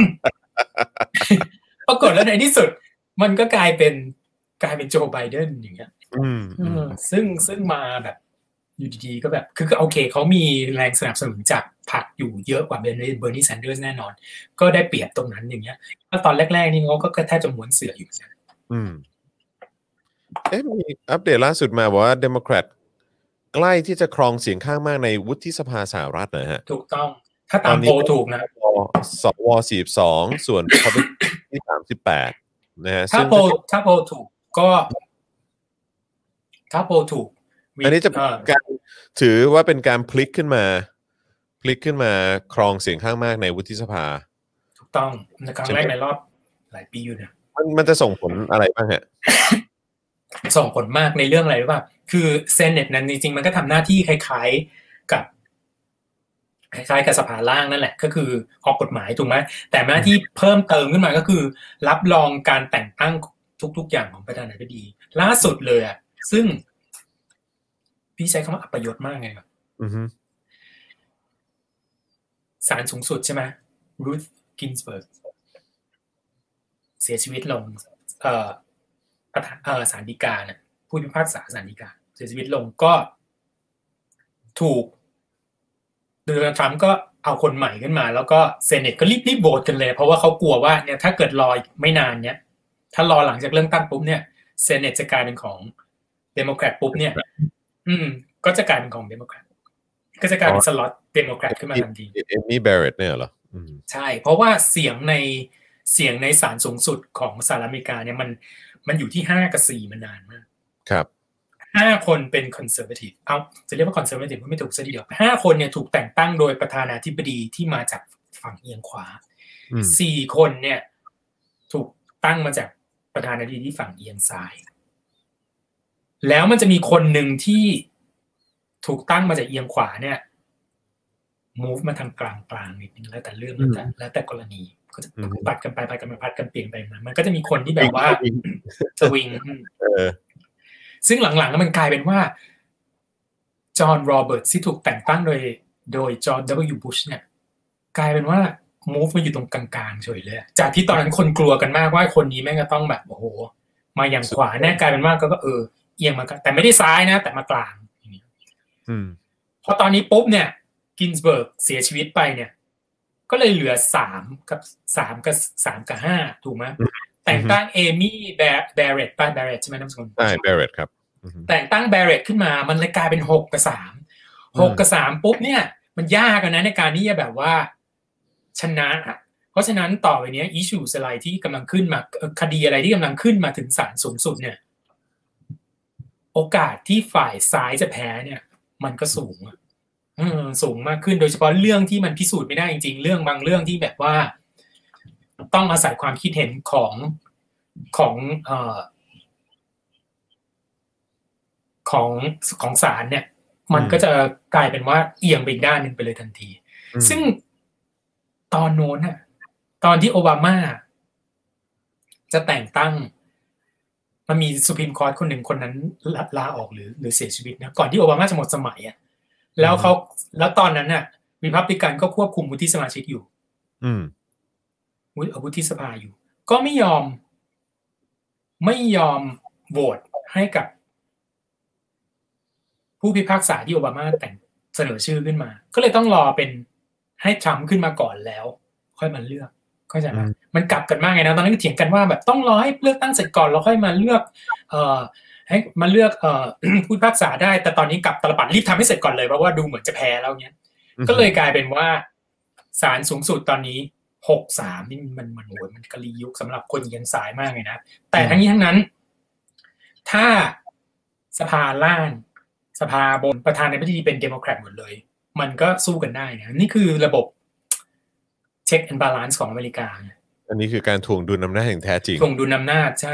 C: ปรากฏแล้วในที่สุดมันก็กลายเป็นโจไบเดนอย่างเงี้ยซึ่งมาแบบอยู่ดีๆก็แบบคือโอเคเขามีแรงสนับสนุนจากพรรคอยู่เยอะกว่าเบอร์นีแซนเดอร์สแน่นอนก็ได้เปรียบตรงนั้นอย่างเงี้ยตอนแรกๆนี่เขาก็แทบจะม้วนเสืออยู่นะ
B: มีอัปเดตล่าสุดมาบอกว่าเดโมแครตใกล้ที่จะครองเสียงข้างมากในวุฒิสภาสหรัฐนะฮะ
C: ถูกต้องถ้าตามโพลถูกนะ
B: สว42ส่วนเขาเป็นที่38นะฮะ
C: ถ้าโพลถูกก็ถ้าโพลถูก
B: อันนี้จะการถือว่าเป็นการพลิกขึ้นมาครองเสียงข้างมากในวุฒิสภา
C: ถูกต้องในครั้งแรกในรอบหลายปีอยู่นะ
B: มันจะส่งผลอะไรบ้างฮะ
C: ส่งผลมากในเรื่องอะไรรู้ป่ะคือเซเนตนั้นจริงๆมันก็ทำหน้าที่คล้ายๆกับสภาล่างนั่นแหละก็คือออกกฎหมายถูกไหมแต่หน้าที่เพิ่มเติมขึ้นมาก็คือรับรองการแต่งตั้งทุกๆอย่างของประธานาธิบดีล่าสุดเลยอ่ะซึ่งพพี่ใช้คำว่าอัปยศมากไงครับศาลสูงสุดใช่ไหมรูธกินสเบิร์กเสียชีวิตลงศาลฎีกาเนี่ยผู้พิพากษาศาลฎีกาเสียชีวิตลงก็ถูกโดนัลด์ทรัมป์ก็เอาคนใหม่ขึ้นมาแล้วก็เซเนตก็รีบโหวตกันเลยเพราะว่าเขากลัวว่าเนี่ยถ้าเกิดรอไม่นานเนี่ยถ้ารอหลังจากเลือกตั้งปุ๊บเนี่ยเซเนตจะกลายเป็นของเดโมแครตปุ๊บเนี่ยก็จะกลายเป็นของเดโมแครตก็จะกลายเป็นสล็อตเดโมแครตขึ้นมาทันที
B: เอมมี่แบรเรตเนี่ยเหรอ
C: ใช่เพราะว่าเสียงในศาลสูงสุดของสหรัฐอเมริกาเนี่ยมันอยู่ที่5 กับ 4มันนานมาก
B: ครับ
C: 5 คนเป็นคอนเซอร์เวทีฟจะเรียกว่าคอนเซอร์เวทีฟก็ไม่ถูกซะทีเดียว5 คนเนี่ยถูกแต่งตั้งโดยประธานาธิบดีที่มาจากฝั่งเอียงขวา4 คนเนี่ยถูกตั้งมาจากประธานาธิบดีที่ฝั่งเอียงซ้ายแล้วมันจะมีคนหนึ่งที่ถูกตั้งมาจากเอียงขวาเนี่ย move มาทางกลางนิดนึงแล้วแต่เรื่องแล้วแต่กรณีก็จะปัดกันไปปัดกันมาพัดกันเปลี่ยนไปมันก็จะมีคนที่แบบว่าสวิงซึ่งหลังๆมันกลายเป็นว่าจอห์นโรเบิร์ตที่ถูกแต่งตั้งโดยจอห์น W. บุชเนี่ยกลายเป็นว่า move มาอยู่ตรงกลางๆเฉยเลยจากที่ตอนนั้นคนกลัวกันมากว่าคนนี้แม่งจะต้องแบบโอ้โหมาอย่างขวาแน่กลายเป็นว่าก็เอียงมาแต่ไม่ได้ซ้ายนะแต่มากลางอย่างนี้พอตอนนี้ปุ๊บเนี่ยกินสเบิร์กเสียชีวิตไปเนี่ยก็เลยเหลือ3 กับ 5ถูกไหมแต่งตั้งเอมี่แบร์เรตป่ะแบร์เรตใช่ไหมน้ำสกุล
B: ใช่แบร์เรตครับ
C: แต่งตั้งแบร์เรตขึ้นมามันเลยกลายเป็น6 กับ 3 6 กับ 3ปุ๊บเนี่ยมันยากนะในการที่จะแบบว่าชนะเพราะฉะนั้นต่อไปนี้อิชชูอะไรที่กำลังขึ้นมาคดีอะไรที่กำลังขึ้นมาถึงศาลสูงสุดเนี่ยโอกาสที่ฝ่ายซ้ายจะแพ้เนี่ยมันก็สูงมากขึ้นโดยเฉพาะเรื่องที่มันพิสูจน์ไม่ได้จริงๆเรื่องบางเรื่องที่แบบว่าต้องอาศัยความคิดเห็นของศาลเนี่ยมันก็จะกลายเป็นว่าเอียงไปอีกด้านนึงไปเลยทันทีซึ่งตอนโน้นน่ะตอนที่โอบามาจะแต่งตั้งมันมีสุพรีมคอร์ทคนหนึ่งคนนั้นลาออกหรือเสียชีวิตนะก่อนที่โอบามาจะหมดสมัยอ่ะแล้วตอนนั้นน่ะรีพับลิกันก็ควบคุมวุฒิสมาชิกอยู่วุฒิสภาอยู่ก็ไม่ยอมโหวตให้กับผู้พิพากษาที่โอบามาแต่งเสนอชื่อขึ้นมาก็เลยต้องรอเป็นให้ทรัมป์ขึ้นมาก่อนแล้วค่อยมาเลือกเข้าใจไหมมันกลับกันมากไงนะตอนนั้นเถียงกันว่าแบบต้องรอให้เลือกตั้งเสร็จก่อนแล้วค่อยมาเลือกให้มาเลือกผู้พิพากษาได้แต่ตอนนี้กลับตลปัดรีบทำให้เสร็จก่อนเลยเพราะว่าดูเหมือนจะแพ้แล้วเนี้ยก็เลยกลายเป็นว่าศาลสูงสุดตอนนี้6-3นี่มันโหมันกะลียุคสำหรับคนเอียงซ้ายมากเลยนะแต่ทั้งนี้ทั้งนั้นถ้าสภาล่างสภาบนประธานาธิบดีเป็นเดโมแครตหมดเลยมันก็สู้กันได้นะนี่คือระบบเช็คแอนด์บาลานซ์ของอเมริกา
B: อันนี้คือการถ่วงดุลอำนาจอย่างแท้จริง
C: ถ่วงดุลอำนาจใช่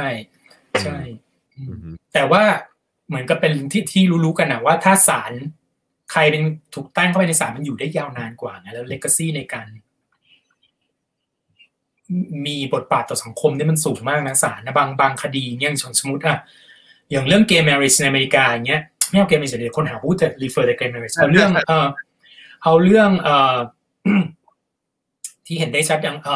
C: แต่ว่าเหมือนกับเป็นที่รู้ๆกันนะว่าถ้าศาลใครเป็นถูกตั้งเข้าไปในศาลมันอยู่ได้ยาวนานกว่าไงแล้วเลกาซี่ในการมีบทบาทต่อสังคมนี่มันสูงมากนะศาลนะบางคดีอย่างสมมติอย่างเรื่องเกย์แมริจในอเมริกาอย่างเงี้ยไม่เอาเกย์แมริจเดี๋ยวคนหาพูดแต่รีเฟอร์แต่เกย์แมริจเอาเรื่องที่เห็นได้ชัดอย่าง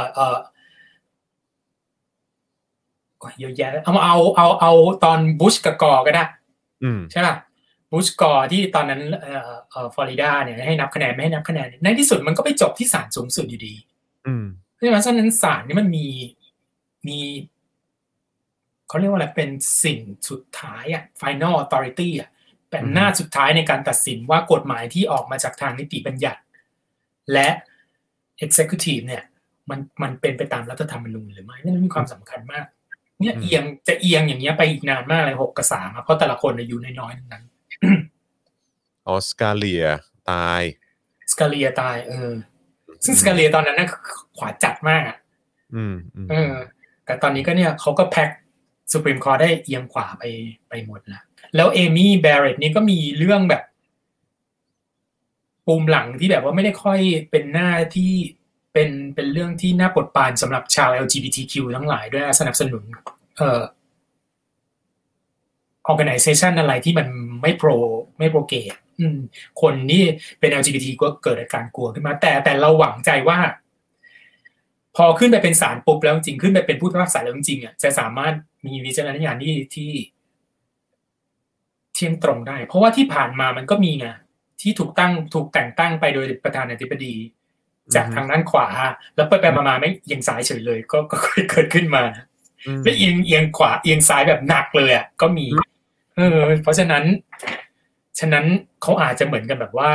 C: เยอะแยะเอาตอนบุชกับกอร์ก็ได้ใช่ป่ะบุชกอร์ที่ตอนนั้นฟลอริดาเนี่ยให้นับคะแนนไม่ให้นับคะแนนในที่สุดมันก็ไปจบที่ศาลสูงสุดอยู่ดีเพราะฉะนั้นศาลนี่มันมีเขาเรียกว่าอะไรเป็นสิ่งสุดท้ายfinal authority เป็นหน้าสุดท้ายในการตัดสินว่ากฎหมายที่ออกมาจากทางนิติบัญญัติและ executive เนี่ยมันเป็นไปตามรัฐธรรมนูญหรือไม่นี่มันมีความสำคัญมากเนี่ยเอียงอย่างเงี้ยไปอีกนานมากเลย6 กับ 3เพราะแต่ละคนอายุน้อยๆทั้งนั้น
B: ออสการ์เลียตาย
C: ซึ่งสกาเลียตอนนั้นน่ะขวาจัดมากแต่ตอนนี้ก็เนี่ยเขาก็แพ็คสุพรีมคอร์ทได้เอียงขวาไปหมดแล้วเอมี่แบร์เรตนี่ก็มีเรื่องแบบปูมหลังที่แบบว่าไม่ได้ค่อยเป็นหน้าที่เป็นเรื่องที่น่าปวดปานสำหรับชาว LGBTQ ทั้งหลายด้วยสนับสนุน organization อะไรที่มันไม่โปรเกย์คนที่เป็น LGBT ก็เกิดอาการกลัวขึ้นมาแต่เราหวังใจว่าพอขึ้นไปเป็นศาลปุ๊บแล้วจริงขึ้นไปเป็นผู้พิพากษาแล้วจริงอ่ะจะสามารถมีวิจารณญาณที่เที่ยงตรงได้เพราะว่าที่ผ่านมามันก็มีไงที่ถูกแต่งตั้งไปโดยประธานาธิบดีจากทางด้านขวาแล้วไปมาไม่เอียงซ้ายเฉยเลยก็เกิดขึ้นมาไม่เอียงขวาเอียงซ้ายแบบหนักเลยอ่ะก็มีเพราะฉะนั้นเขาอาจจะเหมือนกันแบบว่า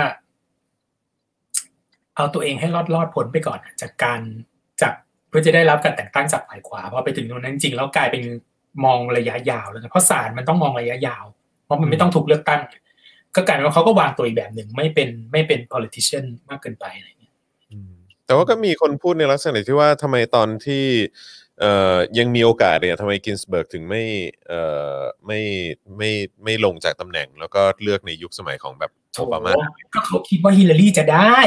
C: เอาตัวเองให้รอดพ้นไปก่อนจากเพื่อจะได้รับการแต่งตั้งจากฝ่ายขวาพอไปถึงตรงนั้นจริงแล้วกลายเป็นมองระยะยาวแล้วนะเพราะศาลมันต้องมองระยะยาวเพราะมันไม่ต้องถูกเลือกตั้งก็กลายเป็นว่าเขาก็วางตัวอีกแบบหนึ่งไม่เป็น politician มากเกินไปอะไรอย่างเงี้ย
B: แต่ว่าก็มีคนพูดในลักษณะที่ว่าทำไมตอนที่ยังมีโอกาสเนี่ยทำไมกินสเบิร์กถึงไม่ลงจากตำแหน่งแล้วก็เลือกในยุคสมัยของแบบโอบามา
C: ก็เขาคิดว่าฮิลลารีจะได้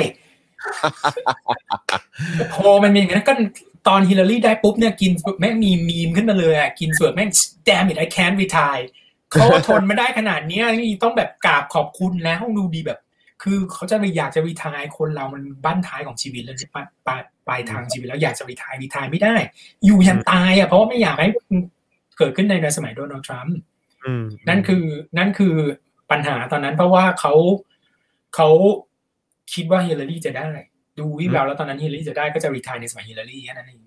C: โพมันมีอย่างนั้นก็ตอนฮิลลารีได้ปุ๊บเนี่ยกินแม่งมีมีมขึ้นมาเลยอ่ะกินสเบิร์กแม่ง damn it I can't retire เขาทนไม่ได้ขนาดนี้นี่ต้องแบบกราบขอบคุณแล้วต้องดูดีแบบคือเขาจะอยากจะรีไทร์คนเรามันบั้นท้ายของชีวิตแล้วปลายทางชีวิตแล้วอยากจะรีไทร์ไม่ได้อยู่ยันตายอ่ะเพราะว่าไม่อยากให้เกิดขึ้นในสมัยโดนัลด์ทรัมป์นั่นคือปัญหาตอนนั้นเพราะว่าเขาคิดว่าฮิลลารีจะได้ดูวิวแล้วตอนนั้นฮิลลารีจะได้ก็จะรีไทร์ในสมัยฮิลลารีแค่นั้นเอง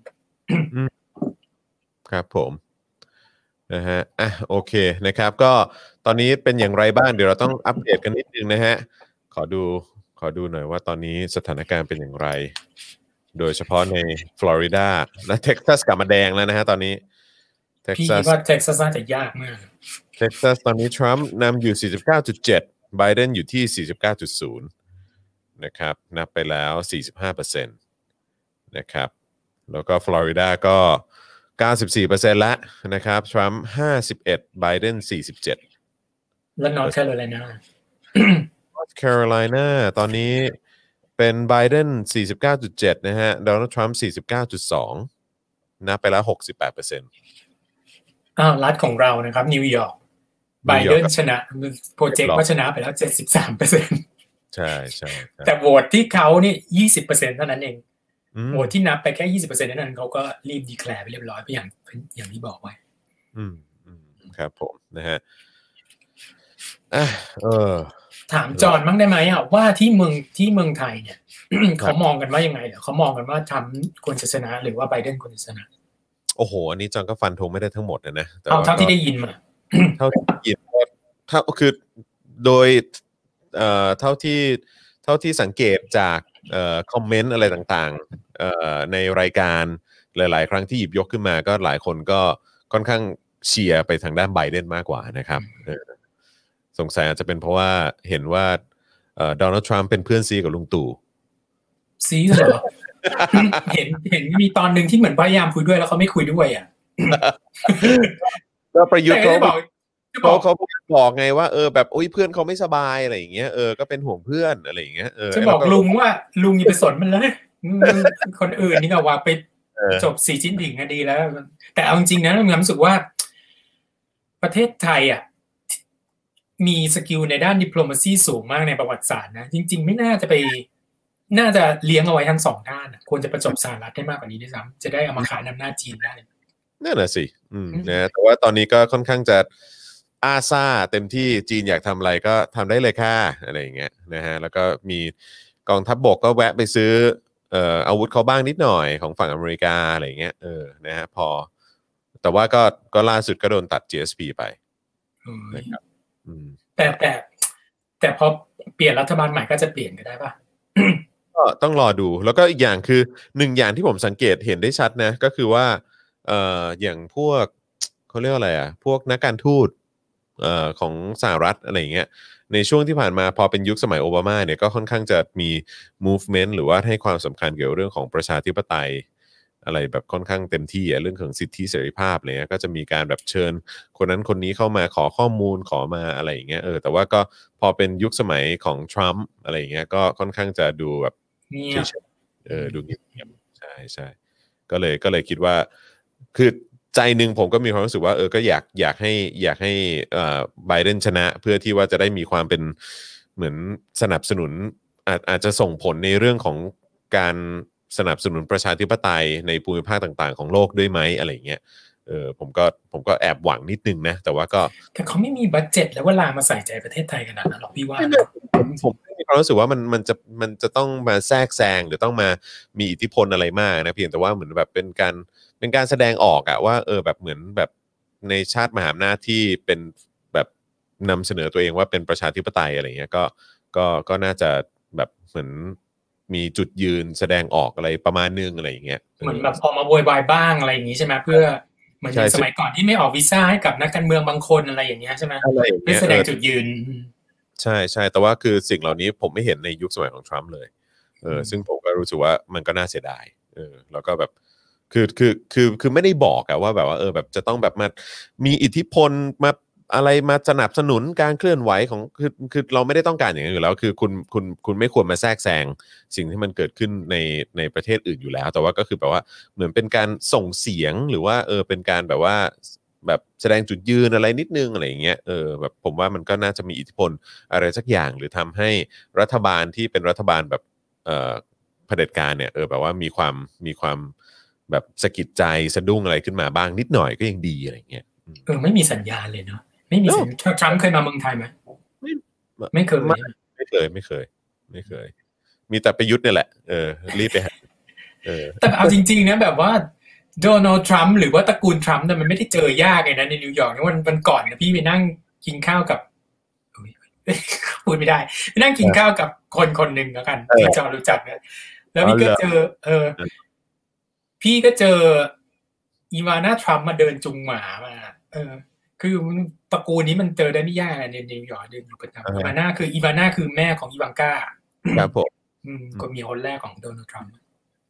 B: ครับผมนะฮะโอเคนะครับก็ตอนนี้เป็นอย่างไรบ้างเดี๋ยวเราต้องอัปเดตกันนิดนึงนะฮะขอดูหน่อยว่าตอนนี้สถานการณ์เป็นอย่างไรโดยเฉพาะในฟลอริดาและเท็กซัสกลับมาแดงแล้วนะฮะตอนนี้
C: พี่คิดว่าเท็กซัสน่าจะยากมาก
B: เท็กซัสตอนนี้ทรัมป์นำอยู่ 49.7 ไบเดนอยู่ที่ 49.0 นะครับนับไปแล้ว 45% นะครับแล้วก็ฟลอริดาก็ 94% แล้วนะครับทรัมป์ 51 ไบเดน 47
C: แล้วนอร์ทแคโรไลนา
B: North Carolina ตอนนี้เป็นไบเดน 49.7 นะฮะโดนัลด์ทรัมป์ 49.2 นับไปแล้ว 68%
C: รัฐของเรานะครับนิวยอร์กไบเดนชนะโปรเจกต์ก็ชนะไปแล้ว 73%
B: ใช่
C: แต่โหวตที่เขานี่ 20% เท่านั้นเองโหวตที่นับไปแค่ 20% นั้นเขาก็รีบดีแคลร์ไปเรียบร้อยไปอย่างที่บอกไว้
B: ครับผมนะฮะ
C: ถามจอห์นบ้างได้ไหมว่าที่เมืองไทยเนี่ย เขามองกันว่ายังไงเหรอเขามองกันว่าทำควรจะชนะหรือว่าไบเดนควรจะชนะ
B: โอ้โหอันนี้จอห์นก็ฟันธงไม่ได้ทั้งหมดนะ
C: แต่เท่าที่ได้ยินมา
B: เท่าที่ได้ยินถ้าคือโดยเท่าที่สังเกตจากคอมเมนต์อะไรต่างๆในรายการหลายๆครั้งที่หยิบยกขึ้นมาก็หลายคนก็ค่อนข้างเชียร์ไปทางด้านไบเดนมากกว่านะครับสงสัยอาจจะเป็นเพราะว่าเห็นว่าโดนัลด์ทรัมป์เป็นเพื่อนซีกับลุงตู่
C: ซีเหรอ เห็นมีตอนหนึ่งที่เหมือนพยายามคุยด้วยแล้วเขาไม่คุยด้วยอ่ะ
B: ก็ประยุทธ์เขาบอกไงว่าแบบโอ้ยเพื่อนเขาไม่สบายอะไรอย่างเงี้ยก็เป็นห่วงเพื่อนอะไรอย่างเงี้ย
C: จะบอกลุงว่าลุงอย่าไปสนมันเลยคนอื่นนี่ก็ว่าไปจบสีจิ้นผิงก็ดีแล้วแต่เอาจริงๆนะผมรู้สึกว่าประเทศไทยอ่ะมีสกิลในด้านดิปโลมาซีสูงมากในประวัติศาสตร์นะจริงๆไม่น่าจะเลี้ยงเอาไว้ทั้งสองด้านควรจะประจบสหรัฐได้มากกว่านี้ด้วยซ้ำจะได้เอามาขายนำหน้าจีนได้
B: นั่นแหละสินะแต่ว่าตอนนี้ก็ค่อนข้างจะอาซาเต็มที่จีนอยากทำอะไรก็ทำได้เลยค่ะอะไรอย่างเงี้ยนะฮะแล้วก็มีกองทัพบกก็แวะไปซื้ออาวุธเขาบ้างนิดหน่อยของฝั่งอเมริกาอะไรอย่างเงี้ยนะฮะพอแต่ว่าก็ล่าสุดก็โดนตัด GSP ไปนะครับ
C: แต่พอเปลี่ยนรัฐบาลใหม่ก็จะเปลี่ยนก็ได้ป่ะ
B: ก็ต้องรอดูแล้วก็อีกอย่างคือหนึ่งอย่างที่ผมสังเกตเห็นได้ชัดนะก็คือว่าอย่างพวกเขาเรียกอะไรพวกนักการทูตของสหรัฐอะไรอย่างเงี้ยในช่วงที่ผ่านมาพอเป็นยุคสมัยโอบามาเนี่ยก็ค่อนข้างจะมี movement หรือว่าให้ความสำคัญเกี่ยวกับเรื่องของประชาธิปไตยอะไรแบบค่อนข้างเต็มที่เรื่องของสิทธิเสรีภาพอะไรเงี้ยก็จะมีการแบบเชิญคนนั้นคนนี้เข้ามาขอข้อมูลขอมาอะไรอย่างเงี้ยแต่ว่าก็พอเป็นยุคสมัยของทรัมป์อะไรอย่างเงี้ยก็ค่อนข้างจะดูแบบดูเงียบใช่ก็เลยคิดว่าคือใจหนึ่งผมก็มีความรู้สึกว่าก็อยากให้ไบเดนชนะเพื่อที่ว่าจะได้มีความเป็นเหมือนสนับสนุนอาจจะส่งผลในเรื่องของการสนับสนุนประชาธิปไตยในภูมิภาคต่างๆของโลกด้วยไหมอะไรอย่างเงี้ยผมก็แอบหวังนิดนึงนะแต่ว่าก็
C: แต่เขาไม่มีบัดเจ็ตแล้วเวลามาใส่ใจประเทศไทยขนาดนั้นหรอกพี่ว่า
B: ผมมีความรู้สึกว่ามันจะต้องมาแทรกแซงหรือต้องมามีอิทธิพลอะไรมากนะเพียงแต่ว่าเหมือนแบบเป็นการแสดงออกอะว่าแบบเหมือนแบบในชาติมหาอำนาจที่เป็นแบบนำเสนอตัวเองว่าเป็นประชาธิปไตยอะไรเงี้ยก็น่าจะแบบเหมือนมีจุดยืนแสดงออกอะไรประมาณนึงอะไรอย่างเงี้ย
C: เหมือนแบบพอมาโวยวายบ้างอะไรอย่างงี้ใช่ไหมเพื่อเหมือนสมัยก่อนที่ไม่ออกวีซ่าให้กับนักการเมืองบางคนอะไรอย่างเงี้ยใช่ไหมเพื่อแสดงจุดยืน
B: ใช่แต่ว่าคือสิ่งเหล่านี้ผมไม่เห็นในยุคสมัยของทรัมป์เลยซึ่งผมก็รู้สึกว่ามันก็น่าเสียดายแล้วก็แบบคือไม่ได้บอกอะว่าแบบว่าแบบจะต้องแบบมามีอิทธิพลมาอะไรมาสนับสนุนการเคลื่อนไหวของคือเราไม่ได้ต้องการอย่างนั้นอยู่แล้วคือคุณไม่ควรมาแทรกแซงสิ่งที่มันเกิดขึ้นในประเทศอื่นอยู่แล้วแต่ว่าก็คือแบบว่าเหมือนเป็นการส่งเสียงหรือว่าเป็นการแบบว่าแบบแสดงจุดยืนอะไรนิดนึงอะไรอย่างเงี้ยแบบผมว่ามันก็น่าจะมีอิทธิพลอะไรสักอย่างหรือทำให้รัฐบาลที่เป็นรัฐบาลแบบเผด็จการเนี่ยแบบว่ามีความแบบสะกิดใจสะดุ้งอะไรขึ้นมาบ้างนิดหน่อยก็ยังดีอะไรเงี้ย
C: ไม่มีสัญญาณเลยเนาะไม่มีสัญญาณทรัมป์เคยมาเมืองไทยไหมไม่เคยมีแต่ประยุทธ์เนี่ยแหละรีบไปแต่เอาจริงๆนะแบบว่าโดนัลด์ทรัมป์หรือว่าตระกูลทรัมป์แต่มันไม่ได้เจอยากเลยนะในนิวยอร์กนี่วันก่อนนะพี่ไปนั่งกินข้าวกับพูดไม่ได้ไปนั่งกินข้าวกับคนหนึ่งแล้วกันที่จอรู้จักนะแล้วพี่ก็เจอพี่ก็เจออีวาน่าทรัมป์มาเดินจุงหมามาคือตระกูลนี้มันเจอได้ไม่ยากในนิวยอร์กเดินอยู่ประจำอีวาน่าคือแม่ของอีวานก้า
B: ครับผม
C: คนเมียคนแรกของโดนัลด์ทรัมป์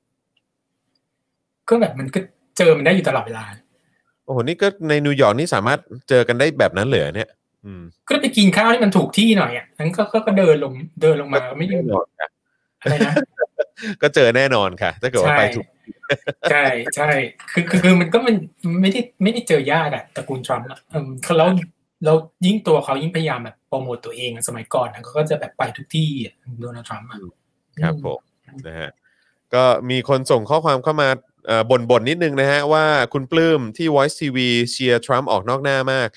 C: ก็แบบมันก็เจอมันได้อยู่ตลอดเวลา
B: โอ้โหนี่ก็ในนิวยอร์กนี่สามารถเจอกันได้แบบนั้นเลยเนี่ย
C: ก็ไปกินข้าวที่มันถูกที่หน่อยนั้นก็เดินลงมาไม่ได้อะไรนะ
B: ก็เจอแน่นอนค่ะถ้าเกิดว่าไปถูก
C: ใช่คือมันก็มันไม่ได้เจอยากตระกูลทรัมป์แล้วยิ่งตัวเขายิ่งพยายามแบบโปรโมตตัวเองสมัยก่อนเขาก็จะแบบไปทุกที่โดนัลด์ทรัมป์
B: ครับผมนะฮะก็มีคนส่งข้อความเข้ามาบ่นนิดนึงนะฮะว่าคุณปลื้มที่ Voice TV เชียร์ทรัมป์ออกนอกหน้ามาก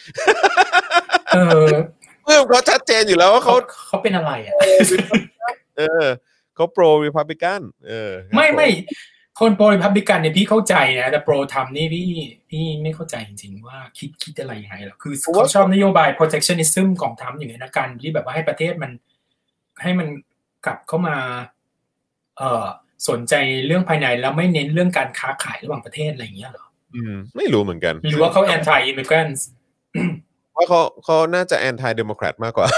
B: ปลื้มเขาชัดเจนอยู่แล้วว่า
C: เขาเป็นอะไร
B: เขาโปรรีพับลิกัน
C: ไม่คนโปรรีพับลิกันเนี่ยพี่เข้าใจนะแต่โปรทำนี่พี่ไม่เข้าใจจริงๆว่าคิดอะไรยังไงหรอคือเขาชอบนโยบาย protectionism ของทรัมป์อย่างนี้นะการที่แบบว่าให้ประเทศมันให้มันกลับเข้ามาสนใจเรื่องภายในแล้วไม่เน้นเรื่องการค้าขายระหว่างประเทศอะไรอย่างเงี้ยหรอ
B: ไม่รู้เหมือนกัน
C: หรือว่าเขา anti immigrants
B: ว่าเขาน่าจะ anti democrat มากกว่า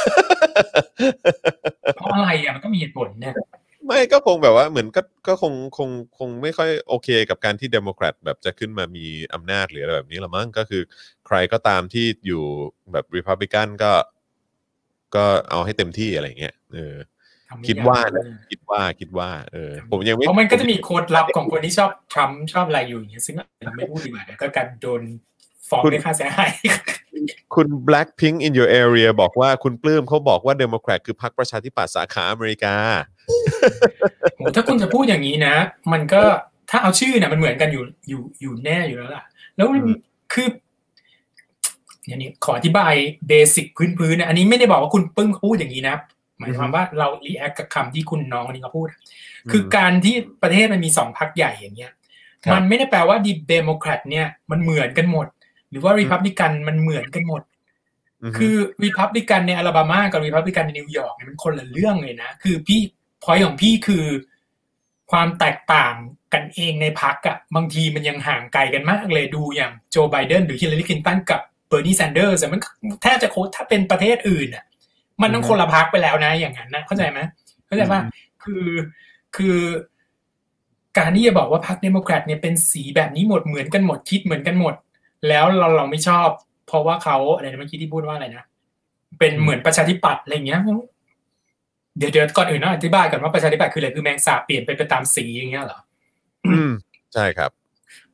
C: เพราะอะไรมันก็มีเหตุผลเนี่ย
B: ไม่ก็คงแบบว่าเหมือนก็คงไม่ค่อยโอเคกับการที่เดโมแครตแบบจะขึ้นมามีอำนาจหรืออะไรแบบนี้ละมั้งก็คือใครก็ตามที่อยู่แบบรีพับลิกันก็เอาให้เต็มที่อะไรเงี้ยคิดว่าผมยังไม่
C: เพราะมันก็จะมีโค้ดลับของคนที่ชอบทรัมป์ชอบอะไรอยู่อย่างเงี้ยซึ่งไม่พูดดีกว่าก็การโดนฟ้องด้วยค่าเสียหาย
B: คุณ Blackpink in your area บอกว่าคุณปลื้มเขาบอกว่าเดโมแครตคือพรรคประชาธิปัตย์สาขาอเมริกา
C: ถ้าคุณจะพูดอย่างนี้นะมันก็ถ้าเอาชื่อเนี่ยมันเหมือนกันอยู่แน่อยู่แล้วล่ะแล้วคืออย่างนี้ขออธิบายเบสิกพื้นๆนะอันนี้ไม่ได้บอกว่าคุณปึ้งพูดอย่างนี้นะหมายความว่าเรารีแอคกับคำที่คุณน้องคนนี้เขาพูดคือการที่ประเทศมันมี2พรรคใหญ่อย่างเงี้ยมันไม่ได้แปลว่าเดโมแครตเนี่ยมันเหมือนกันหมดหรือว่ารีพับลิกันมันเหมือนกันหมดคือรีพับลิกันในอลาบามากับรีพับลิกันในนิวยอร์กเนี่ยมันคนละเรื่องเลยนะคือพี่พอยต์ของพี่คือความแตกต่างกันเองในพรรคบางทีมันยังห่างไกลกันมากเลยดูอย่างโจไบเดนหรือฮิลลารีคลินตันกับเบอร์นีแซนเดอร์สมันแทบจะถ้าเป็นประเทศอื่นมันต้องคนละพรรคไปแล้วนะอย่างนั้นนะเข้าใจไหมเข้าใจว่าคือการที่จะบอกว่าพรรคเดโมแครตเนี่ยเป็นสีแบบนี้หมดเหมือนกันหมดคิดเหมือนกันหมดแล้วเราไม่ชอบเพราะว่าเขาอะไรนะเมื่อกี้ที่พูดว่าอะไรนะเป็นเหมือนประชาธิปัตย์อะไรเงี้ยเดี๋ยวก่อนอื่นต้องอธิบายก่อนว่าประชาธิปัตย์คืออะไรคือแมงสาบเปลี่ยนไปตามสีอย่างเงี้ยเหรอ
B: ใช่ครับ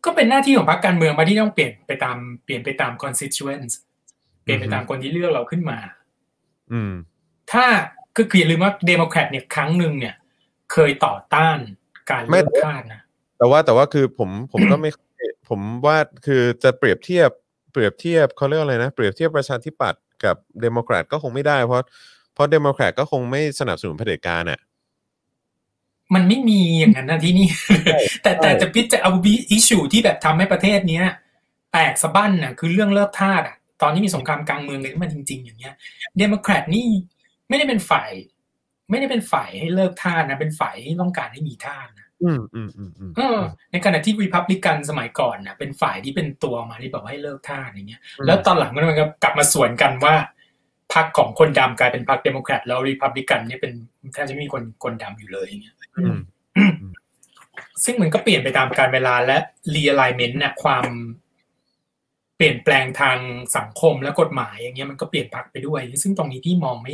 C: ก็เป็นหน้าที่ของพรรคการเมืองมาที่ต้องเปลี่ยนไปตาม constituents เปลี่ยนไปตามคนที่เลือกเราขึ้นมาถ้าคืออย่าลืมว่าเดโมแครตเนี่ยครั้งหนึ่งเนี่ยเคยต่อต้านการเลือกข้างนะ
B: แต่ว่าคือผมก็ไม่ผมว่าคือจะเปรียบเทียบเขาเรียกอะไรนะเปรียบเทียบประชาธิปัตย์กับเดโมแครตก็คงไม่ได้เพราะเดโมแครตก็คงไม่สนับสนุนเผด็จการอ่ะ
C: มันไม่มีอย่างนั้นนะที่นี่ แต่จะพิจารณาอิชชูที่แบบทำให้ประเทศเนี้ยแตกสะบั้นน่ะคือเรื่องเลิกทาสอ่ะตอนนี้มีสงครามกลางเมืองเลยที่มันจริงๆอย่างเงี้ยเดโมแครตนี่ไม่ได้เป็นฝ่ายให้เลิกทาสนะเป็นฝ่ายที่ต้องการให้มีทาสนะในขณะที่รีพับลิกันสมัยก่อนนะเป็นฝ่ายที่เป็นตัวมาที่บอกให้เลิกทาสอย่างเงี้ยแล้วตอนหลังมันก็กลับมาสวนกันว่าพรรคของคนดำกลายเป็นพรรคเดโมแครตแล้วรีพับลิกันเนี่ยเป็นแทบจะไม่มีคนดำอยู่เลยอย่างเงี้ยซึ่งมันก็เปลี่ยนไปตามกาลเวลาและ realignment น่ะความเปลี่ยนแปลงทางสังคมและกฎหมายอย่างเงี้ยมันก็เปลี่ยนพรรคไปด้วยซึ่งตรงนี้ที่มอง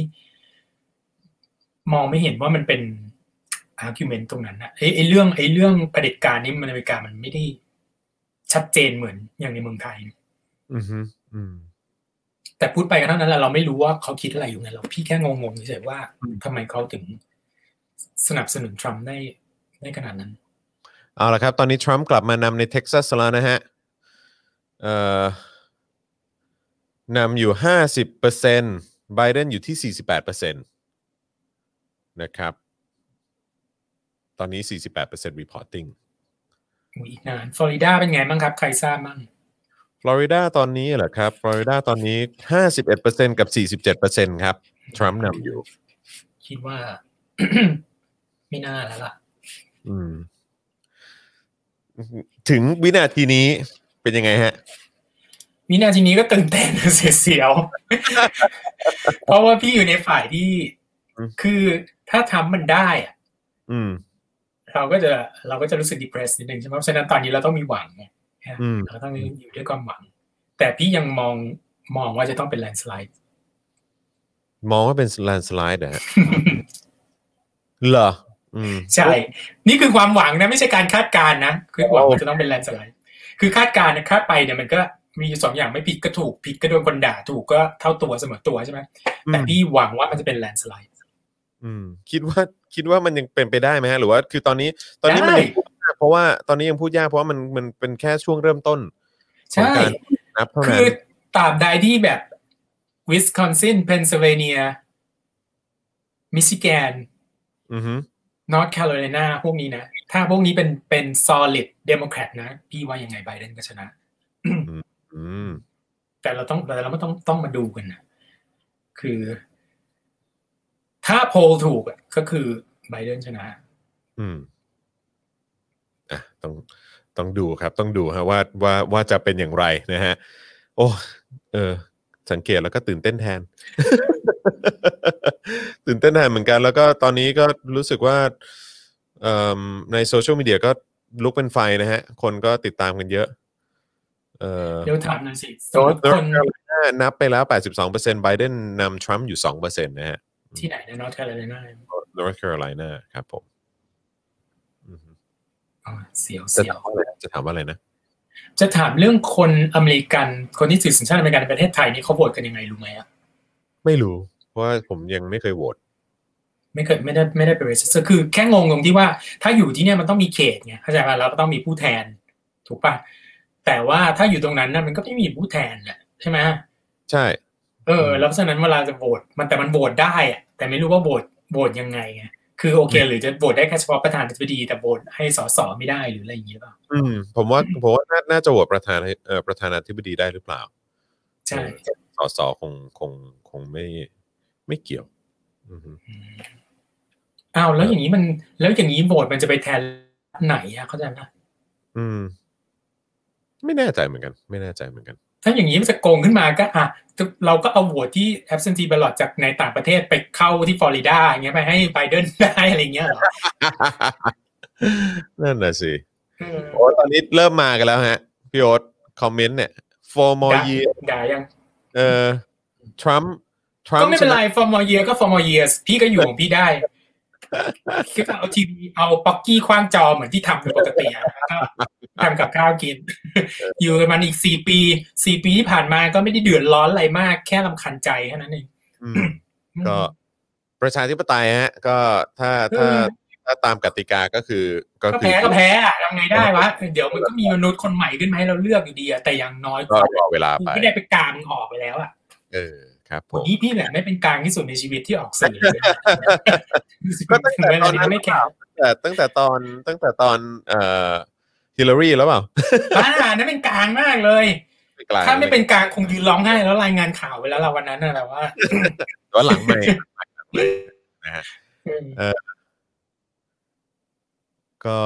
C: ไม่เห็นว่ามันเป็น argument ตรงนั้นนะไอ้เรื่องเผด็จการนี่มันอเมริกามันไม่ได้ชัดเจนเหมือนอย่างในเมืองไทยแต่พูดไปก็เท่านั้นแหละเราไม่รู้ว่าเขาคิดอะไรอยู่ไงพี่แค่งงๆเฉยๆว่าทำไมเขาถึงสนับสนุนทรัมป์ได้ขนาดนั้น
B: เอาละครับตอนนี้ทรัมป์กลับมานำในเท็กซัสแล้วนะฮะนำอยู่ 50% ไบเดนอยู่ที่ 48% นะครับตอนนี้ 48% reporting
C: อีกนานฟลอริดาเป็นไงบ้างครับใครทราบบ้าง
B: ฟลอริดาตอนนี้เหรอครับฟลอริดาตอนนี้ 51% กับ 47% ครับทรัมป์นำอยู่
C: คิดว่า ไม่น่าแล้วล่ะ
B: ถึงวินาทีนี้เป็นยังไงฮะ
C: วินาทีนี้ก็ตื่นเต้นเสียวๆเพราะว่าพี่อยู่ในฝ่ายที่คือถ้าทำมันได้อ่ะเราก็จะรู้สึก depressed นิดนึงใช่ไหมเพราะฉะนั้นตอนนี้เราต้องมีหวังไงเราต้องอยู่ด้วยความหวังแต่พี่ยังมองว่าจะต้องเป็น landslide
B: มองว่าเป็น landslide นะเหรอ
C: ใช่นี่คือความหวังนะไม่ใช่การคาดการณ์นะคือหวังว่าจะต้องเป็น landslide คือคาดการณ์คาดไปเนี่ยมันก็มีสองอย่างไม่ผิดก็ถูกผิดก็โดนคนด่าถูกก็เท่าตัวเสมอตัวใช่ไหมแต่พี่หวังว่ามันจะเป็น landslide
B: คิดว่ามันยังเป็นไปได้ไหมฮะหรือว่าคือตอนนี้มันเพราะว่าตอนนี้ยังพูดยากเพราะว่ามันเป็นแค่ช่วงเริ่มต้นของการนับเท่านั้น
C: คือตราบใดที่แบบวิสคอนซินเพนซิลเวเนียมิชิแกนนอร์ทแคโรไลนาพวกนี้นะถ้าพวกนี้เป็น solid Democrat นะพี่ว่ายังไงไบเดนก็ชนะแต่เราต้องมาดูกันนะคือถ้าโพลถูกก็คือไบเดนชนะ
B: ต้องดูครับต้องดูฮะว่าจะเป็นอย่างไรนะฮะโอ้สังเกตแล้วก็ตื่นเต้นแทน ตื่นเต้นแทนเหมือนกันแล้วก็ตอนนี้ก็รู้สึกว่าในโซเชียลมีเดียก็ลุกเป็นไฟนะฮะคนก็ติดตามกันเยอะ
C: เดี๋ยวถามหน่อยสิ
B: คนนับไปแล้ว 82% ไบเดนนำทรัมป์อยู่ 2% นะฮะ
C: ที่ไหนในนอร์ทแคโรไลนา
B: ครับผม
C: เสียว
B: จะถามว่าอะไรนะ
C: จะถามเรื่องคนอเมริกันคนที่ถือสัญชาติอเมริกันในประเทศไทยนี่เขาโหวตกันยังไงรู้ไหมอ่ะ
B: ไม่รู้เพราะว่าผมยังไม่เคยโหวต
C: ไม่ได้ไปเรจิสเตอร์คือแค่งงตรงที่ว่าถ้าอยู่ที่เนี่ยมันต้องมีเขตไงเข้าใจป่ะเราก็ต้องมีผู้แทนถูกป่ะแต่ว่าถ้าอยู่ตรงนั้นน่ะมันก็ไม่มีผู้แทนแหละใช่ไหม
B: ใช่
C: แล้วเพราะฉะนั้นเวลาจะโหวตแต่มันโหวตได้อะแต่ไม่รู้ว่าโหวตยังไงไงคือโอเคหรือจะโหวตได้แค่เฉพาะประธานาธิบดีแต่โหวตให้สสไม่ได้หรืออะไรอย่างเงี้ยป่ะ
B: ผมว่าน่าจะโหวตประธานาธิบดีได้หรือเปล่า
C: ใช่
B: สสคงไม่เกี่ยว
C: อ้าวแล้วอย่างนี้โหวตมันจะไปแทนไหนอ่ะเข้าใจป่ะ
B: ไม่แน่ใจเหมือนกัน
C: ถ้าอย่างนี้มันจะโกงขึ้นมาก็เราก็เอาโหวตที่ absentee ballot จากในต่างประเทศไปเข้าที่ฟลอริดาอย่างเงี้ยไปให้ไบเดนได้อะไรเงี้ยเหรอ
B: นั่นน่ะสิโอ้ตอนนี้เริ่มมากันแล้วฮะพี่โอ๊ตคอมเมนต์เนี่ย4 more years
C: ด่ายัง
B: ทรัมป์
C: ก็ไม่เป็นไร4 more years ก็4 more years พี่ก็อยู่ของพี่ได้คือเอาทีวีเอาป๊อกกี้ขว้างจอเหมือนที่ทำเป็นปกติแล้วก็ทำกับข้าวกิน อยู่กันมาอีก4 ปีที่ผ่านมาก็ไม่ได้เดือดร้อนอะไรมากแค่รำคาญใจแค่นั้นเอง
B: ก็ประชาธิปไตยฮะก็ถ้าตามกติกาก็คือก็
C: แพ้อะทำไงได้วะเดี๋ยวมันก็มีมนุษย์คนใหม่ขึ้นมาให้เราเลือกอยู่ดีอะแต่อย่างน้อย
B: ก็รอเวลาไป
C: ไม่ได้ไปกลางออกไปแล้วอะ
B: ครับ
C: วันนี้พี่แหละไม่เป็นกลางที่สุดในชีวิตที่ออกสื่อเลย
B: ก็ตั้งแต่ตอนนั้นไม่แข่งตั้งแต่ตอนฮิลลารีแล้วเปล่า
C: นั่นเป็นกลางมากเลยถ้าไม่เป็นกลางคงยืนร้องไห้แล้วรายงานข่าวไปแล้วเราวันนั้นนะแต่ว่า
B: หลังไม่นะฮะก็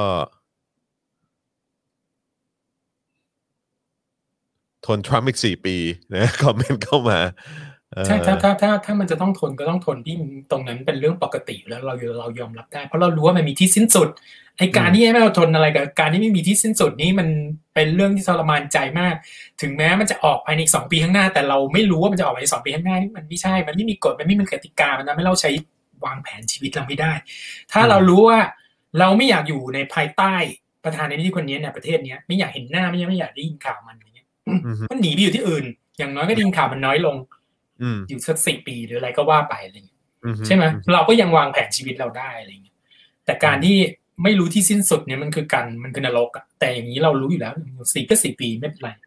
B: ทนทรัมป์อีก4 ปีนะคอมเมนต์เข้ามา
C: ใช่ถ้ามันจะต้องทนก็ต้องทนที่ตรงนั้นเป็นเรื่องปกติแล้วเรายอมรับได้เพราะเรารู้ว่ามันมีที่สิ้นสุดไอ้การที่ให้เราทนอะไรกับการที่ไม่มีที่สิ้นสุดนี้มันเป็นเรื่องที่ทรมานใจมากถึงแม้มันจะออกภายใน2 ปีข้างหน้าแต่เราไม่รู้ว่ามันจะออกภายใน2 ปีข้างหน้านี่มันไม่ใช่มันไม่มีกฎมันไม่มีกติกามันทำให้เราใช้วางแผนชีวิตเราไม่ได้ถ้าเรารู้ว่าเราไม่อยากอยู่ในภายใต้ประธานาธิบดีคนนี้เนี่ยประเทศนี้ไม่อยากเห็นหน้าไม่อยากได้ยินข่าวมันอย่างเงี้ยมันหนีไปอยู่ที่อื่นอย่างน้อยก็ได้ยินข่าวมันน้อยลงอยู่สัก4 ปีหรืออะไรก็ว่าไปอะไรเงี้ยใช่ไหมเราก็ยังวางแผนชีวิตเราได้อะไรเงี้ยแต่การที่ไม่รู้ที่สิ้นสุดเนี่ยมันคือนรกอะแต่อย่างนี้เรารู้อยู่แล้ว4 ปีไม่เป็นไร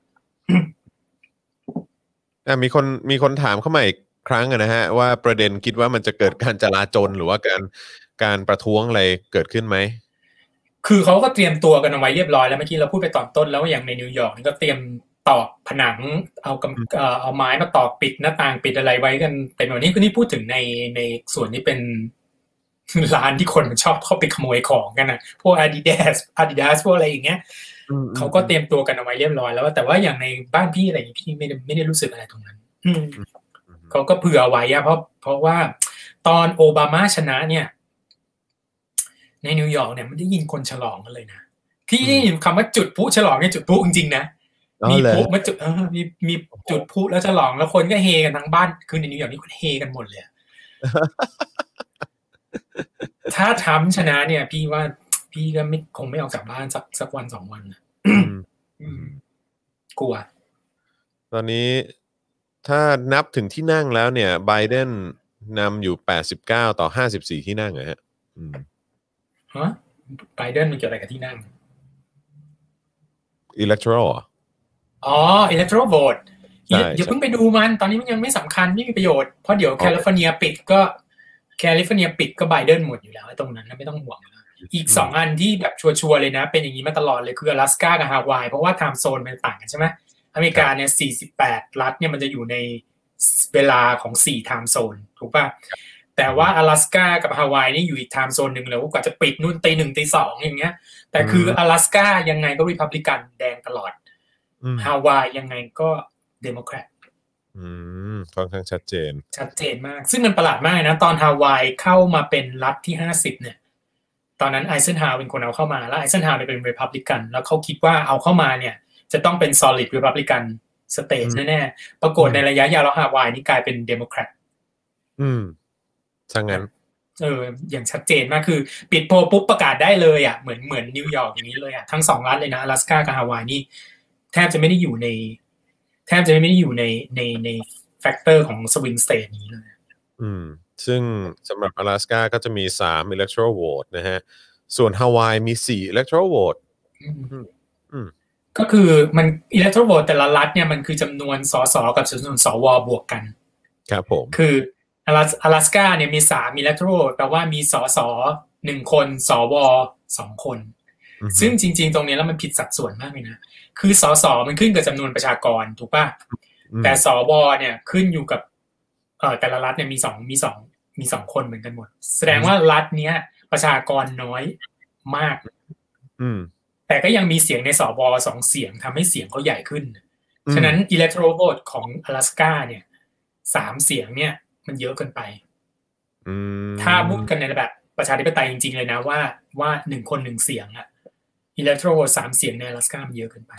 B: มีคนถามเข้ามาอีกครั้งนะฮะว่าประเด็นคิดว่ามันจะเกิดการจลาจลหรือว่าการประท้วงอะไรเกิดขึ้นไหม
C: คือเขาก็เตรียมตัวกันเอาไว้เรียบร้อยแล้วเมื่อกี้เราพูดไปตอนต้นแล้วว่าอย่างในนิวยอร์กนี่ก็เตรียมตอกผนังเอาไม้มาตอกปิดหน้าต่างปิดอะไรไว้กันแต่วันนี้พูดถึงในส่วนที่เป็นร้านที่คนมันชอบเข้าไปขโมยของกันนะพวก Adidas พวกอะไรอย่างเงี้ยเขาก็เตรียมตัวกันเอาไว้เรียบร้อยแล้วแต่ว่าอย่างในบ้านพี่อะไรอย่างนี้พี่ไม่ได้รู้สึกอะไรตรงนั้นเขาก็เผื่อไว้อะเพราะว่าตอนโอบามาชนะเนี่ยในนิวยอร์กเนี่ยไม่ได้ยินคนฉลองกันเลยนะที่ได้ยินคำว่าจุดพลุฉลองเนี่ยจุดพลุจริงๆนะมีพลุมาจุดมีจุดพลุแล้วฉลองแล้วคนก็เฮกันทั้งบ้านคือในนิวยอร์กนี่คนเฮกันหมดเลยถ้าทำชนะเนี่ยพี่ว่าพี่ก็คงไม่ออกจากบ้านสักวัน2 วันนะกลัว
B: ตอนนี้ถ้านับถึงที่นั่งแล้วเนี่ยไบเดนนำอยู่89 ต่อ 54ที่นั่งนะฮะ
C: ไบเดนมันเกี่ยวอะไรกับที่นั่ง
B: electoral
C: electoral vote อย่าเพิ่งไปดูมันตอนนี้มันยังไม่สำคัญไม่มีประโยชน์เพราะเดี๋ยวแคลิฟอร์เนียปิดก็ไบเดนหมดอยู่แล้วตรงนั้นไม่ต้องห่วงอีก2 อันที่แบบชัวร์เลยนะเป็นอย่างนี้มาตลอดเลยคืออลาสก้ากับฮาวายเพราะว่าไทม์โซนมันต่างกันใช่ไหมอเมริกาเนี่ย48 รัฐเนี่ยมันจะอยู่ในเวลาของ4ไทม์โซนถูกป่ะแต่ว่าอลาสก้ากับฮาวายนี่อยู่อีกไทม์โซนนึงแล้วกว่าจะปิดนู่นตี 1 ตี 2อย่างเงี้ยแต่คืออลาสก้ายังไงก็รีพับลิกันแดงตลอดฮาวายยังไงก็เดโมแครต
B: ค่อนข้างชัดเจ
C: นมากซึ่งมันประหลาดมากนะตอนฮาวายเข้ามาเป็นรัฐที่50เนี่ยตอนนั้นไอเซนฮาวร์เป็นคนเอาเข้ามาแล้วไอเซนฮาวร์เป็นรีพับลิกันแล้วเขาคิดว่าเอาเข้ามาเนี่ยจะต้องเป็น solid Republican state แน่ๆปรากฏในระยะยาวแล้วฮาวายนี่กลายเป็นเดโมแครต
B: ช่างงั้น
C: อย่างชัดเจนมากคือปิดโพลปุ๊บประกาศได้เลยอ่ะเหมือนนิวยอร์กอย่างนี้เลยอ่ะทั้ง2 รัฐเลยนะอลาสก้ากับฮาวายนี่แทบจะไม่ได้อยู่ในแฟกเตอร์ของสวิงสเตทนี้เลย
B: ซึ่งสำหรับอลาสก้าก็จะมี3 electoral vote นะฮะส่วนฮาวายมี4 electoral vote
C: ก็คือมัน electoral vote แต่ละรัฐเนี่ยมันคือจำนวนสสกับจำนวนสวบวกกัน
B: ครับผม
C: คืออลาสก้าเนี่ยมี3 electoral vote แปลว่ามีสส1 คนสว2 คนซึ่งจริงๆตรงนี้แล้วมันผิดสัดส่วนมากเลยนะคือสสมันขึ้นกับจำนวนประชากรถูกป่ะแต่สวเนี่ยขึ้นอยู่กับแต่ละรัฐเนี่ยมี2 คนเหมือนกันหมดแสดงว่ารัฐเนี้ยประชากรน้อยมากแต่ก็ยังมีเสียงในสว2 เสียงทำให้เสียงเขาใหญ่ขึ้นฉะนั้น electoral vote ของอลาสก้าเนี่ย3 เสียงเนี่ยมันเยอะเกินไปถ้าพูดกันในแบบประชาธิปไตยจริงๆเลยนะว่า1 คน1 เสียงอะ electoral vote 3 เสียงในอลาสก้ามันเยอะเกินไป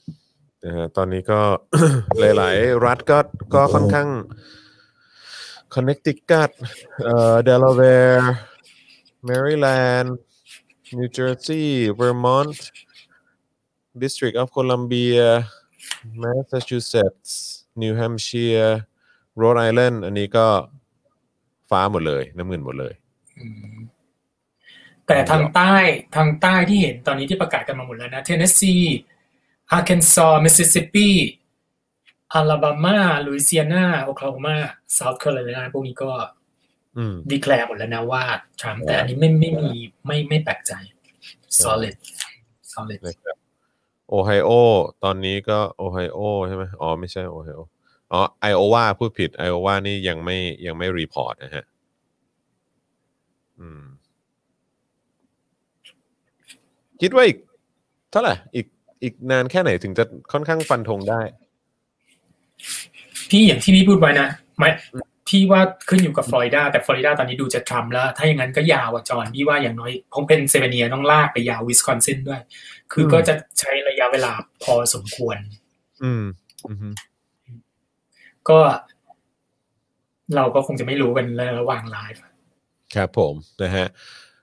B: ตอนนี้ก็ หลายๆรัฐก็ค่อนข้าง Connecticut Delaware Maryland New Jersey Vermont District of Columbia Massachusetts New Hampshire Rhode Island อันนี้ก็ฟ้าหมดเลยน้ำเงินหมดเลย
C: แต่ทางใต้ที่เห็นตอนนี้ที่ประกาศกันมาหมดแล้วนะ Tennessee Arkansas Mississippi Alabama Louisiana Oklahoma South Carolina พวกนี้ก็ดีแคลร์หมดแล้วนะว่าทรัมป์แต่อันนี้ไม่มีไม่แปลกใจ solid
B: นะครับโอไฮโอตอนนี้ก็โอไฮโอใช่ไหมอ๋อไม่ใช่โอไฮโอไอโอวาพูดผิดไอโอวานี่ยังไม่รีพอร์ตนะฮะคิดว่าอีกเท่าไหร่อีกนานแค่ไหนถึงจะค่อนข้างฟันธงได้
C: พี่อย่างที่พี่พูดไว้นะพี่ว่าขึ้นอยู่กับฟลอริดาแต่ฟลอริดาตอนนี้ดูจะทรัมป์แล้วถ้าอย่างนั้นก็ยาวจอนพี่ว่าอย่างน้อยคงเป็นเซเวเนียต้องลากไปยาววิสคอนซินด้วยคือก็จะใช้ระยะเวลาพอสมควรก็เราก็คงจะไม่รู้กันระหว่างไลฟ์
B: ครับผมนะฮะ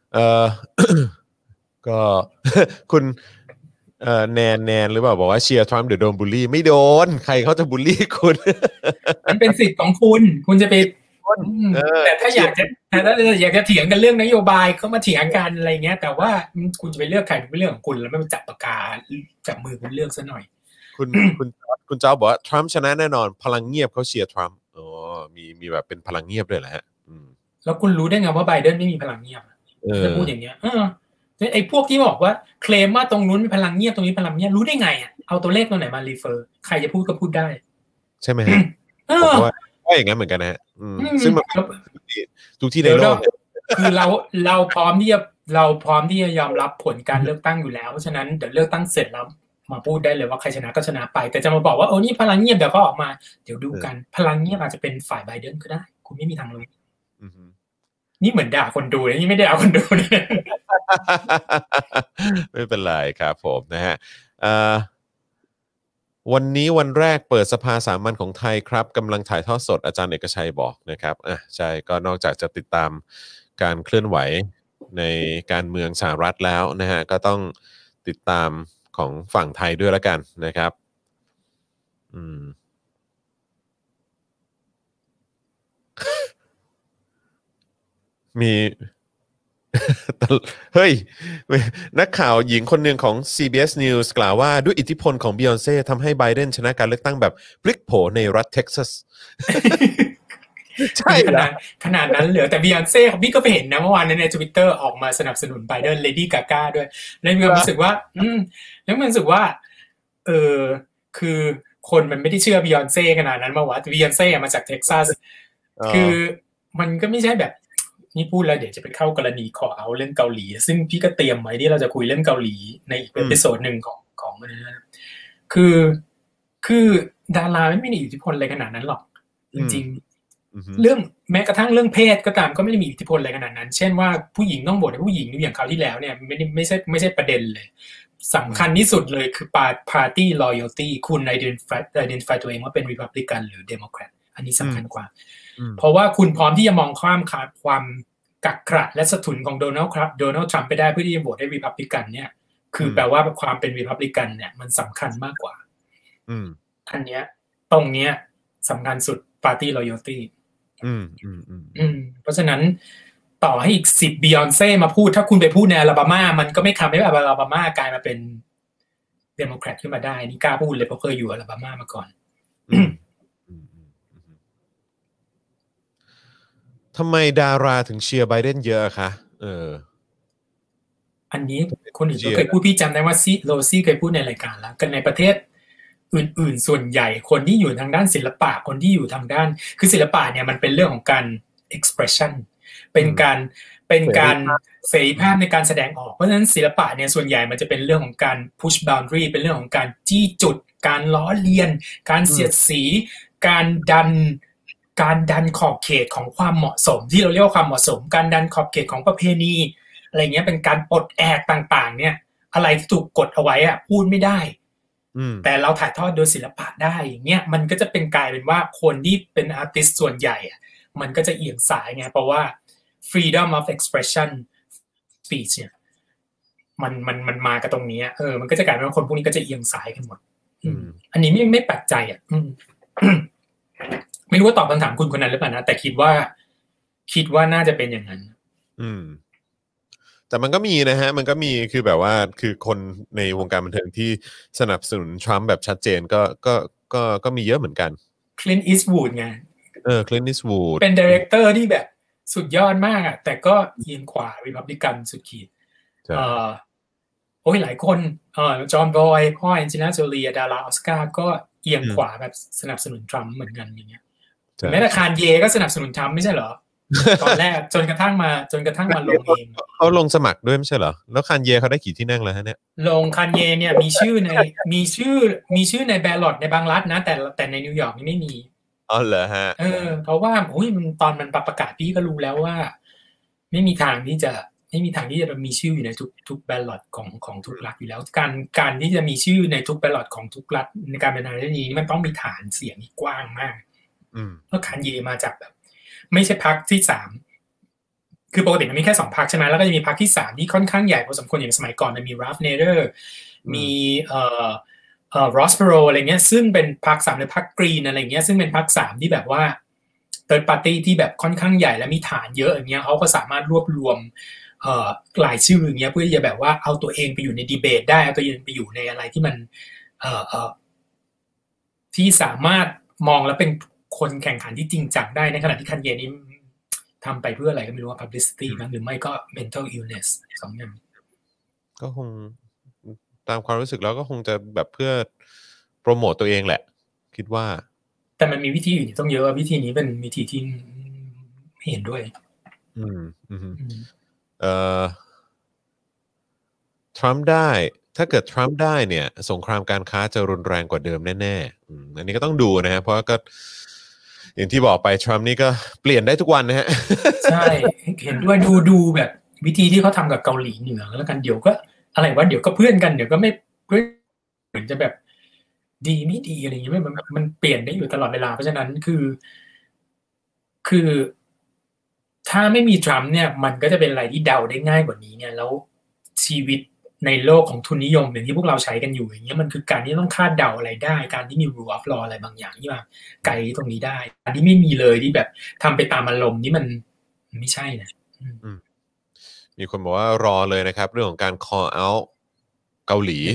B: ก็คุณแนนหรือเปล่าบอกว่าเชียร์ทรัมป์เดี๋ยวโดนบูลลี่ไม่โดนใครเขาจะบูลลี่คุณ
C: มันเป็นสิทธิ์ของคุณจะไปแต่ถ้าอยากจะเถียงกันเรื่องนโยบายเขามาเถียงกันอะไรเงี้ยแต่ว่าคุณจะไปเลือกใครเป็นเรื่องของคุณแล้วไม่มาจับปากกาจับมือคุณเลือกซะหน่อย
B: คุณเจ้าบอกว่าทรัมป์ชนะแน่นอนพลังเงียบเขาเชียร์ทรัมป์อ๋อมีแบบเป็นพลังเงียบด้วยแหละฮะ
C: แล้วคุณรู้ได้ไงว่าไบเดนไม่มีพลังเงียบจะพูดอย่างเงี้ยไอ้พวกที่บอกว่าเคลมว่าตรงนู้นมีพลังเงียบตรงนี้พลังเงียบรู้ได้ไงอ่ะเอาตัวเลขตัวไหนมารีเฟอร์ใครจะพูดก็พูดได้
B: ใช่ไหมฮะผมว่าอย่างนั้นเหมือนกันนะฮะซึ่งมันทุกที่ในโลก
C: คือเราพร้อมที่จะยอมรับผลการเลือกตั้งอยู่แล้วเพราะฉะนั้นเดี๋ยวเลือกตั้งเสร็จแล้วมาพูดได้เลยว่าใครชนะก็ชนะไปแต่จะมาบอกว่าโอ้นี่พลังเงียบเดี๋ยวก็ออกมาเดี๋ยวดูกันพลังเงียบอาจจะเป็นฝ่ายไบเดนก็ได้คุณไม่มีทางรู้นี่เหมือนด่าคนดูนะนี่ไม่ได้ด่าคนดูนะ
B: ไม่เป็นไรครับผมนะฮะวันนี้วันแรกเปิดสภาสามัญของไทยครับกำลังถ่ายทอดสดอาจารย์เอกชัยบอกนะครับใช่ก็นอกจากจะติดตามการเคลื่อนไหวในการเมืองสหรัฐแล้วนะฮะก็ต้องติดตามของฝั่งไทยด้วยแล้วกันนะครับมีเฮ้ยนักข่าวหญิงคนหนึ่งของ CBS News กล่าวว่าด้วยอิทธิพลของ Beyoncé ทำให้ไบเดนชนะการเลือกตั้งแบบพลิกโผในรัฐเท็กซัสใช่
C: ขนาดนั้นเหลือแต่ Beyoncé พี่ก็ไปเห็นนะเมื่อวานใน Twitter ออกมาสนับสนุนไบเดน Lady Gaga ด้วยแล้วมีความรู้สึกว่าแล้วมันรู้สึกว่าคือคนมันไม่ได้เชื่อ Beyoncé ขนาดนั้นมาว่า Beyoncé มาจากเท็กซัสคือมันก็ไม่ใช่แบบนี่พูดแล้วเดี๋ยวจะไปเข้ากรณีขอเอาเรื่องเกาหลีซึ่งพี่ก็เตรียมไว้ที่เราจะคุยเรื่องเกาหลีในอีกเอพิโซดนึงของมันนะคือดาราไม่มีอิทธิพลอะไรขนาดนั้นหรอกจริงๆเรื่องแม้กระทั่งเรื่องเพศก็ตามก็ไม่ได้มีอิทธิพลอะไรขนาดนั้นเช่นว่าผู้หญิงต้องโหวตให้ผู้หญิงอย่างคราวที่แล้วเนี่ยไม่ใช่ประเด็นเลยสำคัญที่สุดเลยคือ party loyalty คุณ identify ตัวเองว่าเป็น Republican หรือ Democrat อันนี้สำคัญกว่าเพราะว่าคุณพร้อมที่จะมองข้ามความกักขระและสะทุนของโดนัลด์ทรัมป์ไปได้เพื่อที่จะโหวตให้ Republican เนี่ยคือแปลว่าความเป็น Republican เนี่ยมันสำคัญมากกว่าอันเนี้ยตรงเนี้ยสำคัญสุด party loyalty เพราะฉะนั้นต่อให้อีก10 Beyoncé มาพูดถ้าคุณไปพูดในอลาบามามันก็ไม่ทำให้อลาบามากลายมาเป็น Democrat ขึ้นมาได้นี่กล้าพูดเลยเพราะเคยอยู่อลาบามามาก่อน
B: ทำไมดาราถึงเชียร์ไบเดนเยอะคะ
C: อันนี้คนอื่นก็เคยพูดพี่จำได้ว่าโรซี่เคยพูดในรายการแล้วกันในประเทศอื่นๆส่วนใหญ่คนที่อยู่ทางด้านศิลปะคนที่อยู่ทางด้านคือศิลปะเนี่ยมันเป็นเรื่องของการ expression เป็นการเสรีภาพในการแสดงออกเพราะฉะนั้นศิลปะเนี่ยส่วนใหญ่มันจะเป็นเรื่องของการ push boundary เป็นเรื่องของการจี้จุดการล้อเลียนการเสียดสีการดันขอบเขตของความเหมาะสมที่เราเรียกว่าความเหมาะสมการดันขอบเขตของประเพณีอะไรเงี้ยเป็นการปลดแอกต่างๆเนี่ยอะไรที่ถูกกดเอาไว้อะพูดไม่ได้แต่เราถ่ายทอดโดยศิลปะได้อย่างเงี้ยมันก็จะเป็นกลายเป็นว่าคนที่เป็นอาร์ติสต์ส่วนใหญ่อะมันก็จะเอียงซ้ายไงเพราะว่า freedom of expression speech เนี่ยมันมากับตรงนี้มันก็จะกลายเป็นว่าคนพวกนี้ก็จะเอียงซ้ายกันหมดอันนี้ไม่แปลกใจไม่รู้ว่าตอบคำถามคุณคนนั้นหรือเปล่านะแต่คิดว่าน่าจะเป็นอย่างนั้น
B: แต่มันก็มีนะฮะมันก็มีคือแบบว่าคือคนในวงการบันเทิงที่สนับสนุนทรัมป์แบบชัดเจนก็มีเยอะเหมือนกัน
C: Clint Eastwood ไง
B: Clint Eastwood
C: เป็นไดเรคเตอร์ที่แบบสุดยอดมากอ่ะแต่ก็เอียงขวารีพับลิกันสุดขีดโอ้ยหลายคนจอห์นบอยพ่อแอนเจลิน่าโจลีดาราออสการ์ก็เอียงขวาแบบสนับสนุนทรัมป์เหมือนกันอย่างเงี้ยแม้แต่คานเยก็สนับสนุนทรัมป์ไม่ใช่เหรอตอนแรกจนกระทั่งมาลงเอง
B: เขาลงสมัครด้วยไม่ใช่เหรอแล้วคานเยเขาได้กี่ที่นั่งแล้วฮะเนี่ย
C: ลงคานเยเนี่ยมีชื่อในแบลล็อตในบางรัฐนะแต่ในนิวยอร์กนี่ไม่มี
B: อ๋อเหรอฮะ
C: เพราะว่าตอนมันประกาศพี่ก็รู้แล้วว่าไม่มีทางที่จะมีชื่ออยู่ในทุกแบลล็อตของทุกรัฐอยู่แล้วการที่จะมีชื่อในทุกแบลล็อตของทุกรัฐในการเป็นนายกนี้มันต้องมีฐานเสียงที่กว้างมากเพราะคานเยมาจากแบบไม่ใช่พรรคที่3คือปกติมันมีแค่2พรรคใช่ไหมแล้วก็จะมีพรรคที่3ที่ค่อนข้างใหญ่พอสมควรอย่างสมัยก่อนมันมีราฟเนเดอร์มีรอสเปโรอะไรเงี้ยซึ่งเป็นพรรค3หรือพรรคกรีนอะไรเงี้ยซึ่งเป็นพรรค3ที่แบบว่าthird party ที่แบบค่อนข้างใหญ่และมีฐานเยอะอย่างเงี้ยเขาก็สามารถรวบรวมหลายชื่ออย่างเงี้ยเพื่อที่จะแบบว่าเอาตัวเองไปอยู่ในดีเบตได้เอาตัวเองไปอยู่ในอะไรที่มันที่สามารถมองแล้วเป็นคนแข่งขันที่จริงจังได้ในขณะที่คันเยนี้ทำไปเพื่ออะไรก็ไม่รู้ว่า publicity มั้งหรือไม่ก็ mental illness 2 อย่าง
B: ก็คงตามความรู้สึกแล้วก็คงจะแบบเพื่อโปรโมตตัวเองแหละคิดว่า
C: แต่มันมีวิธีอื่นต้องเยอะวิธีนี้เป็นวิธีที่ไม่เห็นด้วย
B: ทรัมป์ได้ถ้าเกิดทรัมป์ได้เนี่ยสงครามการค้าจะรุนแรงกว่าเดิมแน่ๆอันนี้ก็ต้องดูนะฮะเพราะก็อย่างที่บอกไปทรัมป์นี่ก็เปลี่ยนได้ทุกวันนะฮะ
C: ใช่เห็นด้วยดูแบบวิธีที่เขาทำกับเกาหลีเหนือแล้วกันเดี๋ยวก็อะไรวะเดี๋ยวก็เพื่อนกันเดี๋ยวก็ไม่เพื่อนเหมือนจะแบบดีไม่ดีอะไรอย่างเงี้ยมันเปลี่ยนได้อยู่ตลอดเวลาเพราะฉะนั้นคือถ้าไม่มีทรัมป์เนี่ยมันก็จะเป็นอะไรที่เดาได้ง่ายกว่านี้เนี่ยแล้วชีวิตในโลกของทุนนิยมอย่างที่พวกเราใช้กันอยู่อย่างเงี้ยมันคือการที่ต้องคาดเดาอะไรได้การที่มี rule of law อะไรบางอย่างที่มาไกลตรงนี้ได้อันที่ไม่มีเลยที่แบบทำไปตามอารมณ์นี่มันไม่ใช่นะ
B: มีคนบอกว่ารอเลยนะครับเรื่องของการ call out เกาหลี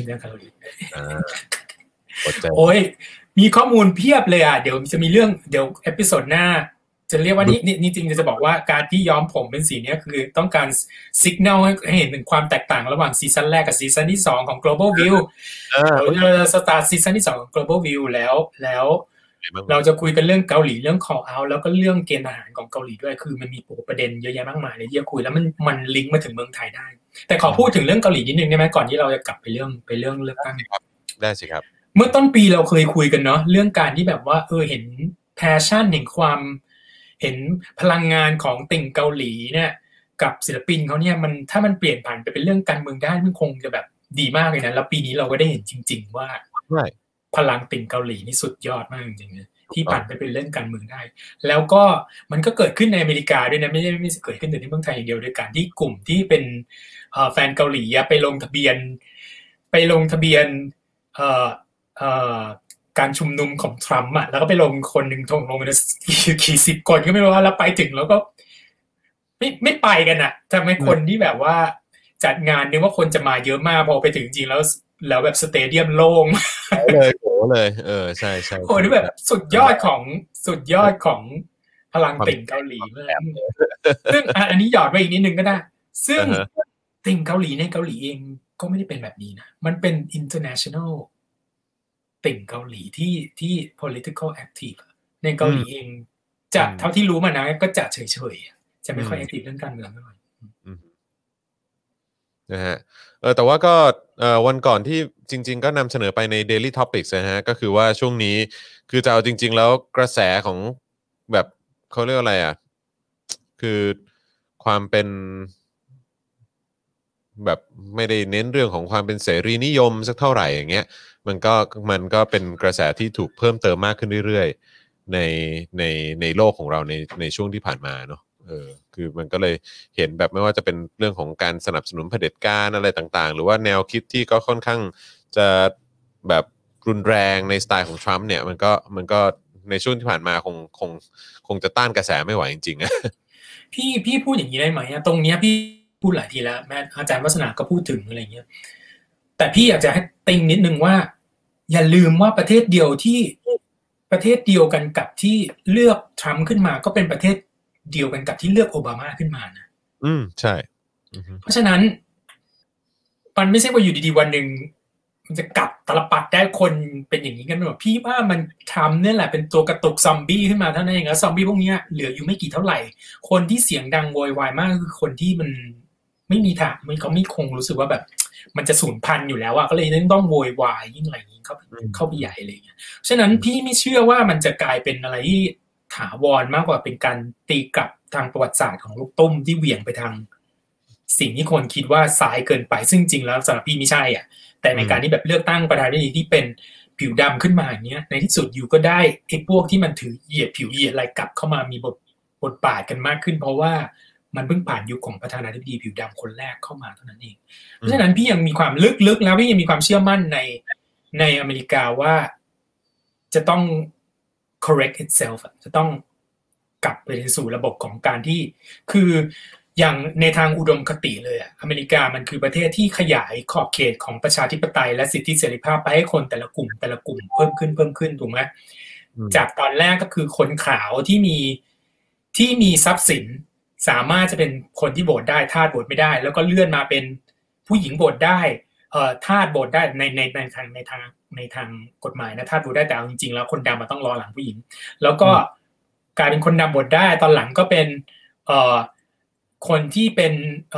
C: โอ้ยมีข้อมูลเพียบเลยเดี๋ยวจะมีเรื่องเดี๋ยวเอพิโซดหน้าจะเรียกว่านี่จริงจะบอกว่าการที่ย้อมผมเป็นสีนี้คือต้องการสัญญาณให้เห็นถึงความแตกต่างระหว่างซีซั่นแรกกับซีซั่นที่2ของ Global View เราสตาร์ทซีซั่นที่2ของ Global View แล้วเราจะคุยกันเรื่องเกาหลีเรื่อง call out แล้วก็เรื่องเกณฑ์ทหารของเกาหลีด้วยคือมันมีประเด็นเยอะแยะมากมายเลยที่จะคุยแล้วมันลิงก์มาถึงเมืองไทยได้แต่ขอพูดถึงเรื่องเกาหลีนิดนึงได้ไหมก่อนที่เราจะกลับไปเรื่องเลือกตั้ง
B: ได้สิครับ
C: เมื่อต้นปีเราเคยคุยกันเนาะเรื่องการที่แบบว่าเห็น passion เห็นความเห็นพลังงานของติ่งเกาหลีเนี่ยกับศิลปินเขาเนี่ยมันถ้ามันเปลี่ยนผ่านไปเป็นเรื่องการเมืองได้มันคงจะแบบดีมากเลยนะแล้วปีนี้เราก็ได้เห็นจริงๆว่าพลังติ่งเกาหลีนี่สุดยอดมากจริงๆที่ผ่านไปเป็นเรื่องการเมืองได้แล้วก็มันก็เกิดขึ้นในอเมริกาด้วยนะไม่เกิดขึ้นแต่ที่เมืองไทยอย่างเดียวโดยการที่กลุ่มที่เป็นแฟนเกาหลีไปลงทะเบียนการชุมนุมของทรัมป์แล้วก็ไปลงคนหนึ่งลงไปกี่สิบคนก็ไม่รู้ว่าแล้วไปถึงแล้วก็ไม่ไปกันทำให้คนที่แบบว่าจัดงานนึกว่าคนจะมาเยอะมากพอไปถึงจริงแล้วแบบสเตเดียมโล่ง
B: เลยโหเลยใช่
C: โอ้นี่แบบสุดยอดของพลังติ่งเกาหลีเลยซึ่งอันนี้หยอดไว้อีกนิดนึงก็ได้ซึ่งติ่งเกาหลีในเกาหลีเองก็ไม่ได้เป็นแบบนี้นะมันเป็น internationalติ่งเกาหลีที่ political active ในเกาหลีเองจะเท่าที่รู้มานะก็จะเฉยๆจะไม่ค่อย active เรื่องการเมืองเท่าไหร่
B: นะฮะแต่ว่าก็วันก่อนที่จริงๆก็นำเสนอไปใน Daily Topics นะฮะก็คือว่าช่วงนี้คือจะเอาจริงๆแล้วกระแสของแบบเขาเรียกอะไรคือความเป็นแบบไม่ได้เน้นเรื่องของความเป็นเสรีนิยมสักเท่าไหร่อย่างเงี้ยมันก็เป็นกระแสที่ถูกเพิ่มเติมมากขึ้นเรื่อยในในในโลกของเราในช่วงที่ผ่านมาเนาะคือมันก็เลยเห็นแบบไม่ว่าจะเป็นเรื่องของการสนับสนุนเผด็จการอะไรต่างๆหรือว่าแนวคิดที่ก็ค่อนข้างจะแบบรุนแรงในสไตล์ของทรัมป์เนี่ยมันก็ในช่วงที่ผ่านมาคงจะต้านกระแสไม่ไหวจริงๆอะ
C: พี่พูดอย่างนี้ได้ไหมตรงเนี้ยพี่พูดหลายทีแล้วแม้อาจารย์วัฒนาก็พูดถึงอะไรเงี้ยแต่พี่อยากจะให้ติงนิดนึงว่าอย่าลืมว่าประเทศเดียวกันกับที่เลือกทรัมป์ขึ้นมาก็เป็นประเทศเดียวกันกับที่เลือกโอบามาขึ้นมานะ
B: ใช่
C: เพราะฉะนั้นมันไม่ใช่ว่าอยู่ดีๆวันหนึ่งมันจะกลับตลปัดได้คนเป็นอย่างนี้กันหมดพี่ว่ามันทำเนี่ยแหละเป็นตัวกระตุกซอมบี้ขึ้นมาเท่านั้นเองแล้วซอมบี้พวกนี้เหลืออยู่ไม่กี่เท่าไหร่คนที่เสียงดังโวยวายมากคือคนที่มันไม่มีทางเขาไม่คงรู้สึกว่าแบบมันจะสูญพันธุ์อยู่แล้วอะก็เลยต้องโวยวายยิ่งอะไรอย่างนี้เข้าไปใหญ่อะไรอย่างเงี้ยฉะนั้นพี่ไม่เชื่อว่ามันจะกลายเป็นอะไรที่ถาวรมากกว่าเป็นการตีกลับทางประวัติศาสตร์ของลูกตุ้มที่เหวี่ยงไปทางสิ่งที่คนคิดว่าซ้ายเกินไปซึ่งจริงแล้วสำหรับพี่ไม่ใช่อ่ะแต่ในการที่แบบเลือกตั้งประธานาธิบดีที่เป็นผิวดำขึ้นมาอย่างเงี้ยในที่สุดอยู่ก็ได้ไอ้พวกที่มันถือเหยียดผิวเหยียดอะไรกลับเข้ามามีบทบาทกันมากขึ้นเพราะว่ามันเพิ่งผ่านยุคของประธานาธิบดีผิวดำคนแรกเข้ามาเท่านั้นเองเพราะฉะนั้นพี่ยังมีความลึกๆแล้วพี่ยังมีความเชื่อมั่นในอเมริกาว่าจะต้อง correct itself จะต้องกลับไปสู่ระบบของการที่คืออย่างในทางอุดมคติเลยอเมริกามันคือประเทศที่ขยายขอบเขตของประชาธิปไตยและสิทธิเสรีภาพไปให้คนแต่ละกลุ่มเพิ่มขึ้นถูกไหมจากตอนแรกก็คือคนขาวที่มีทรัพย์สินสามารถจะเป็นคนที่โหวตได้ทาสโหวตไม่ได้แล้วก็เลื่อนมาเป็นผู้หญิงโหวตได้ทาสโหวตได้ในทางกฎหมายนะทาสโหวตได้แต่เอาจริงๆแล้วคนดำมันต้องรอหลังผู้หญิงแล้วก็กลายเป็นคนดำโหวตได้ตอนหลังก็เป็นคนที่เป็น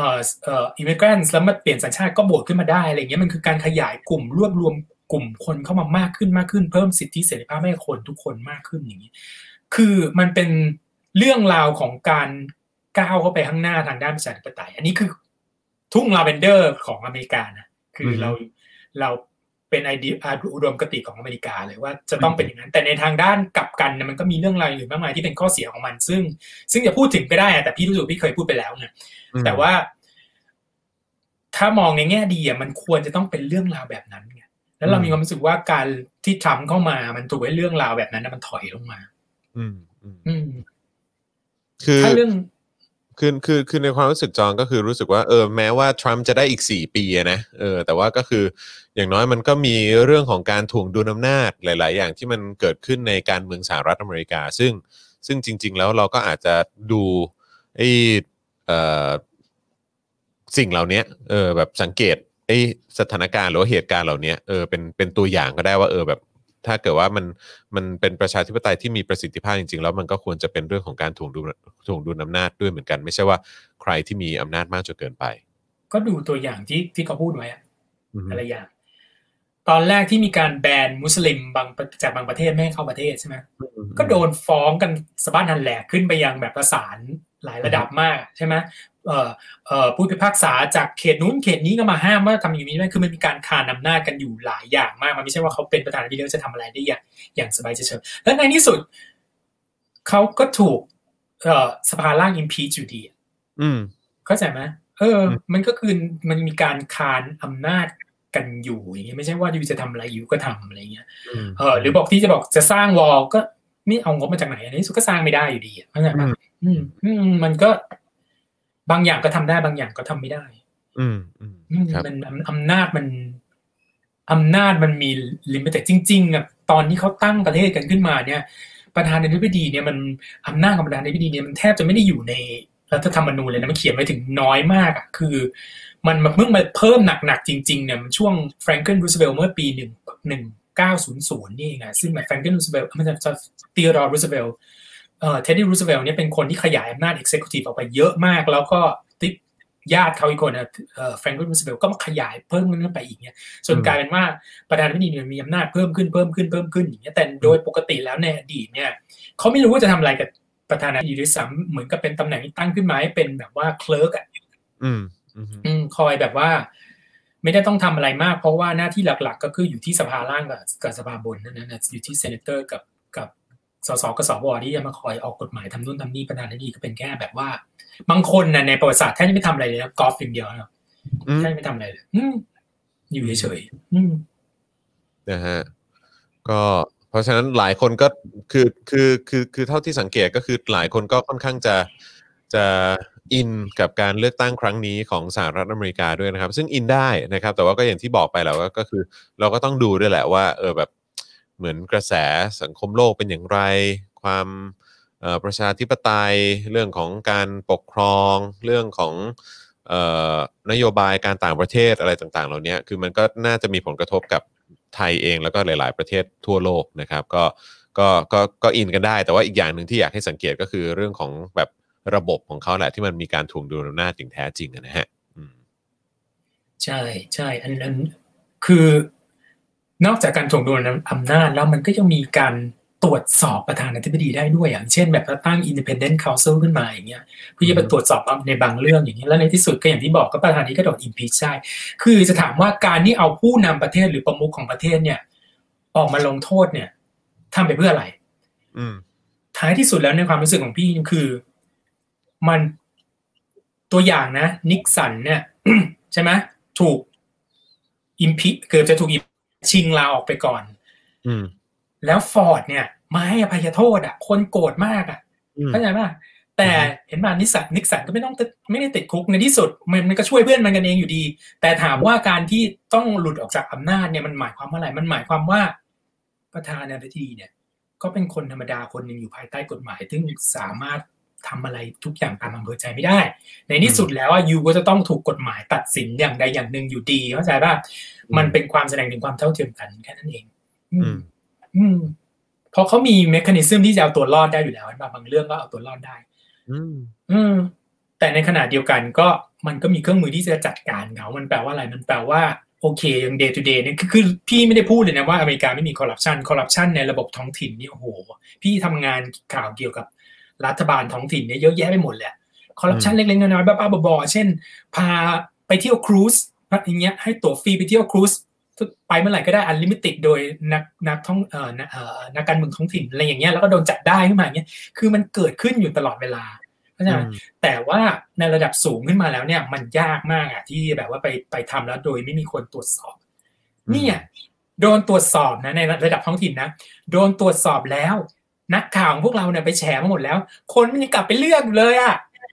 C: immigrants แล้วมาเปลี่ยนสัญชาติก็โหวตขึ้นมาได้อะไรเงี้ยมันคือการขยายกลุ่มรวบรวมกลุ่มคนเข้ามามากขึ้นเพิ่มสิทธิเสรีภาพให้คนทุกคนมากขึ้นอย่างนี้คือมันเป็นเรื่องราวของการก้าวเข้าไปข้างหน้าทางด้านประชาธิปไตยอันนี้คือทุ่งลาเวนเดอร์ของอเมริกานะคือเราเป็นไอเดียอุดมคติของอเมริกาเลยว่าจะต้องเป็นอย่างนั้นแต่ในทางด้านกลับกันมันก็มีเรื่องราวอื่นมากมายที่เป็นข้อเสียของมันซึ่งจะพูดถึงไม่ได้แต่พี่รู้สึกพี่เคยพูดไปแล้วไงแต่ว่าถ้ามองในแง่ดีมันควรจะต้องเป็นเรื่องราวแบบนั้นไงแล้วเรามีความรู้สึกว่าการที่ทรัมป์เข้ามามันถูกให้เรื่องราวแบบนั้นมันถอยลงมา
B: คือถ้าเรื่องคือในความรู้สึกจองก็คือรู้สึกว่าแม้ว่าทรัมป์จะได้อีก4 ปีนะแต่ว่าก็คืออย่างน้อยมันก็มีเรื่องของการถ่วงดุลอำนาจหลายๆอย่างที่มันเกิดขึ้นในการเมืองสหรัฐอเมริกาซึ่งจริงๆแล้วเราก็อาจจะดูไอ้สิ่งเหล่านี้แบบสังเกตไอ้สถานการณ์หรือว่าเหตุการณ์เหล่านี้เป็นตัวอย่างก็ได้ว่าแบบถ้าเกิดว่ามันเป็นประชาธิปไตยที่มีประสิทธิภาพจริงๆแล้วมันก็ควรจะเป็นเรื่องของการถ่วงดุลอำนาจด้วยเหมือนกันไม่ใช่ว่าใครที่มีอำนาจมากจนเกินไป
C: ก็ดูตัวอย่างที่เขาพูดไว้อะไรอย่างตอนแรกที่มีการแบนมุสลิมจากบางประเทศไม่ให้เข้าประเทศใช่ไหมก็โดนฟ้องกันสะบั้นหันแหลกขึ้นไปยังแบบประสานหลายระดับมากใช่ไหมผู้พิพากษาจากเขตนู้นเขตนี้ก็มาห้ามว่าทำอย่างนี้ไม่คือมันมีการคานอำนาจกันอยู่หลายอย่างมากมันไม่ใช่ว่าเขาเป็นประธานาธิบดีจะทำอะไรได้อย่างสบายเฉยๆและในที่สุดเขาก็ถูกสภาล่าง impeach อยู่ดีเข้าใจไหมมันก็คือมันมีการคานอำนาจกันอยู่อย่างเงี้ยไม่ใช่ว่าอยู่จะทำอะไรอยู่ก็ทำอะไรเงี้ยหรือบอกที่จะบอกจะสร้างวอลก็ไม่เอางบมาจากไหนในที่สุดก็สร้างไม่ได้อยู่ดีเข้าใจไหมมันก็บางอย่างก็ทำได้บางอย่างก็ทำไม่ได้มันอำนาจมันมีลิมิตแต่จริงๆอ่ะตอนที่เขาตั้งประเทศกันขึ้นมาเนี่ยประธานาธิบดีเนี่ยมันอำนาจของประธานาธิบดีเนี่ยมันแทบจะไม่ได้อยู่ในรัฐธรรมนูญเลยนะมันเขียนไว้ถึงน้อยมากอ่ะคือมันเพิ่งมาเพิ่มหนักๆจริงๆเนี่ยมันช่วงแฟรงเกิลรูสเวลต์เมื่อปี1900นี่เองอ่ะซึ่งแฟรงเกิลรูสเวลต์มันจะธีโอดอร์รูสเวลต์เท็ดดี้รูสเวลต์เนี่ยเป็นคนที่ขยายอำนาจ executive ออกไปเยอะมากแล้วก็ญาติเขาอีกคนแฟรงเกิลรูสเวลต์ก็มาขยายเพิ่มขึ้นไปอีกเนี่ยจนกลายเป็นว่าประธานาธิบดีมีอำนาจเพิ่มขึ้นอย่างเงี้ยแต่โดยปกติแล้วในอดีตเนี่ยเขาไม่รู้ว่าจะทำอะไรกับประธานาธิบดีด้วยซ้ำเหมือนกับเป็นตำแหน่งที่ตั้งขึ้นมาให้เป็นแบบว่าเคลิร์กอ่ะคอยแบบว่าไม่ได้ต้องทำอะไรมากเพราะว่าหน้าที่หลักๆก็คืออยู่ที่สภาล่างกับสภาบนนั่นนะอยู่ที่เซเนเตอร์กับสสกับสวที่จะมาคอยออกกฎหมายทำนู่นทำนี่ประธานาธิบดีก็เป็นแค่แบบว่าบางคนนะในประวัติศาสตร์แทบจะไม่ทำอะไรเลยนะกอล์ฟอย่างเดียวนะแทบไม่ทำอะไรเลยอยู่เฉย
B: ๆนะฮะก็เพราะฉะนั้นหลายคนก็คือเท่าที่สังเกตก็คือหลายคนก็ค่อนข้างจะอินกับการเลือกตั้งครั้งนี้ของสหรัฐอเมริกาด้วยนะครับซึ่งอินได้นะครับแต่ว่าก็อย่างที่บอกไปแล้วก็คือเราก็ต้องดูด้วยแหละว่าแบบเหมือนกระแสสังคมโลกเป็นอย่างไรความประชาธิปไตยเรื่องของการปกครองเรื่องของนโยบายการต่างประเทศอะไรต่างๆเหล่านี้คือมันก็น่าจะมีผลกระทบกับไทยเองแล้วก็หลายๆประเทศทั่วโลกนะครับก็อินกันได้แต่ว่าอีกอย่างหนึ่งที่อยากให้สังเกตก็คือเรื่องของแบบระบบของเขาแหละที่มันมีการถ่วงดุลอำนาจอย่างแท้จริงนะฮะ
C: ใช่ใช่อันคือนอกจากการถ่วงดุลอำนาจแล้วมันก็ยังมีการตรวจสอบประธานาธิบดีได้ด้วยอย่างเช่นแบบตั้ง Independent Council ขึ้นมาอย่างเงี้ยเพื่อจะไปตรวจสอบในบางเรื่องอย่างนี้แล้วในที่สุดก็อย่างที่บอกก็ประธานาธิบดีก็โดน impeach ได้คือจะถามว่าการที่เอาผู้นำประเทศหรือประมุขของประเทศเนี่ยออกมาลงโทษเนี่ยทำไปเพื่ออะไรท้ายที่สุดแล้วในความรู้สึกของพี่คือมันตัวอย่างนะนิกสันเนี่ย ใช่ไหมถูกimpeach เกือบจะถูกชิงลาออกไปก่อนแล้วฟอร์ดเนี่ยมาให้อภัยโทษคนโกรธมากเข้าใจป่ะแต่เห็นป่ะนิกสันก็ไม่ได้ติดคุกในที่สุดมันก็ช่วยเพื่อนมันกันเองอยู่ดีแต่ถามว่าการที่ต้องหลุดออกจากอำนาจเนี่ยมันหมายความว่าอะไรมันหมายความว่าประธานาธิบดีเนี่ยก็เป็นคนธรรมดาคนหนึ่งอยู่ภายใต้กฎหมายซึ่งสามารถทำอะไรทุกอย่างตามอำเภอใจไม่ได้ในที่สุดแล้วยูก็จะต้องถูกกฎหมายตัดสินอย่างใดอย่างหนึ่งอยู่ดีเข้าใจป่ะมันเป็นความแสดงถึงความเท่าเทียมกันแค่นั้นเองเพราะเขามีเมคานิซึมที่จะเอาตัวรอดได้อยู่แล้วบางเรื่องก็เอาตัวรอดได้แต่ในขณะเดียวกันก็มันก็มีเครื่องมือที่จะจัดการเขามันแปลว่าอะไรมันแปลว่าโอเคอย่าง day to day เนี่ยคือพี่ไม่ได้พูดเลยนะว่าอเมริกาไม่มีคอร์รัปชันในระบบท้องถิ่นนี่โอ้โหพี่ทำงานข่าวเกี่ยวกับรัฐบาลท้องถิ่นเนี่ยเยอะแยะไปหมดเลยคอร์รัปชันเล็กๆน้อยๆบ้าๆบอๆเช่นพาไปเที่ยวครูซอย่างเงี้ยให้ตั๋วฟรีไปเที่ยวครูซไปเมื่อไหร่ก็ได้ unlimited โดยนักการเมืองท้องถิ่นอะไรอย่างเงี้ยแล้วก็โดนจับได้ขึ้นมาอย่างเงี้ยคือมันเกิดขึ้นอยู่ตลอดเวลาเข้าใจไหมแต่ว่าในระดับสูงขึ้นมาแล้วเนี่ยมันยากมากที่แบบว่าไปทำแล้วโดยไม่มีคนตรวจสอบเนี่ยโดนตรวจสอบนะในระดับท้องถิ่นนะโดนตรวจสอบแล้วนักข่าวพวกเราเนี่ยไปแฉมาหมดแล้วคนมันยังกลับไปเลือกอยู่เลย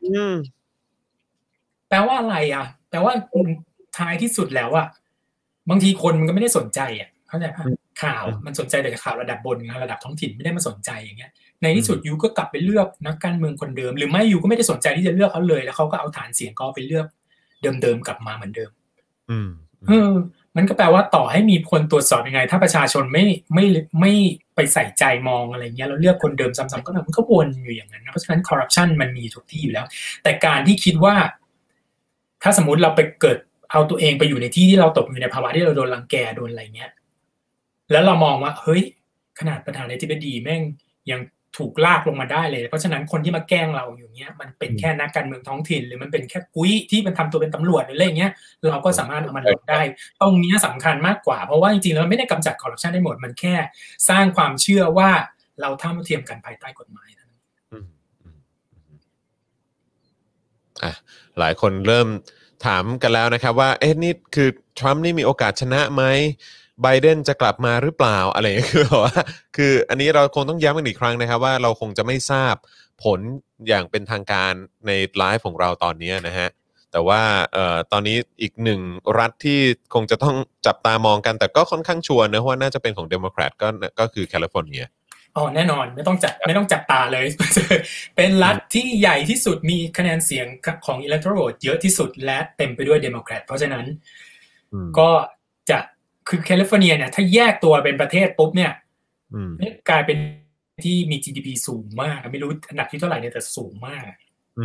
C: แปลว่าอะไรแปลว่าท้ายที่สุดแล้วบางทีคนมันก็ไม่ได้สนใจเข้าใจป่ะข่าวมันสนใจแต่ข่าวระดับบนระดับท้องถิ่นไม่ได้มาสนใจอย่างเงี้ยในที่สุดยูก็กลับไปเลือกนักการเมืองคนเดิมหรือไม่ยูก็ไม่ได้สนใจที่จะเลือกเขาเลยแล้วเขาก็เอาฐานเสียงก็ไปเลือกเดิมๆกลับมาเหมือนเดิมมันก็แปลว่าต่อให้มีคนตรวจสอบยังไงถ้าประชาชนไม่ไปใส่ใจมองอะไรเงี้ยแล้วเลือกคนเดิมซ้ำๆก็มันก็วนอยู่อย่างนั้นนะเพราะฉะนั้นคอร์รัปชันมันมีทุกที่อยู่แล้วแต่การที่คิดว่าถ้าสมมุติเราไปเกิดเอาตัวเองไปอยู่ในที่ที่เราตกอยู่ในภาวะที่เราโดนรังแกโดนอะไรเงี้ยแล้วเรามองว่าเฮ้ยขนาดประธานาธิบดีแม่งยังถูกลากลงมาได้เลยเพราะฉะนั้นคนที่มาแกล้งเราอยู่เงี้ยมันเป็นแค่นักการเมืองท้องถิ่นหรือมันเป็นแค่กุ้ยที่มันทำตัวเป็นตำรวจหรืออะไรเงี้ยเราก็สามารถเอามันลดได้ตรงนี้สำคัญมากกว่าเพราะว่าจริงๆแล้วไม่ได้กำจัดคอร์รัปชันได้หมดมันแค่สร้างความเชื่อว่าเราเท่าเทียมกันภายใต้กฎหมาย
B: หลายคนเริ่มถามกันแล้วนะครับว่านี่คือทรัมป์นี่มีโอกาสชนะไหมไบเดนจะกลับมาหรือเปล่าอะไรคืออันนี้เราคงต้องย้ำกันอีกครั้งนะครับว่าเราคงจะไม่ทราบผลอย่างเป็นทางการในไลฟ์ของเราตอนนี้นะฮะแต่ว่าตอนนี้อีกหนึ่งรัฐที่คงจะต้องจับตามองกันแต่ก็ค่อนข้างชัวร์นะว่าน่าจะเป็นของเดโมแครตก็คือแคลิฟอร์เนีย
C: แน่นอนไม่ต้องจับตาเลยเป็นรัฐที่ใหญ่ที่สุดมีคะแนนเสียงของ electoral vote เยอะที่สุดและเต็มไปด้วยเดโมแครตเพราะฉะนั้นก็จะคือแคลิฟอร์เนียเนี่ยถ้าแยกตัวเป็นประเทศปุ๊บเนี่ยกลายเป็นที่มี GDP สูงมากไม่รู้อันดับที่เท่าไหร่เนี่ยแต่สูงมาก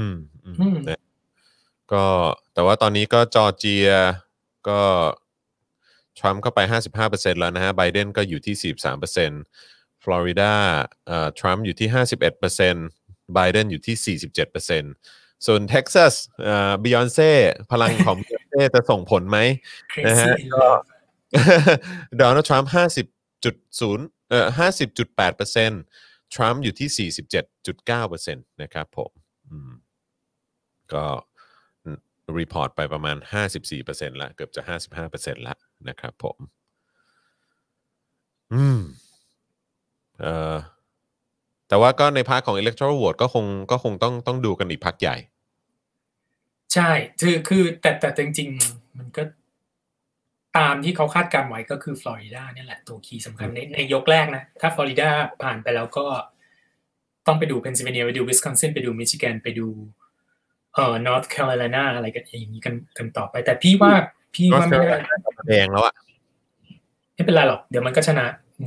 B: ก็แต่ว่าตอนนี้ก็จอร์เจียก็ทรัมป์เข้าไป 55% แล้วนะฮะไบเดนก็อยู่ที่ 43%ฟลอริดาทรัมป์อยู่ที่ 51% ไบเดนอยู่ที่ 47%ส่วนเท็กซัสบิยอนเซ่พลังของบิยอนเซ่จะส่งผลไหมนะฮะก็โดนัลด์ทรัมป์ 50.8% ทรัมป์อยู่ที่ 47.9% นะครับผมก็รีพอร์ตไปประมาณ 54% ละเกือบจะ 55% ละนะครับผมแต่ว่าก็ในพาร์ทของ electoral vote ก็คงต้องดูกันอีกพักใหญ่
C: ใช่คือแต่จริงๆมันก็ตามที่เขาคาดการไว้ก็คือฟลอริดาเนี่ยแหละตัวคีย์สำคัญในยกแรกนะถ้าฟลอริดาผ่านไปแล้วก็ต้องไปดูเพนซิลเวเนียไปดูวิสคอนซินไปดูมิชิแกนไปดูนอร์ทแคโรไลนาอะไรกันอย่างนี้กันต่อไปแต่พี่ว่าไม่ได้
B: แดงแล้วอะ
C: ไม่เป็นไรหรอกเดี๋ยวมันก็ชนะ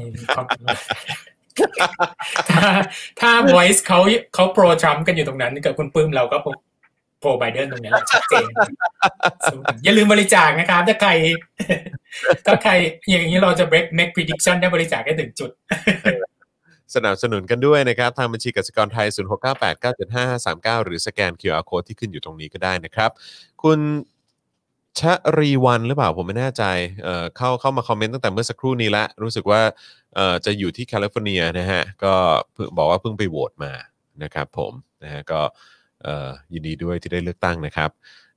C: ถ้า voice เขาโปรทรัมป์กันอยู่ตรงนั้นกับคุณปื้มเราก็โปรไบเดนตรงนี้แหละชัดเจนอย่าลืมบริจาคนะครับถ้าใครอย่างนี้เราจะ make prediction ได้บริจาคได้ถึงจุด
B: สนับสนุนกันด้วยนะครับทางบัญชีกสิกรไทย0698975539หรือสแกน QR Code ที่ขึ้นอยู่ตรงนี้ก็ได้นะครับคุณชรีวันหรือเปล่าผมไม่แน่ใจเข้ามาคอมเมนต์ตั้งแต่เมื่อสักครู่นี้ละรู้สึกว่าจะอยู่ที่แคลิฟอร์เนียนะฮะก็บอกว่าเพิ่งไปโหวตมานะครับผมนะฮะก็ยินดีด้วยที่ได้เลือกตั้งนะครับ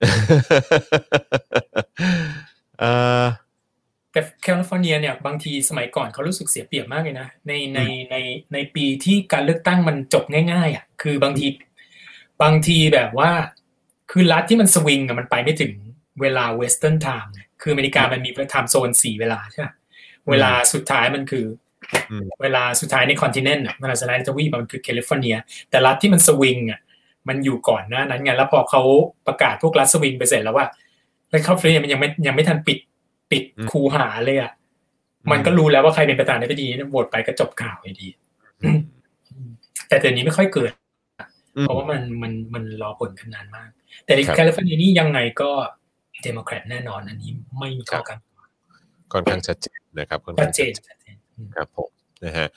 C: แต่แคลิฟอร์เนียเนี่ยบางทีสมัยก่อนเขารู้สึกเสียเปรียบมากเลยนะในปีที่การเลือกตั้งมันจบง่ายๆอ่ะคือบางทีแบบว่าคือรัฐที่มันสวิงอ่ะมันไปไม่ถึงเวลาเวสเทิร์นไทม์คืออเมริกามันมีไทม์โซน4เวลาใช่ไหมเวลาสุดท้ายมันคือเวลาสุดท้ายในคอนติเนนต์เวลาสุดท้ายในทวีปมันคือแคลิฟอร์เนียแต่รัฐที่มันสวิงอ่ะมันอยู่ก่อนหน้านั้นไงแล้วพอเขาประกาศพวกรัฐสวิงไปเสร็จแล้วว่าแล้วแคลิฟอร์เนียมันยังไม่ทันปิดคูหาเลยอ่ะมันก็รู้แล้วว่าใครเป็นประธานาธิบดีโหวตไปก็จบข่าวอยู่ดีแต่เดี๋ยวนี้ไม่ค่อยเกิดเพราะว่ามันรอผลกันนานมากแต่ในแคลิฟอร์เนียนี่ยังไงก็เดโมแครตแน่นอนอันนี้ไม่มีข้อกังวล
B: ค่อนข้างชัดเจนนะครับค่อนข้างชัดเจนครับผมนะฮะ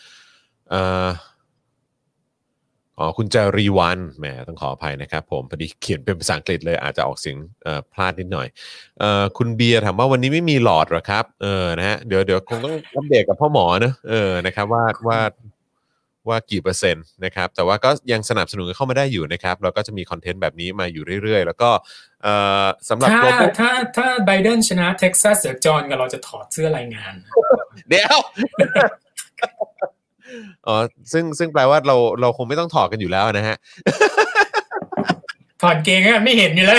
B: คุณจารีวันแหมต้องขออภัยนะครับผมพอดีเขียนเป็นภาษาอังกฤษเลยอาจจะออกเสียงพลาดนิดหน่อยคุณเบียร์ถามว่าวันนี้ไม่มีหลอดหรอครับนะฮะเดี๋ยวคงต้องอัปเดตกับพ่อหมอนะนะครับว่ากี่เปอร์เซ็นต์นะครับแต่ว่าก็ยังสนับสนุนเข้ามาได้อยู่นะครับเราก็จะมีคอนเทนต์แบบนี้มาอยู่เรื่อยๆแล้วก็สำหรับ
C: ถ้าไบเดนชนะเท็กซัสเสือจอนกับเราจะถอดเสื้อรายงาน
B: เดี๋ยวซึ่งแปลว่าเราคงไม่ต้องถอดกันอยู่แล้วนะฮะ
C: ถอดเกงก็ไม่เห็นอยู่แล้ว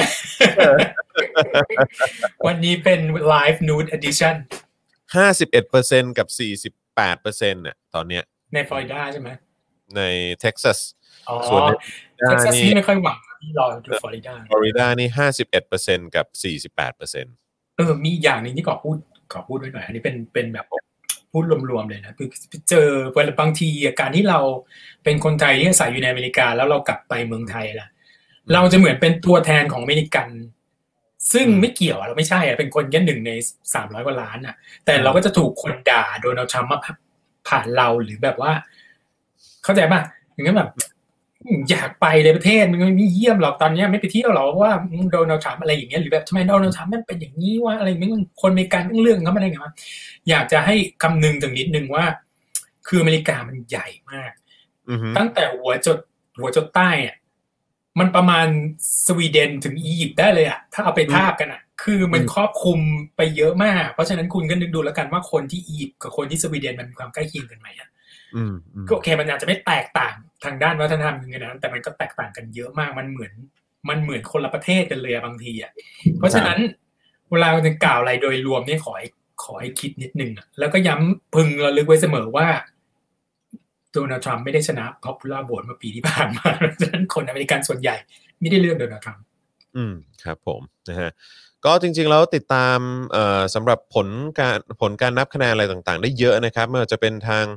C: วันนี้เป็น live nude edition
B: 51%กับ48%น่ะตอนเนี้ย
C: ในฟลอริดาใช่ไหม
B: ในเท็กซัส
C: ส่วนเท็กซัสนี่ไม่ค่อยหวังที่รอดูฟลอริดา
B: นี่ 51% กับ 48%
C: มีอย่างนึงที่ขอพูดด้วยหน่อยอันนี้เป็นแบบพูดรวมๆเลยนะคือเจอเวลาบางทีการที่เราเป็นคนไทยที่อาศัยอยู่ในอเมริกาแล้วเรากลับไปเมืองไทยล่ะเราจะเหมือนเป็นตัวแทนของอเมริกันซึ่งไม่เกี่ยวเราไม่ใช่เป็นคนแค่1ใน300กว่าล้านอ่ะแต่เราก็จะถูกคนด่าโดนัลด์ทรัมป์มาผ่านเราหรือแบบว่าเข้าใจป่ะอย่างนั้นแบบอยากไปในประเทศมันไม่เยี่ยมหรอกตอนนี้ไม่ไปเที่ยวหรอกว่าโดนัลด์ทรัมป์อะไรอย่างเงี้ยหรือแบบทำไมโดนัลด์ทรัมป์มันเป็นอย่างนี้ว่าอะไรไม่คนอเมริกันต้องเรื่องเขาไม่ได้ไงวะอยากจะให้คำนึงถึงนิดนึงว่าคืออเมริกามันใหญ่มากตั้งแต่หัวจดใต้อ่ะมันประมาณสวีเดนถึงอียิปต์ได้เลยอ่ะถ้าเอาไปทาบกันอ่ะคือมันครอบคลุมไปเยอะมากเพราะฉะนั้นคุณก็นึกดูแล้วกันว่าคนที่อียิปต์กับคนที่สวีเดนมันมีความใกล้เคียงกันไหมอ่ะก็โอเคมันอาจจะไม่แตกต่างทางด้านวัฒนธรรมอย่างนั้นแต่มันก็แตกต่างกันเยอะมากมันเหมือนคนละประเทศกันเลยบางทีอ่ะเพราะฉะนั้นเวลาจะกล่าวอะไรโดยรวมเนี่ยขอให้คิดนิดนึงอ่ะแล้วก็ย้ำพึงระลึกไว้เสมอว่าโดนัลด์ทรัมป์ไม่ได้ชนะ popular vote เมื่อปีที่ผ่านมาฉะนั้นคนอเมริกันส่วนใหญ่ไม่ได้เลือกโดนัลด์ทรัมป์
B: ครับผมนะฮะก็จริงๆแล้วติดตามสำหรับผลการนับคะแนนอะไรต่างๆได้เยอะนะครับไม่ว่าจะเป็นทาง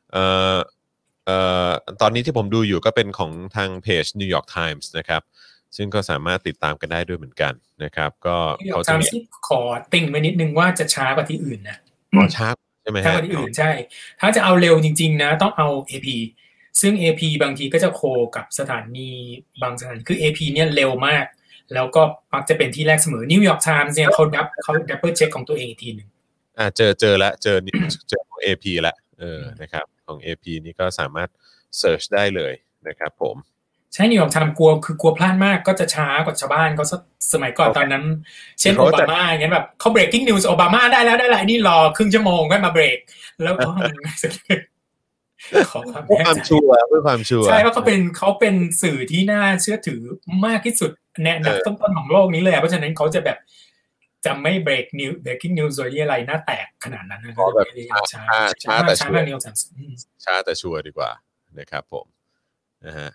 B: ตอนนี้ที่ผมดูอยู่ก็เป็นของทางเพจ New York Times นะครับซึ่งก็สามารถติดตามกันได้ด้วยเหมือนกันนะครับก็
C: เขาจะมีขอติ่งไว้นิดนึงว่าจะช้ากว่าที่อื่นนะ
B: ช้าใช่ไหมฮะ
C: ช้ากว่าที่อื่นใช่ถ้าจะเอาเร็วจริงๆนะต้องเอา AP ซึ่ง AP บางทีก็จะโคกับสถานีบางสถานีคือ AP เนี่ยเร็วมากแล้วก็มักจะเป็นที่แรกเสมอ New York Times เนี่ยเขาดับเบิลเช็คของตัวเองอีกทีนึง
B: เจอแล้วเจอของ AP แล้วนะครับของ AP นี่ก็สามารถเสิร์ชได้เลยนะครับผม
C: ใช่นิวยอร์กไทม์กลัวพลาดมากก็จะช้ากว่าชาวบ้านเขาสมัยก่อนตอนนั้นเช่นโอบามาอย่างเงี้ยแบบเขา breaking news โอบามาได้แล้วนี่รอครึ่งชั่วโมงก็มาเบรกแล้วก็ขอความ
B: ชัวร์เพื่อความชัวร์
C: ใช่เพราะเขาเป็นสื่อที่น่าเชื่อถือมากที่สุดแนะนำต้นๆของโลกนี้เลยเพราะฉะนั้นเขาจะแบบจะไม่ breaking news โดยที่อะไรหน้าแตกขนาดนั้น
B: ก็แบบช้าแต่ชัวร์ช้าแต่ชัวร์ดีกว่านะครับผมนะฮะ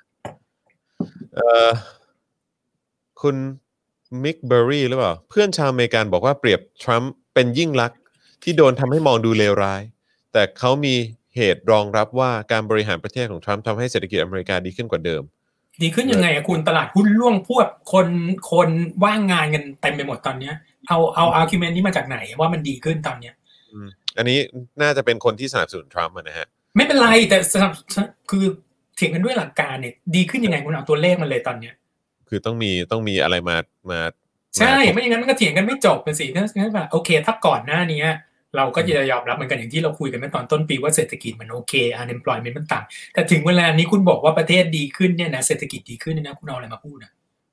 B: คุณมิกเบอร์รี่หรือเปล่าเพื่อนชาวอเมริกันบอกว่าเปรียบทรัมป์เป็นยิ่งลักษณ์ที่โดนทำให้มองดูเลวร้ายแต่เขามีเหตุรองรับว่าการบริหารประเทศของทรัมป์ทำให้เศรษฐกิจอเมริกาดีขึ้นกว่าเดิม
C: ดีขึ้นยังไงอะคุณตลาดหุ้นร่วงพวกคนว่างงานกันเต็มไปหมดตอนนี้เอาอาร์กิวเมนต์นี้มาจากไหนว่ามันดีขึ้นตอนเนี้ย
B: อันนี้น่าจะเป็นคนที่สนับสนุนทรัมป์นะฮะ
C: ไม่เป็นไรแต่คือเถียงกันด้วยหลักการเนี่ยดีขึ้นยังไงคุณเอาตัวเลขมันเลยตอนเนี้ย
B: คือต้องมีอะไรมา
C: ใช่ไม่อย่างนั้นมันก็เถียงกันไม่จบเป็นสินั่นแบบโอเคถ้าก่อนหน้านี้เราก็จะยอมรับเหมือนกันอย่างที่เราคุยกันเมื่อตอนต้นปีว่าเศรษฐกิจมันโอเค unemployment มันต่ำแต่ถึงเวลานี้คุณบอกว่าประเทศดีขึ้นเนี่ยนะเศรษฐกิจดีขึ้นเนี่ยนะคุณเอาอะไรมาพูด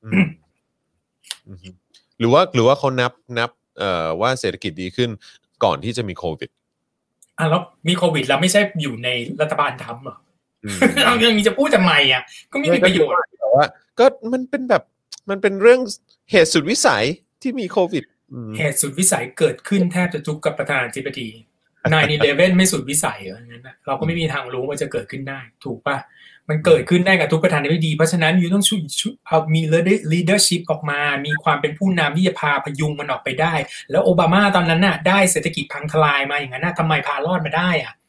B: หรือว่าเขานับว่าเศรษฐกิจดีขึ้นก่อนที่จะมีโควิด
C: แล้วมีโควิดแล้วไม่ใช่อยู่ในรัฐบาลทำหรอเอาเรื่องนี้จะพูดทำไมก็ไม่มีประโยชน์
B: แต่ว่าก็มันเป็นเรื่องเหตุสุดวิสัยที่มีโควิด
C: เหตุสุดวิสัยเกิดขึ้นแทบจะทุกกับประธานาธิบดี 9/11 ไม่สุดวิสัยงั้นเราก็ไม่มีทางรู้ว่าจะเกิดขึ้นได้ถูกป่ะมันเกิดขึ้นได้กับทุกประธานาธิบดีเพราะฉะนั้นอยู่ต้องเอามี leadership ออกมามีความเป็นผู้นำที่จะพยุงมันออกไปได้แล้วโอบามาตอนนั้นน่ะได้เศรษฐกิจพังทลายมาอย่างนั้นทำไมพารอดมาได้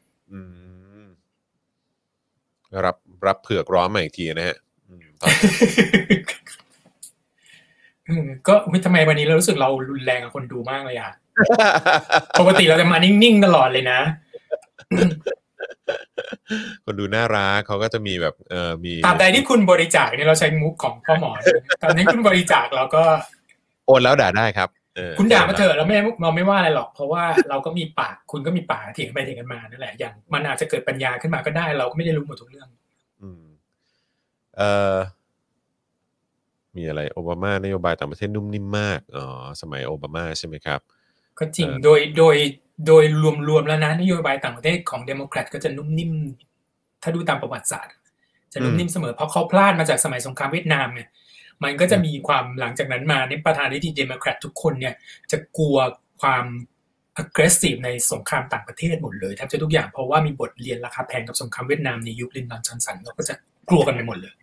B: รับเผือกร้อนมาอีกทีนะฮะ
C: ก็ทำไมวันนี้เรารู้สึกเรารุนแรงกับคนดูมากเลยปกติเราจะมานิ่งๆตลอดเลยนะ
B: คนดูน่ารักเขาก็จะมีแบบมี
C: ตามใดที่คุณบริจาคเนี่ยเราใช้มุกของพ่อหมอตอนนี้คุณบริจาคเราก็
B: โอนแล้วด่าได้ครับ
C: คุณด่ามาเถอะเราไม่ว่าอะไรหรอกเพราะว่าเราก็มีปากคุณก็มีปากเถียงไปเถียงกันมานั่นแหละอย่างมันอาจจะเกิดปัญญาขึ้นมาก็ได้เราก็ไม่ได้รู้หมดทุกเรื่อง
B: มีอะไรโอบามานโยบายต่างประเทศนุ่มนิ่มมากสมัยโอบามาใช่ไหมครับ
C: ก็จริงโดยรวมๆแล้วนะนโยบายต่างประเทศของเดโมแครตก็จะนุ่มนิ่มถ้าดูตามประวัติศาสตร์จะนุ่มนิ่มเสมอเพราะเขาพลาดมาจากสมัยสงครามเวียดนามไงมันก็จะมีความหลังจากนั้นมาในประธานาธิบดีเดโมแครตทุกคนเนี่ยจะกลัวความ aggressive ในสงครามต่างประเทศหมดเลยแทบจะทุกอย่างเพราะว่ามีบทเรียนราคาแพงกับสงครามเวียดนามในยุคลินดอนจอห์นสันเราก็จะกลัวกันไปหมดเลย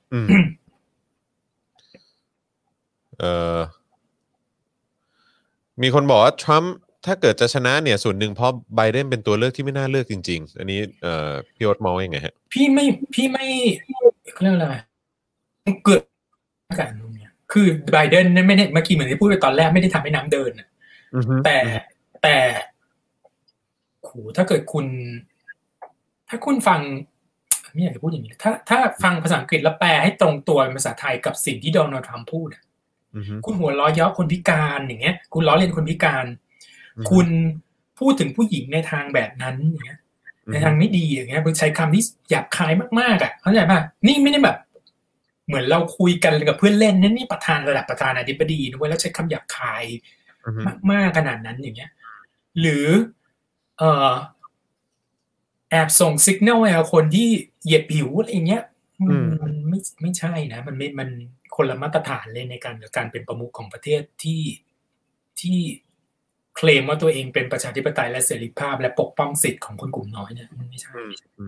B: มีคนบอกว่าทรัมป์ถ้าเกิดจะชนะเนี่ยส่วนหนึ่งเพราะไบเดนเป็นตัวเลือกที่ไม่น่าเลือกจริงๆอันนี้พี่โอ๊ตมองยังไงฮะ
C: พี่ไม่เรื่องอะไรเกิดการเนี่ยคือไบเดนไม่ได้เมื่อกี้เหมือนที่พูดไปตอนแรกไม่ได้ทำให้น้ำเดินแต่ถ้าเกิดถ้าคุณฟังไม่อยากจะพูดอย่างนี้ถ้าฟังภาษาอังกฤษแล้วแปลให้ตรงตัวเป็นภาษาไทยกับสิ่งที่โดนัลด์ทรัมป์พูดคุณหัวล้อเยาะคนพิการอย่างเงี้ยคุณล้อเลียนคนพิการคุณพูดถึงผู้หญิงในทางแบบนั้นอย่างเงี้ยในทางไม่ดีอย่างเงี้ยใช้คำที่หยาบคายมากๆเข้าใจป่ะนี่ไม่ได้แบบเหมือนเราคุยกันกับเพื่อนเล่นนี่ประธานระดับประธานาธิบดีนะเว้ยแล้วใช้คำหยาบคายมากๆขนาดนั้นอย่างเงี้ยหรือแอบส่งสัญญาณให้คนที่เหยียดผิวอะไรอย่างเงี้ยมันไม่ใช่นะมันคนละมาตรฐานเลยในการเป็นประมุขของประเทศที่เคลมว่าตัวเองเป็นประชาธิปไตยและเสรีภาพและปกป้องสิทธิ์ของคนกลุ่มน้อยเนี่ยมันไม่ใช่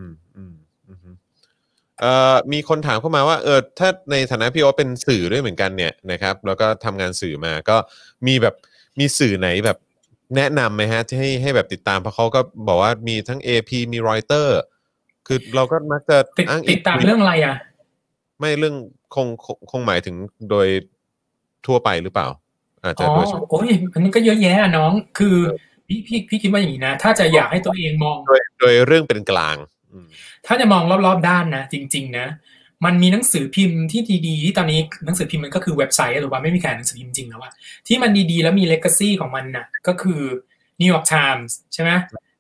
B: มีคนถามเข้ามาว่าถ้าในฐานะพี่โอ๊ตเป็นสื่อด้วยเหมือนกันเนี่ยนะครับแล้วก็ทำงานสื่อมาก็มีสื่อไหนแบบแนะนำไหมฮะที่ให้แบบติดตามเพราะเขาก็บอกว่ามีทั้ง AP มี Reuters คือเราก็มักจะ
C: ติดตามเรื่องอะไร
B: ไม่เรื่องคงหมายถึงโดยทั่วไปหรือเปล่าอาจจะโดย
C: โอ้ยอันนี้ก็เยอะแยะน้องคือพี่คิดว่าอย่างนี้นะถ้าจะอยากให้ตัวเองมอง
B: โดยเรื่องเป็นกลาง
C: ถ้าจะมองรอบๆด้านนะจริงๆนะมันมีหนังสือพิมพ์ที่ดีๆที่ตอนนี้หนังสือพิมพ์มันก็คือเว็บไซต์หรือว่าไม่มีขายหนังสือพิมพ์จริงแล้วว่าที่มันดีๆแล้วมีเลกาซี่ของมันน่ะก็คือ New York Times ใช่ไหม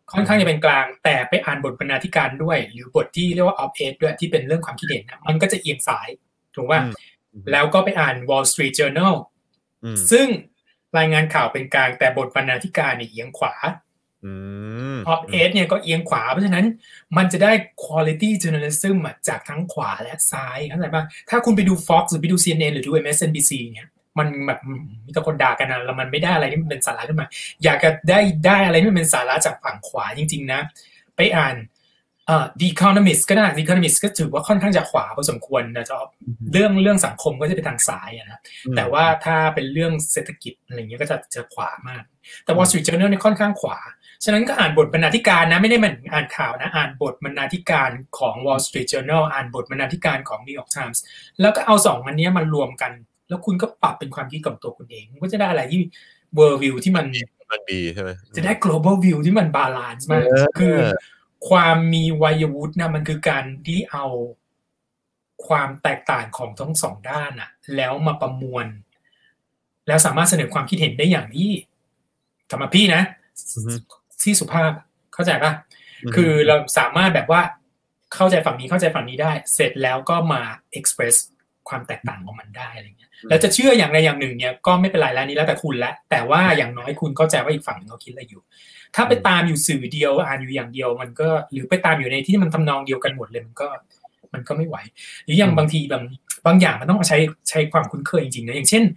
C: ค่อนข้างจะเป็นกลางแต่ไปอ่านบทบรรณาธิการด้วยหรือบทที่เรียกว่า op-ed ด้วยที่เป็นเรื่องความคิดเห็นนะมันก็จะเอียงซ้ายถูกป่ะแล้วก็ไปอ่าน Wall Street Journal ซึ่งรายงานข่าวเป็นกลางแต่บทบรรณาธิการเนี่ยเอียงขวาop-ed เนี่ยก็เอียงขวาเพราะฉะนั้นมันจะได้ quality journalism จากทั้งขวาและซ้ายเข้าใจป่ะถ้าคุณไปดู Fox หรือไปดู CNN หรือดู MSNBC เนี่ยมันแบบมีแต่คนด่ากันนะแล้วมันไม่ได้อะไรที่มันเป็นสาระขึ้นมาอยากจะได้อะไรที่มันเป็นสาระจากฝั่งขวาจริงๆนะไปอ่านThe Economist ก็ได้ The Economist ก็ถือว่าค่อนข้างจะขวาพอสมควรนะจ๊อบเรื่องสังคมก็จะไปทางซ้ายนะแต่ว่าถ้าเป็นเรื่องเศรษฐกิจอะไรเงี้ยก็จะขวามากแต่ Wall Street Journal เนี่ยค่อนข้างขวาฉะนั้นก็อ่านบทบรรณาธิการนะไม่ได้มันอ่านข่าวนะอ่านบทบรรณาธิการของ Wall Street Journal อ่านบทบรรณาธิการของ New York Times แล้วก็เอา2อันนี้มารวมกันแล้วคุณก็ปรับเป็นความคิดของตัวคุณเองคุณก็จะได้อะไรที่ world view ที่มัน
B: ดีใช่ไหม
C: จะได้ global view ที่มัน balance มากคือความมีวัยวุฒินะมันคือการที่เอาความแตกต่างของทั้งสองด้านอะแล้วมาประมวลแล้วสามารถเสนอความคิดเห็นได้อย่างที่สำหรับพี่นะที่สุภาพเข้าใจป่ะคือเราสามารถแบบว่าเข้าใจฝั่งนี้เข้าใจฝั่งนี้ได้เสร็จแล้วก็มา express ความแตกต่างของมันได้อะไรเงี้ยแล้วจะเชื่ออย่างใดอย่างหนึ่งเนี่ยก็ไม่เป็นไรแล้วนี้แล้วแต่คุณละแต่ว่าอย่างน้อยคุณเข้าใจว่าอีกฝั่งนึงเขาคิดอะไรอยู่ถ้าไปตามอยู่สื่อเดียวอ่านอยู่อย่างเดียวมันก็หรือไปตามอยู่ในที่มันทำนองเดียวกันหมดเลยมันก็ไม่ไหวหรืออย่างบางทีบางอย่างมันต้องใช้ความคุ้นเคยจริงๆนะอย่างเช่น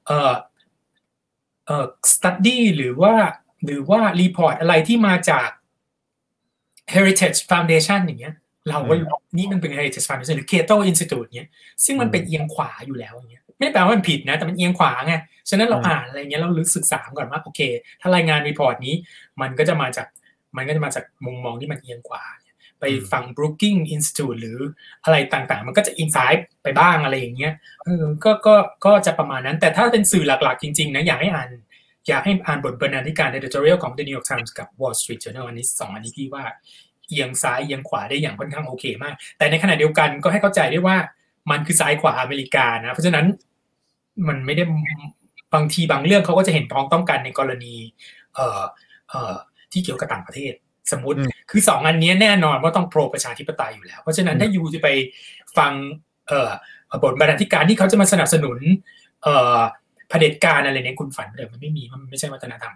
C: study หรือว่า report อะไรที่มาจาก Heritage Foundation อย่างเงี้ยเราก็นี่มันเป็น Heritage Foundation หรือ Cato Institute เงี้ยซึ่งมันเป็นเอียงขวาอยู่แล้วอย่างเงี้ยไม่ได้แปลว่ามันผิดนะแต่มันเอียงขวาไงฉะนั้นเราอ่านอะไรเงี้ยเราลึกศึกษาก่อนว่าโอเคถ้ารายงาน report นี้มันก็จะมาจากมุมมองที่มันเอียงขวาไปฟัง Brookings Institute หรืออะไรต่างๆมันก็จะอินไซด์ไปบ้างอะไรอย่างเงี้ยก็จะประมาณนั้นแต่ถ้าเป็นสื่อหลักๆจริงๆนะอยากให้อ่านบทบรรณาธิการ editorial ของ The New York Times กับ Wall Street Journal อันนี้2อันนี้พี่ว่าเอียงซ้ายเอียงขวาได้อย่างค่อนข้างโอเคมากแต่ในขณะเดียวกันก็ให้เข้าใจได้ว่ามันคือซ้ายขวาอเมริกานะเพราะฉะนั้นมันไม่ได้บางทีบางเรื่องเขาก็จะเห็นพ้องต้องกันในกรณีที่เกี่ยวกับต่างประเทศสมมุติคือ2อันนี้แน่นอนว่าต้องโปรประชาธิปไตยอยู่แล้วเพราะฉะนั้นถ้ายูจะไปฟังบทบรรณาธิการที่เขาจะมาสนับสนุนเผด็จการอะไรเนี่ยคุณฝันเลยมันไม่มีมันไม่ใช่วัฒนธรรม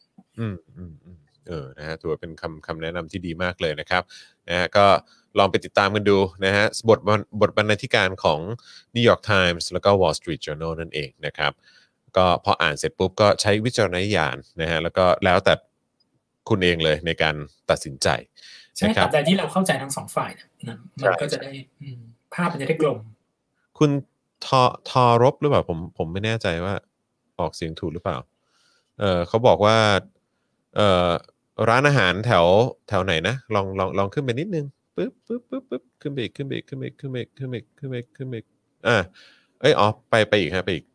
B: นะฮะถือว่าเป็นคำแนะนำที่ดีมากเลยนะครับนะฮะก็ลองไปติดตามกันดูนะฮะบทบรรณาธิการของ New York Times แล้วก็ Wall Street Journal นั่นเองนะครับก็พออ่านเสร็จปุ๊บก็ใช้วิจารณญาณนะฮะแล้วก็แล้วแต่คุณเองเลยในการตัดสินใจ
C: ใช่ครับแต่ที่เราเข้าใจทั้งสองฝ่ายนะมันก็จะได้ภาพมันจะได้กลม
B: คุณทอรบหรือเปล่าผมไม่แน่ใจว่าออกเสียงถูกหรือเปล่าเขาบอกว่าร้านอาหารแถวไหนนะลองขึ้นไปนิดนึงปึ๊บขึ้นไปอีกไปอีกฮะไปอีก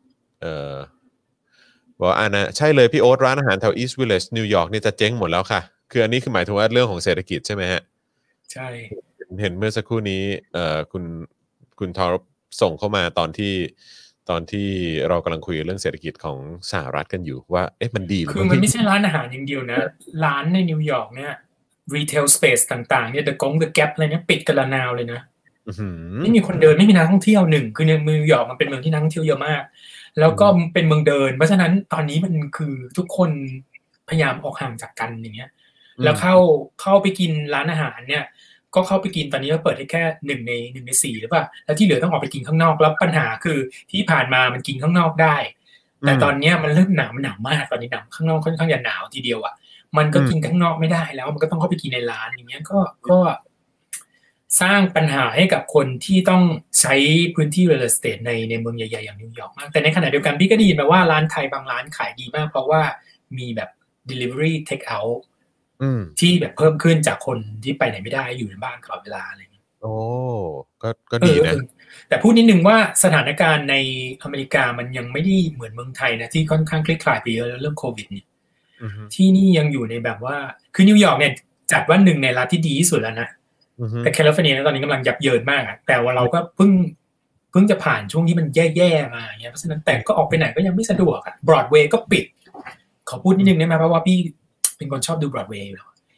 B: บอกนะใช่เลยพี่โอ๊ตร้านอาหารแถว East Village นิวยอร์กนี่จะเจ๊งหมดแล้วค่ะคืออันนี้คือหมายถึงว่าเรื่องของเศรษฐกิจใช่ไหมฮะ
C: ใช่
B: เห็นเมื่อสักครู่นี้คุณทอรบส่งเข้ามาตอนที่เรากำลังคุยเรื่องเศรษฐกิจของสหรัฐกันอยู่ว่าเอ๊ะมันดีหรือ
C: คือมันไม่ใช่ร้านอาหารอย่างเดียวนะร้านในนิวยอร์กเนี่ย retail space ต่างๆเนี่ย The Gap อะไรเนี่ยปิดกันละนาวเลยนะไม่มีคนเดินไม่มีนักท่องเที่ยวหนึ่งคือในนิวยอร์กมันเป็นเมืองที่นักท่องเที่ยวเยอะมากแล้วก็เป็นเมืองเดินเพราะฉะนั้นตอนนี้มันคือทุกคนพยายามออกห่างจากกันอย่างเงี้ยแล้วเข้าไปกินร้านอาหารเนี่ยก็เข้าไปกินตอนนี้ก็เปิดให้แค่1 ใน 4หรือเปล่าแล้วที่เหลือต้องออกไปกินข้างนอกแล้วปัญหาคือที่ผ่านมามันกินข้างนอกได้แต่ตอนนี้มันเริ่มหนาวมากตอนนี้หนาวข้างนอกค่อนข้างจะหนาวทีเดียวอ่ะมันก็กินข้างนอกไม่ได้แล้วมันก็ต้องเข้าไปกินในร้านอย่างเงี้ยก็สร้างปัญหาให้กับคนที่ต้องใช้พื้นที่ real estate ในเมืองใหญ่ๆอย่างนิวยอร์กมากแต่ในขณะเดียวกันพี่ก็ได้ยินมาว่าร้านไทยบางร้านขายดีมากเพราะว่ามีแบบ delivery take outที่แบบเพิ่มขึ้นจากคนที่ไปไหนไม่ได้อยู่ในบ้านตลอดเวลาอะไรอย่างเงี้ย
B: โอ้ก็ดีนะ
C: แต่พูดนิดนึงว่าสถานการณ์ในอเมริกามันยังไม่ได้เหมือนเมืองไทยนะที่ค่อนข้างคลี่คลายไปเยอะเรื่องโควิดเนี่ยที่นี่ยังอยู่ในแบบว่าคือนิวยอร์กเนี่ยจัดว่า1ในรัฐที่ดีที่สุดแล้วนะแต่แคลิฟอร์เนียตอนนี้กำลังยับเยินมากแต่ว่าเราก็เพิ่งจะผ่านช่วงที่มันแย่ๆมาอย่างเงี้ยเพราะฉะนั้นแต่ก็ออกไปไหนก็ยังไม่สะดวกบรอดเวย์ก็ปิดขอพูดนิดนึงได้ไหมเพราะว่าพี่เป็นคนชอบดูบรอดเวย์อยู่แล้ว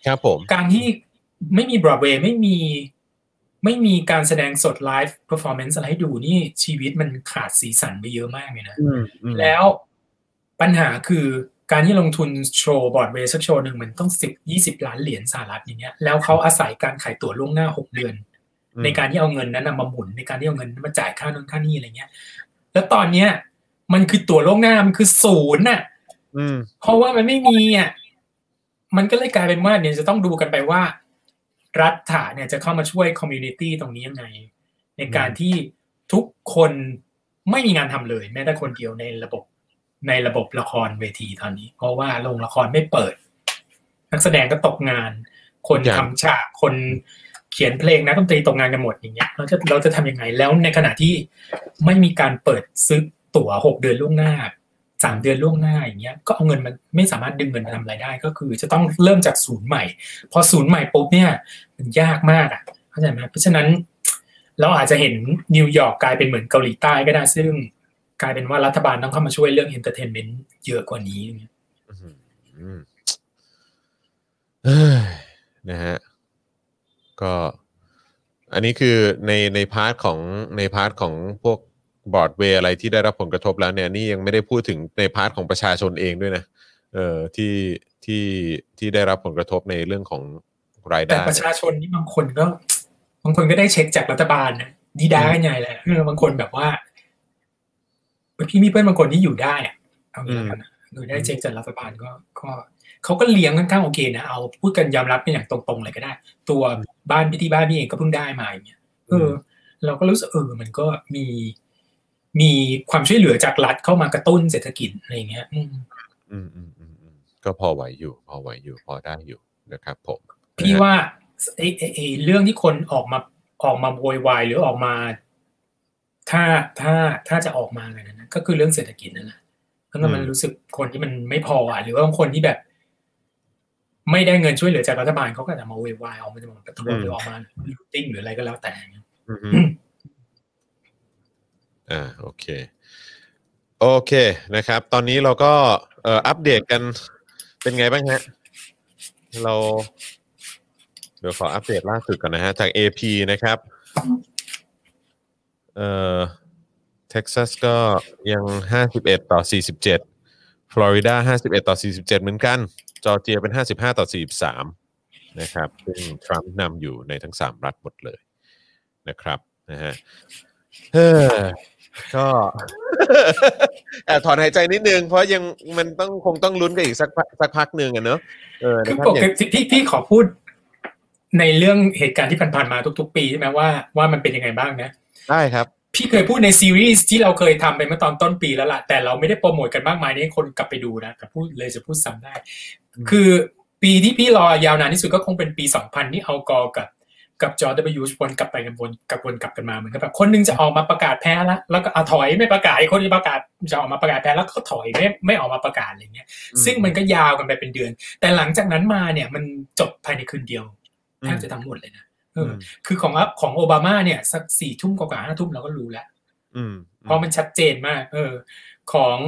B: ครับผม
C: การที่ไม่มี Broadway ไม่มีการแสดงสดไลฟ์ performance อะไรให้ดูนี่ชีวิตมันขาดสีสันไปเยอะมากเลยนะแล้วปัญหาคือการที่ลงทุนโชว์บรอดเวย์สักโชว์หนึ่งมันต้อง10-20 ล้านเหรียญสหรัฐอย่างเงี้ยแล้วเขาอาศัยการขายตั๋วล่วงหน้า6 เดือนในการที่เอาเงินนั้นมาหมุนในการที่เอาเงินมาจ่ายค่านู่นค่านี่อะไรเงี้ยแล้วตอนเนี้ยมันคือตั๋วล่วงหน้ามันคือ0น่ะเพราะว่ามันไม่มีอ่ะมันก็เลยกลายเป็นว่าเนี่ยจะต้องดูกันไปว่ารัฐเนี่ยจะเข้ามาช่วยคอมมูนิตี้ตรงนี้ยังไงในการที่ทุกคนไม่มีงานทำเลยแม้แต่คนเดียวในระบบละครเวทีตอนนี้เพราะว่าโรงละครไม่เปิดนักแสดงก็ตกงานคนทำฉากคนเขียนเพลงนักดนตรีตกงานกันหมดอย่างเงี้ยเราจะทำยังไงแล้วในขณะที่ไม่มีการเปิดซื้อตั๋ว6 เดือนล่วงหน้า3 เดือนล่วงหน้าอย่างเงี้ยก็เอาเงินมันไม่สามารถดึงเงินมาทำอะไรได้ก็คือจะต้องเริ่มจากศูนย์ใหม่พอศูนย์ใหม่ปุ๊บเนี่ยมันยากมากอ่ะเข้าใจไหมเพราะฉะนั้นเราอาจจะเห็นนิวยอร์กกลายเป็นเหมือนเกาหลีใต้ก็ได้ซึ่งกลายเป็นว่ารัฐบาลต้องเข้ามาช่วยเรื่องเอนเตอร์เทนเมนต์เยอะกว่านี้
B: นะฮะก็อันนี้คือในพาร์ทของพวกบรอดเวย์อะไรที่ได้รับผลกระทบแล้วเนี่ยนี่ยังไม่ได้พูดถึงในพาร์ทของประชาชนเองด้วยนะที่ได้รับผลกระทบในเรื่องของรายได้
C: แต่ประชาชนนี่บางคนก็ได้เช็คจากรัฐบาลนะดีได้ไงแหละบางคนแบบว่าพี่มีเพื่อนบางคนที่อยู่ได้อะเอางี้แล้วกันโดยได้เช็คจากรัฐบาลก็เขาก็เลี้ยงค่อนข้างโอเคนะเอาพูดกันยอมรับเป็นอย่างตรงๆเลยก็ได้ตัวบ้านพี่เองก็เพิ่งได้มาอย่างเงี้ยเราก็รู้สึกมันก็มีความช่วยเหลือจากรัฐเข้ามากระตุ้นเศรษฐกิจอะไรเงี้ย
B: ก็พอไหวอยู่พอได้อยู่นะครับผม
C: พี่ว่าไอ้เรื่องที่คนออกมาโวยวายหรือออกมาถ้าจะออกมาอะไรนั้นก็คือเรื่องเศรษฐกิจนั่นแหละเพราะมันรู้สึกคนที่มันไม่พอหรือว่าบางคนที่แบบไม่ได้เงินช่วยเหลือจากรัฐบาลเขาก็จะมาโวยวายออกมาจะมาประท้วงหรือออกมาลูตติ้งหรืออะไรก็แล้วแต่
B: โอเคนะครับตอนนี้เราก็อัปเดตกันเป็นไงบ้างฮะเดี๋ยวขออัปเดตล่าสุดก่อนนะฮะจาก AP นะครับเท็กซัสก็ยัง51-47ฟลอริดา51-47เหมือนกันจอร์เจียเป็น55-43นะครับซึ่งทรัมป์นำอยู่ในทั้ง3รัฐหมดเลยนะครับนะฮะก็ถอนหายใจนิดนึงเพราะยังมันคงต้องลุ้นกันอีกสักพักนึงอ่ะเนอะ
C: คือปกติพี่ขอพูดในเรื่องเหตุการณ์ที่ผ่านๆมาทุกๆปีใช่ไหมว่ามันเป็นยังไงบ้างนะ
B: ได้ครับ
C: พี่เคยพูดในซีรีส์ที่เราเคยทำไปเมื่อตอนต้นปีแล้วล่ะแต่เราไม่ได้โปรโมทกันมากมายนี่คนกลับไปดูนะแต่พูดเลยจะพูดซ้ำได้คือปีที่พี่รอยาวนานที่สุดก็คงเป็นปี2000ที่เอากอกับจอร์จ W วนกลับไปวนกลับกันมาเหมือนกับแบบคนนึงจะออกมาประกาศแพ้แล้วก็ถอยไม่ประกาศคนที่ประกาศจะออกมาประกาศแพ้แล้วก็ถอยไม่ออกมาประกาศอะไรเงี้ยซึ่งมันก็ยาวกันไปเป็นเดือนแต่หลังจากนั้นมาเนี่ยมันจบภายในคืนเดียวแทบจะทั้งหมดเลยนะคือของโอบามาเนี่ยสัก4 ทุ่มกว่า5 ทุ่มเราก็รู้แล้วเพราะมันชัดเจนมากของ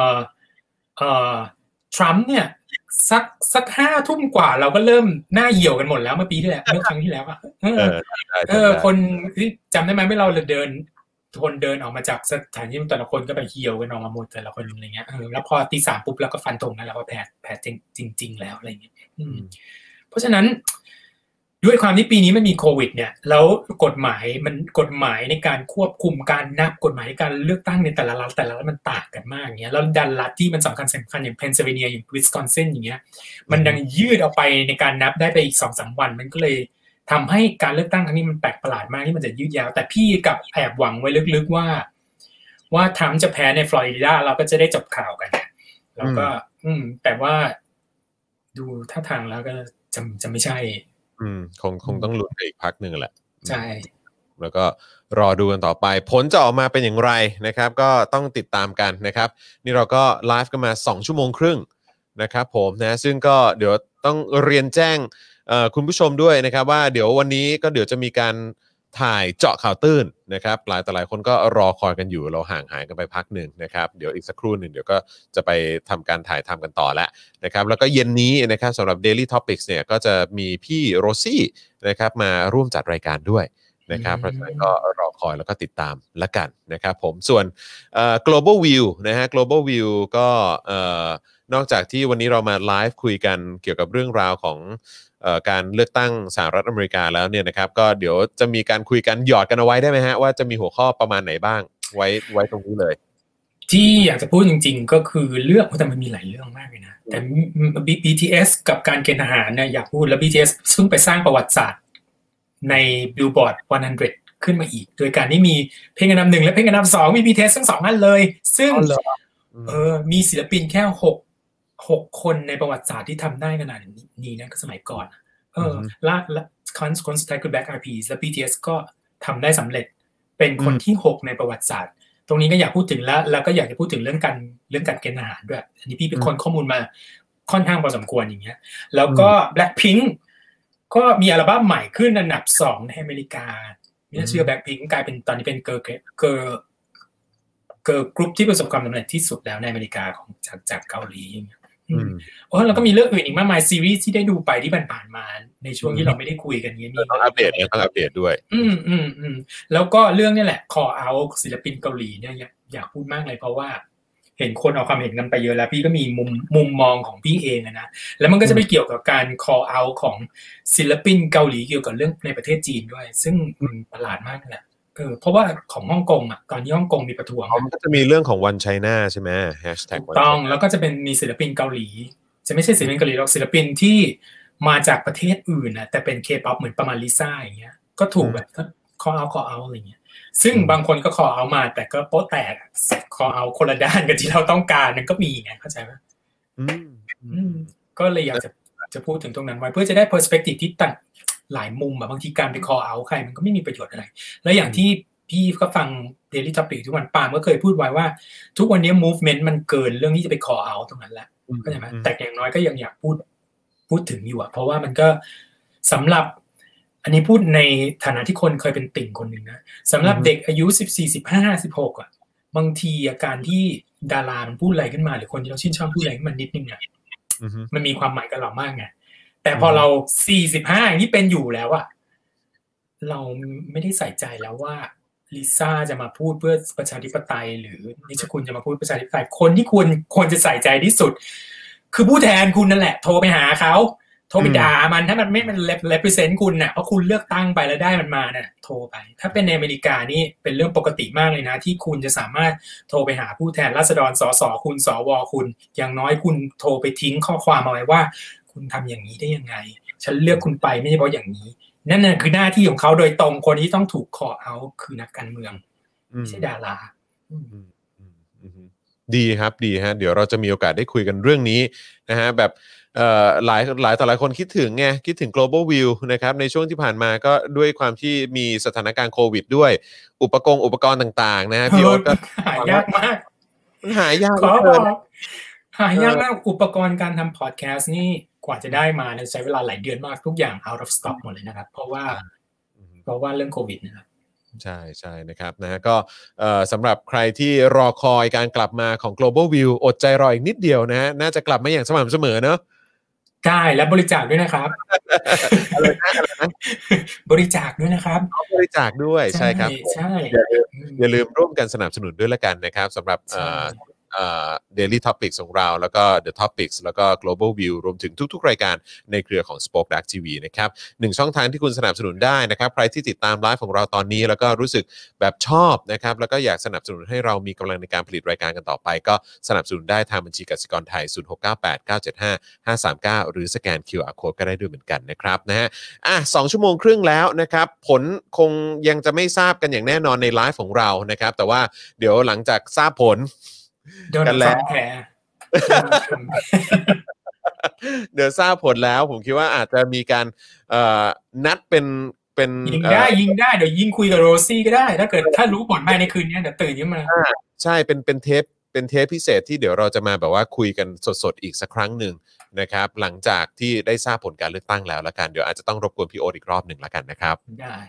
C: ทรัมป์เนี่ยสัก5 ทุ่มกว่าเราก็เริ่มหน้าเหี่ยวกันหมดแล้วเมื่อปีที่แล้วเมื่อครั้งที่แล้วคนที่จำได้ไหมเมื่อเราเดินออกมาจากสถานที่แต่ละคนก็ไปเหี่ยวกันออกมาหมดแต่ละคนอะไรเงี้ยแล้วพอตี 3ปุ๊บแล้วก็ฟันธงนะเราก็แพ้จริงแล้วอะไรเงี้ยเพราะฉะนั้นด้วยความที่ปีนี้มันมีโควิดเนี่ยแล้วกฎหมายในการควบคุมการนับกฎหมายในการเลือกตั้งในแต่ละรัฐมันต่างกันมากอย่างเงี้ยแล้วดันรัฐที่มันสำคัญอย่างเพนซิลเวเนียอย่างวิสคอนซินอย่างเงี้ยมันดังยืดออกไปในการนับได้ไปอีก 2-3 วันมันก็เลยทำให้การเลือกตั้งครั้งนี้มันแปลกประหลาดมากที่มันจะยืดยาวแต่พี่กับแอบหวังไว้ลึกๆว่าทรัมป์จะแพ้ในฟลอริดาเราก็จะได้จบข่าวกันแล้วก็แต่ว่าดูท่าทางแล้วก็จะไม่ใช่
B: คงต้องลุ้นอีกพักนึงแหละ
C: ใช่
B: แล้วก็รอดูกันต่อไปผลจะออกมาเป็นอย่างไรนะครับก็ต้องติดตามกันนะครับนี่เราก็ไลฟ์กันมา2 ชั่วโมงครึ่งนะครับผมนะซึ่งก็เดี๋ยวต้องเรียนแจ้งคุณผู้ชมด้วยนะครับว่าเดี๋ยววันนี้ก็เดี๋ยวจะมีการถ่ายเจาะข่าวตื้นนะครับหลายคนก็รอคอยกันอยู่เราห่างหายกันไปพักหนึ่งนะครับเดี๋ยวอีกสักครู่หนึ่งเดี๋ยวก็จะไปทำการถ่ายทำกันต่อแล้วนะครับแล้วก็เย็นนี้นะครับสำหรับ Daily Topics เนี่ยก็จะมีพี่โรซี่นะครับมาร่วมจัดรายการด้วยนะครับเพราะฉะนั้นก็รอคอยแล้วก็ติดตามละกันนะครับผมส่วนglobal view นะฮะ global view ก็นอกจากที่วันนี้เรามาไลฟ์คุยกันเกี่ยวกับเรื่องราวของการเลือกตั้งสหรัฐอเมริกาแล้วเนี่ยนะครับก็เดี๋ยวจะมีการคุยกันหยอดกันเอาไว้ได้ไหมฮะว่าจะมีหัวข้อประมาณไหนบ้างไว้ตรงนี้เลย
C: ที่อยากจะพูดจริงๆก็คือเรื่องแต่มันมีหลายเรื่องมากเลยนะแต่ BTS กับการเกณฑ์ทหารเนี่ยอยากพูดแล้ว BTS ซึ่งไปสร้างประวัติศาสตร์ใน Billboard 100 ขึ้นมาอีกโดยการที่มีเพลงอันดับ1และเพลงอันดับ2มี BTS ทั้ง2อันเลยซึ่งมีศิลปินแค่6คนในประวัติศาสตร์ที่ทำได้ขนาดนี้นะก็สมัยก่อนและคนสุดท้ายคือ Black Eyed Peas และ BTS ก็ทำได้สำเร็จเป็นคนที่6ในประวัติศาสตร์ตรงนี้ก็อยากพูดถึงแล้วก็อยากจะพูดถึงเรื่องการเกณฑ์ทหารด้วยอันนี้พี่เป็นคนข้อมูลมาค่อนข้างพอสมควรอย่างเงี้ยแล้วก็ Blackpink ก็มีอัลบั้มใหม่ขึ้นอันดับ2ในอเมริกาไม่น่าเชื่อ Blackpink กลายเป็นตอนนี้เป็นเกิร์ลกรุ๊ปที่ประสบความสำเร็จที่สุดแล้วในอเมริกาของจากเกาหลีแล้วก็มีเรื่องอื่นอีกมากมายซีรีส์ที่ได้ดูไปที่ผ่านมาในช่วงที่เราไม่ได้คุยกันนี้มี
B: ต้องอัปเดตด้วย
C: แล้วก็เรื่องนี้แหละ call out ศิลปินเกาหลีเนี่ยอยากพูดมากเลยเพราะว่าเห็นคนเอาความเห็นกันไปเยอะแล้วพี่ก็มีมุมมองของพี่เองนะแล้วมันก็จะไปเกี่ยวกับการ call out ของศิลปินเกาหลีเกี่ยวกับเรื่องในประเทศจีนด้วยซึ่งประหลาดมากนะเพราะว่าของฮ่องกงอ่ะตอนที่ฮ่องกงมีประท้วง
B: มันก็จะมีเรื่องของวันไชน่าใช่ไหมแฮชแท็ก
C: ต้องแล้วก็จะเป็นมีศิลปินเกาหลีจะไม่ใช่ศิลปินเกาหลีหรอกศิลปินที่มาจากประเทศอื่นนะแต่เป็น K-pop เหมือนประมาณลิซ่าอย่างเงี้ยก็ถูกแบบก็ call out อะไรเงี้ยซึ่งบางคนก็ call out มาแต่ก็โป๊ะแตก call out คนละด้านกับที่เราต้องการนั่นก็มีไงเข้าใจไหมก็เลยอยากจะพูดถึงตรงนั้นไว้เพื่อจะได้ perspective ที่ต่างหลายมุมบางทีการไป call out ใครมันก็ไม่มีประโยชน์อะไรแล้วอย่างที่พี่ก็ฟัง Daily Topic ทุกวันปาล์มก็เคยพูดไว้ว่าทุกวันนี้ movement มันเกินเรื่องที่จะไป call out ตรงนั้นแล้วเข้าใจไหมแต่อย่างน้อยก็ยังอยากพูดถึงอยู่เพราะว่ามันก็สำหรับอันนี้พูดในฐานะที่คนเคยเป็นติ่งคนหนึ่งนะสำหรับเด็กอายุ14 15 16บางทีอาการที่ดารามันพูดอะไรขึ้นมาหรือคนที่เราชื่นชอบพูดอะไรขึ้นมานิดนึงเนี่ยมันมีความหมายกับเรามากไงแต่พอเรา45อย่างที่เป็นอยู่แล้วเราไม่ได้ใส่ใจแล้วว่าลิซ่าจะมาพูดเพื่อประชาธิปไตยหรือนิชคุณจะมาพูดประชาธิปไตยคนที่ควรจะใส่ใจที่สุดคือผู้แทนคุณนั่นแหละโทรไปหาเขาโทรไปด่ามันถ้ามันไม่มัน represent คุณน่ะเพราะคุณเลือกตั้งไปแล้วได้มันมาน่ะโทรไปถ้าเป็นในอเมริกานี่เป็นเรื่องปกติมากเลยนะที่คุณจะสามารถโทรไปหาผู้แทนราษฎรสสคุณสวคุณอย่างน้อยคุณโทรไปทิ้งข้อความเอาไว้ว่าคุณทำอย่างนี้ได้ยังไงฉันเลือกคุณไปไม่ใช่เพราะอย่างนี้นั่นน่ะคือหน้าที่ของเขาโดยตรงคนที่ต้องถูกcall outคือนักการเมืองไม่ใช่ดารา
B: ดีครับดีฮะเดี๋ยวเราจะมีโอกาสได้คุยกันเรื่องนี้นะฮะแบบหลายต่อหลายคนคิดถึงglobal view นะครับในช่วงที่ผ่านมาก็ด้วยความที่มีสถานการณ์โควิดด้วยอุปกรณ์ต่างๆนะฮะพี่โอ๊ตก็
C: หายากมาก
B: หายาก
C: มากอุปกรณ์การทำพอดแคสต์นี่กว่าจะได้มาเนี่ยใช้เวลาหลายเดือนมากทุกอย่าง out of stock หมดเลยนะครับเพราะว่าเรื่องโควิดนะครับ
B: ใช่นะครับนะก็สำหรับใครที่รอคอยการกลับมาของ global view อดใจรออีกนิดเดียวนะน่าจะกลับมาอย่างสม่ำเสมอเนอะ
C: ใช่และบริจาคด้วยนะครับ
B: อะไรนะ
C: บริจาคด้วยนะครับ
B: บริจาคด้วยใช่ครับ
C: ใช่
B: อย่าลืมร่วมกันสนับสนุนด้วยละกันนะครับสำหรับDaily Topics ของเราแล้วก็ The Topics แล้วก็ Global View รวมถึงทุกๆรายการในเครือของ Spoke Dark TV นะครับ1ช่องทางที่คุณสนับสนุนได้นะครับใครที่ติดตามไลฟ์ของเราตอนนี้แล้วก็รู้สึกแบบชอบนะครับแล้วก็อยากสนับสนุนให้เรามีกำลังในการผลิตรายการกันต่อไปก็สนับสนุนได้ทางบัญชีกสิกรไทย0698975539หรือสแกน QR Code ก็ได้ด้วยเหมือนกันนะครับนะฮะ2 ชั่วโมงครึ่งแล้วนะครับผลคงยังจะไม่ทราบกันอย่างแน่นอนในไลฟ์ของเรานะครับแต่ว่าเดี๋ยวหลังจากทราบผล
C: กันแล้ว
B: เดี๋ยวทราบผลแล้วผมคิดว่าอาจจะมีการนัดเป็น
C: ยิงได้เดี๋ยวยิงคุยกับโรซี่ก็ได้ถ้ารู้ผลภายในคืนนี้เดี๋ยวตื่นขึ้นมา
B: ใช่เป็นเทปพิเศษที่เดี๋ยวเราจะมาแบบว่าคุยกันสดๆอีกสักครั้งหนึ่งนะครับหลังจากที่ได้ทราบผลการเลือกตั้งแล้วละกันเดี๋ยวอาจจะต้องรบกวนพี่โอ๊ตอีกรอบหนึ่งละกันนะครับ
C: ได้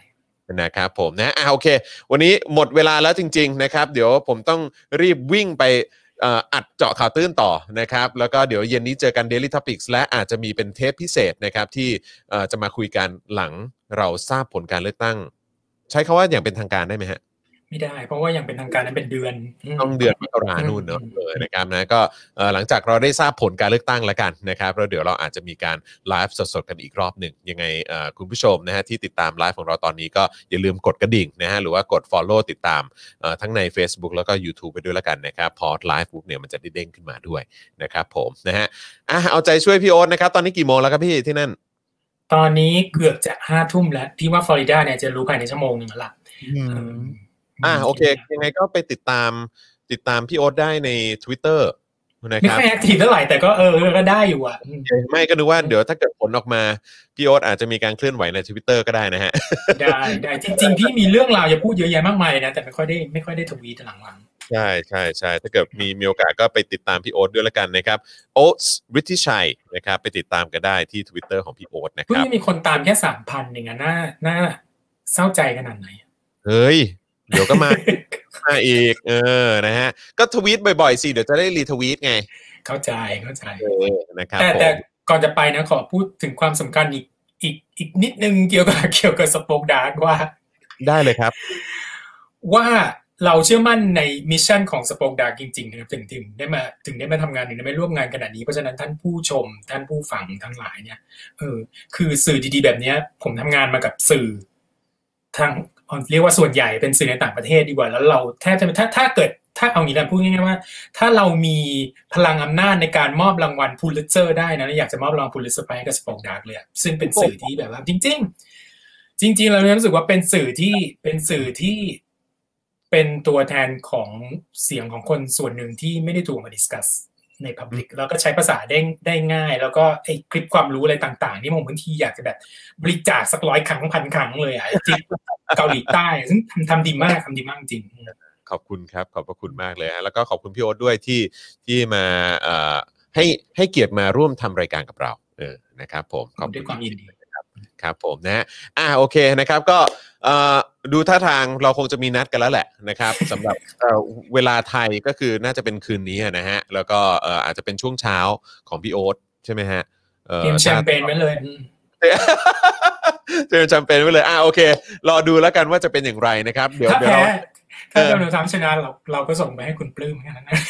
B: นะครับผมนะโอเควันนี้หมดเวลาแล้วจริงๆนะครับเดี๋ยวผมต้องรีบวิ่งไปอัดเจาะข่าวตื้นต่อนะครับแล้วก็เดี๋ยวเย็นนี้เจอกัน Daily Topics และอาจจะมีเป็นเทปพิเศษนะครับที่จะมาคุยกันหลังเราทราบผลการเลือกตั้งใช้คำว่าอย่างเป็นทางการได้ไหมฮะ
C: ไม่ได้เพราะว่ายังเป็นทางการนั้นเป็นเดือน
B: ต้องเดือนมกรานู่นเนอะนะครับนะก็หลังจากเราได้ทราบผลการเลือกตั้งแล้วกันนะครับแล้วเดี๋ยวเราอาจจะมีการไลฟ์สดๆกันอีกรอบหนึ่งยังไงคุณผู้ชมนะฮะที่ติดตามไลฟ์ของเราตอนนี้ก็อย่าลืมกดกระดิ่งนะฮะหรือว่ากด follow ติดตามทั้งใน Facebook แล้วก็ YouTube ไปด้วยแล้วกันนะครับพอไลฟ์ปุ๊บเนี่ยมันจะได้เด้งขึ้นมาด้วยนะครับผมนะฮะเอาใจช่วยพี่โอ๊ตนะครับตอนนี้กี่โมงแล้วครับพี่ที่นั่น
C: ตอนนี้เกือบจะ5 ทุ่มแล้วพี่ว่าฟลอริดาเนี่ยจะรู้ภายในชั่วโมงนึงแล้วล่ะ
B: โอเคยังไงก็ไปติดตามพี่โอ๊ตได้ใน Twitter นะครับ
C: ไม่แอคทีฟเท่าไหร่แต่ก็ก็ได้อยู่อ่ะ
B: ไม่ก็นึกว่าเดี๋ยวถ้าเกิดผลออกมาพี่โอ๊ตอาจจะมีการเคลื่อนไหวใน Twitter ก็ได้นะฮะ
C: ได้จริงๆพี่มีเรื่องราวจะพูดเยอะแยะมากมายนะแต่ไม่ค่อยได้ทวีตหลัง
B: ๆใช่ถ้าเกิดมีโอกาสก็ไปติดตามพี่โอ๊ตด้วยละกันนะครับ Oats ฤทธิชัยนะครับไปติดตามกันได้ที่ Twitter ของพี่โอ๊ตนะครับ
C: มีคนตามแค่ 3,000 เองน่าเศร้าใจขนาดไหน
B: เฮ้ยเดี๋ยวก็มาอีกนะฮะก็ทวีตบ่อยๆสิเดี๋ยวจะได้รีทวีตไง
C: เข้าใจ
B: นะครับ
C: แต่ก่อนจะไปนะขอพูดถึงความสำคัญอีกนิดนึงเกี่ยวกับสป็อคดาร์กว่า
B: ได้เลยครับ
C: ว่าเราเชื่อมั่นในมิชชั่นของสป็อคดาร์กจริงๆนะครับถึงได้มาทำงานถึงได้มาร่วมงานขนาดนี้เพราะฉะนั้นท่านผู้ชมท่านผู้ฟังทั้งหลายเนี่ยคือสื่อดีๆแบบนี้ผมทำงานมากับสื่อทางเรียกว่าส่วนใหญ่เป็นสื่อในต่างประเทศดีกว่าแล้วเราแทบจะถ้าเอางี้กันพูดง่ายๆว่าถ้าเรามีพลังอำนาจในการมอบรางวัลพูลิตเซอร์ได้นะอยากจะมอบรางวัลพูลิตเซอร์ไปให้กับสป็อคดาร์กเลยซึ่งเป็นสื่อที่แบบว่าจริงเรารู้สึกว่าเป็นสื่อที่เป็นตัวแทนของเสียงของคนส่วนหนึ่งที่ไม่ได้ถูกมาดิสคัสใน public แล้วก็ใช้ภาษาได้ง่ายแล้วก็ไอ้คลิปความรู้อะไรต่างๆนี่ผมบางทีอยากจะแบบบริจาคสัก100 ครั้ง 1,000 ครั้งเลยจริงเกาหลีใต้ซึ่งทำดีมากจริง
B: ขอบคุณครับขอบพระคุณมากเลยฮะแล้วก็ขอบคุณพี่โอ๊ตด้วยที่มาให้เกียรติมาร่วมทำรายการกับเรานะครับผม
C: ขอบคุณด้วยความยินดี
B: ครับผมนะโอเคนะครับก็ดูท่าทางเราคงจะมีนัดกันแล้วแหละนะครับสำหรับเวลาไทยก็คือน่าจะเป็นคืนนี้นะฮะแล้วก็อาจจะเป็นช่วงเช้าของพี่โอ๊ตใช่ไหมฮะ
C: เตรียมแชมเปญไว้เลย
B: เตรียมแชมเปญไว้เลยโอเครอดูแล้วกันว่าจะเป็นอย่างไรนะครับเดี๋ยว
C: ถ้าเราทำชนะเราก็ส่งไปให้คุณปลื้มแค่นั้นนะ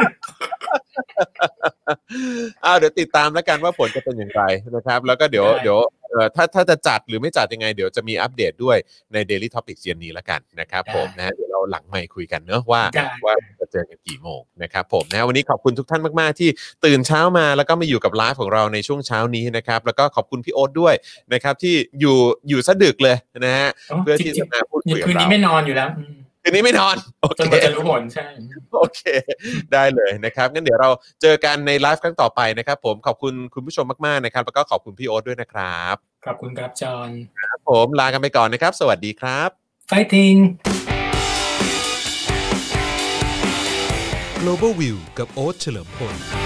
B: เดี๋ยวติดตามแล้วกันว่าผลจะเป็นอย่างไรนะครับแล้วก็เดี๋ยวถ้าจะจัดหรือไม่จัดยังไงเดี๋ยวจะมีอัปเดตด้วยใน Daily Topics เย็นนี้แล้วกันนะครับผมนะเดี๋ยวเราหลังไมค์คุยกันเนอะว่าจะเจอกันกี่โมงนะครับผมนะวันนี้ขอบคุณทุกท่านมากๆที่ตื่นเช้ามาแล้วก็มาอยู่กับไลฟ์ของเราในช่วงเช้านี้นะครับแล้วก็ขอบคุณพี่โอ๊ตด้วยนะครับที่อยู่ซะดึกเลยนะฮะเพื่อที่จะมาพูดคุยกับเรา
C: คืนนี้ไม่นอนอยู่แล้ว
B: คืนนี้ไม่นอนโอเค
C: จะรู้ผลใช่
B: โอเคได้เลยนะครับงั้นเดี๋ยวเราเจอกันในไลฟ์ครั้งต่อไปนะครับผมขอบคุณคุณผู้ชมมากๆนะครับแล้วก็ขอบคุณพี่โอ๊ตด้วยนะครับ
C: ขอบคุณครับจอห์น
B: ครับผมลากันไปก่อนนะครับสวัสดีครับ
C: Fighting
A: Global View กับโอ๊ตเฉลิมพล